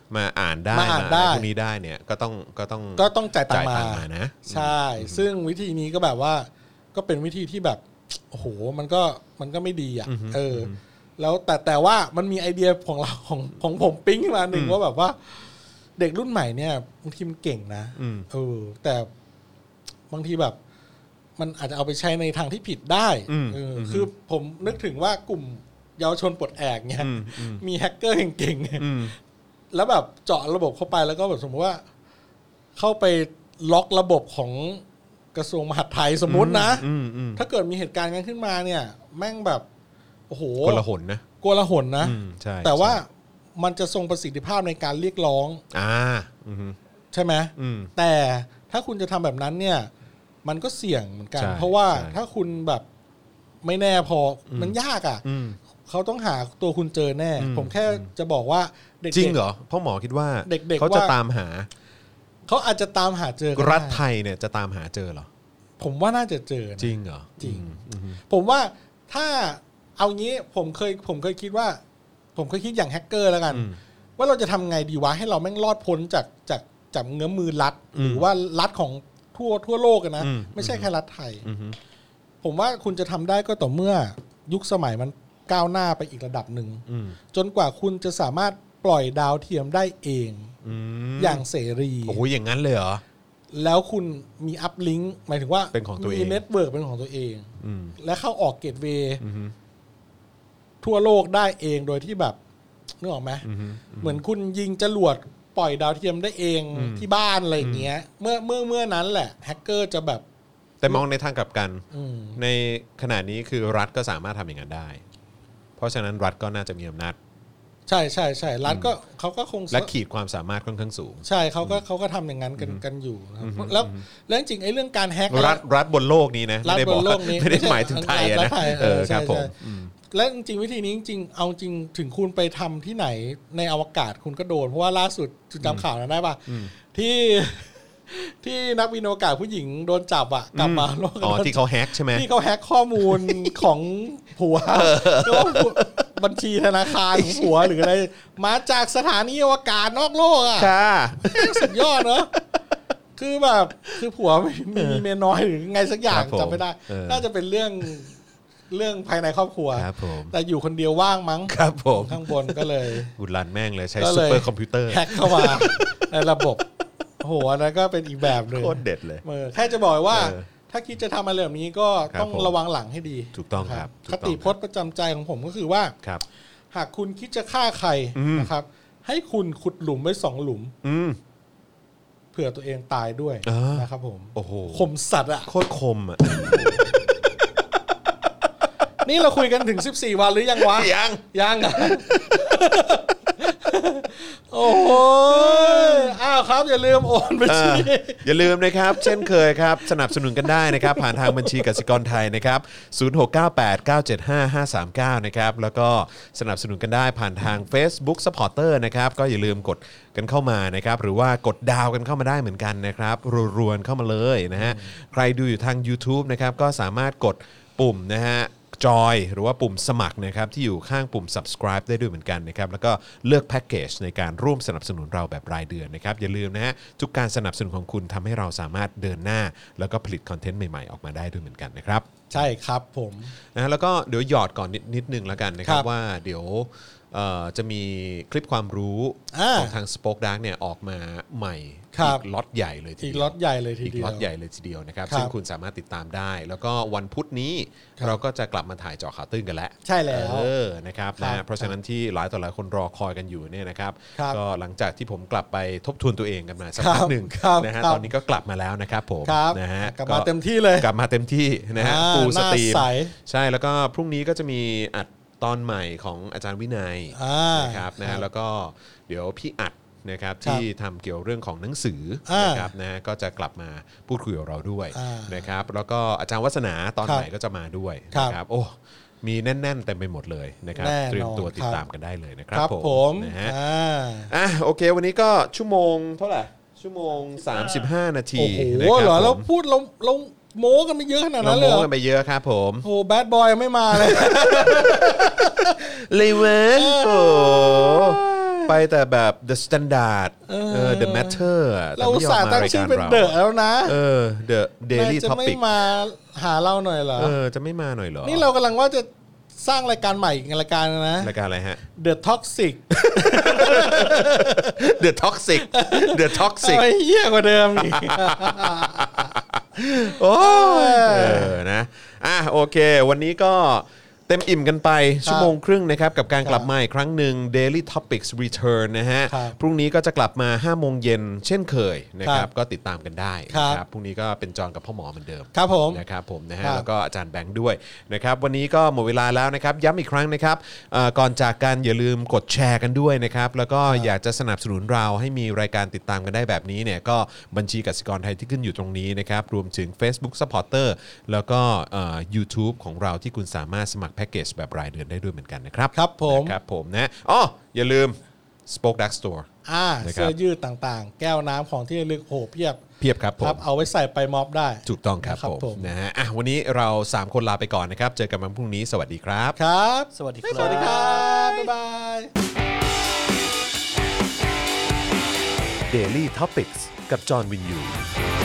มาอ่านได้มาอ่านได้พวกนี้ได้เนี่ยก็ต้องก็ต้องก็ต้องจ่ายตังค์มานะใช่ซึ่งวิธีนี้ก็แบบว่าก็เป็นวิธีที่แบบโอ้โหมันก็มันก็ไม่ดีอ่ะเออแล้วแต่แต่ว่ามันมีไอเดียของเราของของผมปิ๊งขึ้นมาหนึ่งว่าแบบว่าเด็กรุ่นใหม่เนี่ยบางทีมันเก่งนะเออแต่บางทีแบบมันอาจจะเอาไปใช้ในทางที่ผิดได้เออคือผมนึกถึงว่ากลุ่มเยาวชนปลดแอกเนี่ยมีแฮกเกอร์เก่งๆแล้วแบบเจาะระบบเข้าไปแล้วก็แบบสมมติว่าเข้าไปล็อกระบบของกระทรวงมหาดไทยสมมตินะถ้าเกิดมีเหตุการณ์กันขึ้นมาเนี่ยแม่งแบบโอ้โหโกลาหลนะโกลาหลนะแต่ว่ามันจะทรงประสิทธิภาพในการเรียกร้องอ่าใช่ไหมแต่ถ้าคุณจะทำแบบนั้นเนี่ยมันก็เสี่ยงเหมือนกันเพราะว่าถ้าคุณแบบไม่แน่พอมันยากอ่ะเขาต้องหาตัวคุณเจอแน่ผมแค่จะบอกว่าเด็กจริงเหรอพ่อหมอคิดว่าเด็กๆเขาจะตามหาเขาอาจจะตามหาเจอรัฐไทยเนี่ยจะตามหาเจอเหรอผมว่าน่าจะเจอจริงเหรอจริงผมว่าถ้าเอางี้ผมเคยผมเคยคิดว่าผมเคยคิดอย่างแฮกเกอร์แล้วกันว่าเราจะทำไงดีวะให้เราแม่งรอดพ้นจากจากจากเงื้อมือรัฐหรือว่ารัฐของทั่วทั่วโลกนะไม่ใช่แค่รัฐไทยผมว่าคุณจะทำได้ก็ต่อเมื่อยุคสมัยมันก้าวหน้าไปอีกระดับหนึ่งจนกว่าคุณจะสามารถปล่อยดาวเทียมได้เองอย่างเสรีโอ้โหอย่างนั้นเลยเหรอแล้วคุณมีอัพลิงก์หมายถึงว่าเป็นของตัวเองมีเน็ตเวิร์กเป็นของตัวเองและเข้าออกเกตเวย์ทั่วโลกได้เองโดยที่แบบนึกออกไหมเหมือนคุณยิงจรวดปล่อยดาวเทียมได้เองที่บ้านอะไรอย่างเงี้ยเมื่อเมื่อเมื่อนั้นแหละแฮกเกอร์จะแบบแต่มองในทางกลับกันในขณะนี้คือรัฐก็สามารถทำอย่างนั้นได้เพราะฉะนั้นรัฐก็น่าจะมีอำนาจใช่ใช่ใช่รัฐก็เขาก็คงและขีดความสามารถค่อนข้างสูงใช่เขาก็เขาก็ทำอย่างนั้นกันกันอยู่แล้วแล้วจริงไอ้เรื่องการแฮกรัฐรัฐบนโลกนี้นะไม่ได้บอกไม่ได้หมายถึงไทยนะเออครับผมและจริงวิธีนี้จริงเอาจริงถึงคุณไปทำที่ไหนในอวกาศคุณก็โดนเพราะว่าล่าสุดจำข่าวนั้นได้ป่ะที่ที่นักบินอวกาศผู้หญิงโดนจับอ่ะกลับมาโลกอ๋อที่เขาแฮกใช่ไหมที่เขาแฮกข้อมูลของผัวบัญชีธนาคารของผัวหรืออะไรมาจากสถานีอวกาศนอกโลกอ่ะค่ะสุดยอดเนอะคือแบบคือผัวมีมีเมียน้อยหรือไงสักอย่างจำไม่ได้น่าจะเป็นเรื่องเรื่องภายในครอบครัวแต่อยู่คนเดียวว่างมั้งครับผมข้างบนก็เลยอุดรันแม่งเลยใช้ซุปเปอร์คอมพิวเตอร์แฮกเข้ามาในระบบโอ้โหอันนั้นก็เป็นอีกแบบเลยโคตรเด็ดเลยแค่จะบอกว่าถ้าคิดจะทำอะไรแบบนี้ก็ต้องระวังหลังให้ดีถูกต้องครับคติพจน์ประจำใจของผมก็คือว่าหากคุณคิดจะฆ่าใครนะครับให้คุณขุดหลุมไว้สองหลุมเผื่อตัวเองตายด้วยนะครับผมโอ้โหคมสัตว์อะโคตรคมอะนี่เราคุยกันถึงสิบสี่วันหรือยังวะยังยังอ่ะโอ้โหอ้าวครับอย่าลืมโอนบัญชีอย่าลืมนะครับเช่นเคยครับสนับสนุนกันได้นะครับผ่านทางบัญชีกสิกรไทยนะครับศูนย์ หก เก้า แปด เก้า เจ็ด ห้า ห้า สาม เก้านะครับแล้วก็สนับสนุนกันได้ผ่านทาง Facebook Supporter นะครับก็อย่าลืมกดกันเข้ามานะครับหรือว่ากดดาวกันเข้ามาได้เหมือนกันนะครับรวนๆเข้ามาเลยนะฮะใครดูอยู่ทาง YouTube นะครับก็สามารถกดปุ่มนะฮะจอยหรือว่าปุ่มสมัครนะครับที่อยู่ข้างปุ่ม subscribe ได้ด้วยเหมือนกันนะครับแล้วก็เลือกแพ็กเกจในการร่วมสนับสนุนเราแบบรายเดือนนะครับอย่าลืมนะฮะทุกการสนับสนุนของคุณทำให้เราสามารถเดินหน้าแล้วก็ผลิตคอนเทนต์ใหม่ๆออกมาได้ด้วยเหมือนกันนะครับใช่ครับผมนะแล้วก็เดี๋ยวหยอดก่อนนิดนิดนึงแล้วกันนะครับว่าเดี๋ยวจะมีคลิปความรู้ของทาง Spoke Dark เนี่ยออกมาใหม่อีกล็อตใหญ่เลยทีเดียวอีกล็อตใหญ่เลยทีเดียวอีกล็อตใหญ่เลยทีเดียวนะครับซึ่งคุณสามารถติดตามได้แล้วก็วันพุธนี้เราก็จะกลับมาถ่ายเจาะข่าวตื้นกันแล้วใช่แล้วเออนะครับนะเพราะฉะนั้นที่หลายต่อหลายคนรอคอยกันอยู่เนี่ยนะครับก็หลังจากที่ผมกลับไปทบทวนตัวเองกันมาสักพักหนึ่งนะฮะตอนนี้ก็กลับมาแล้วนะครับผมนะฮะกลับมาเต็มที่เลยกลับมาเต็มที่นะฮะฟูลสตรีมใช่แล้วก็พรุ่งนี้ก็จะมีอัดตอนใหม่ของอาจารย์วินัยนะครับนะฮะแล้วก็เดี๋ยวพี่อัดนะครับที่ทำเกี่ยวเรื่องของหนังสือนะครับนะก็จะกลับมาพูดคุยกับเราด้วยนะครับแล้วก็อาจารย์วัฒนาตอนใหม่ก็จะมาด้วยนะครับโอ้มีแน่นๆเต็มไปหมดเลยนะครับเตรียมตัวติดตามกันได้เลยนะครับผมนะฮะอ่ะโอเควันนี้ก็ชั่วโมงเท่าไหร่ชั่วโมงสามสิบห้านาทีนะครับโอ้โหเหรอเราพูดเราเราโม้กันไปเยอะขนาดนั้นเลยโม้กันไปเยอะครับผมโอ้แบดบอยไม่มาเลยเลยเว้ยโอ้ไปแต่แบบ The Standard เออ The Matter เราอุตส่าห์ตั้งชื่อเป็นเดอะแล้วนะเออ The Daily จะ Topic ไม่มาหาเราหน่อยเหรอเออจะไม่มาหน่อยเหรอนี่เรากำลังว่าจะสร้างรายการใหม่อีกรายการนะรายการอะไรฮะ The Toxic The Toxic The Toxic ไอ้เหี้ยกว่าเดิมอีกโอ้ยเออนะอ่ะโอเควันนี้ก็เต็มอิ่มกันไปชั่วโมงครึ่งนะครับกับการกลับมาอีกครั้งหนึ่ง Daily Topics Return นะฮะพรุ่งนี้ก็จะกลับมาห้าโมงเย็นเช่นเคยนะครับก็ติดตามกันได้นะครับพรุ่งนี้ก็เป็นจองกับพ่อหมอเหมือนเดิมครับผมนะครับผมนะฮะแล้วก็อาจารย์แบงค์ด้วยนะครับวันนี้ก็หมดเวลาแล้วนะครับย้ำอีกครั้งนะครับก่อนจากกันอย่าลืมกดแชร์กันด้วยนะครับแล้วก็อยากจะสนับสนุนเราให้มีรายการติดตามกันได้แบบนี้เนี่ยก็บัญชีกสิกรไทยที่ขึ้นอยู่ตรงนี้นะครับรวมถึง Facebook Supporter แล้วก็ YouTube ของเราที่คุณสามารถสมัครแพ็กเกจแบบรายเดือนได้ด้วยเหมือนกันนะครับครับผมครับผมนะอ๋ออย่าลืม Spoke Dark Store อ่าเสื้อยืดต่างๆแก้วน้ำของที่ระลึกโหเพียบเพียบครับผมเอาไว้ใส่ไปม็อบได้ถูกต้องครับผมนะฮะอ่ะวันนี้เราสามคนลาไปก่อนนะครับเจอกันวันพรุ่งนี้สวัสดีครับครับสวัสดีครับสวัสดีครับบ๊ายบาย Daily Topics กับจอห์นวินยู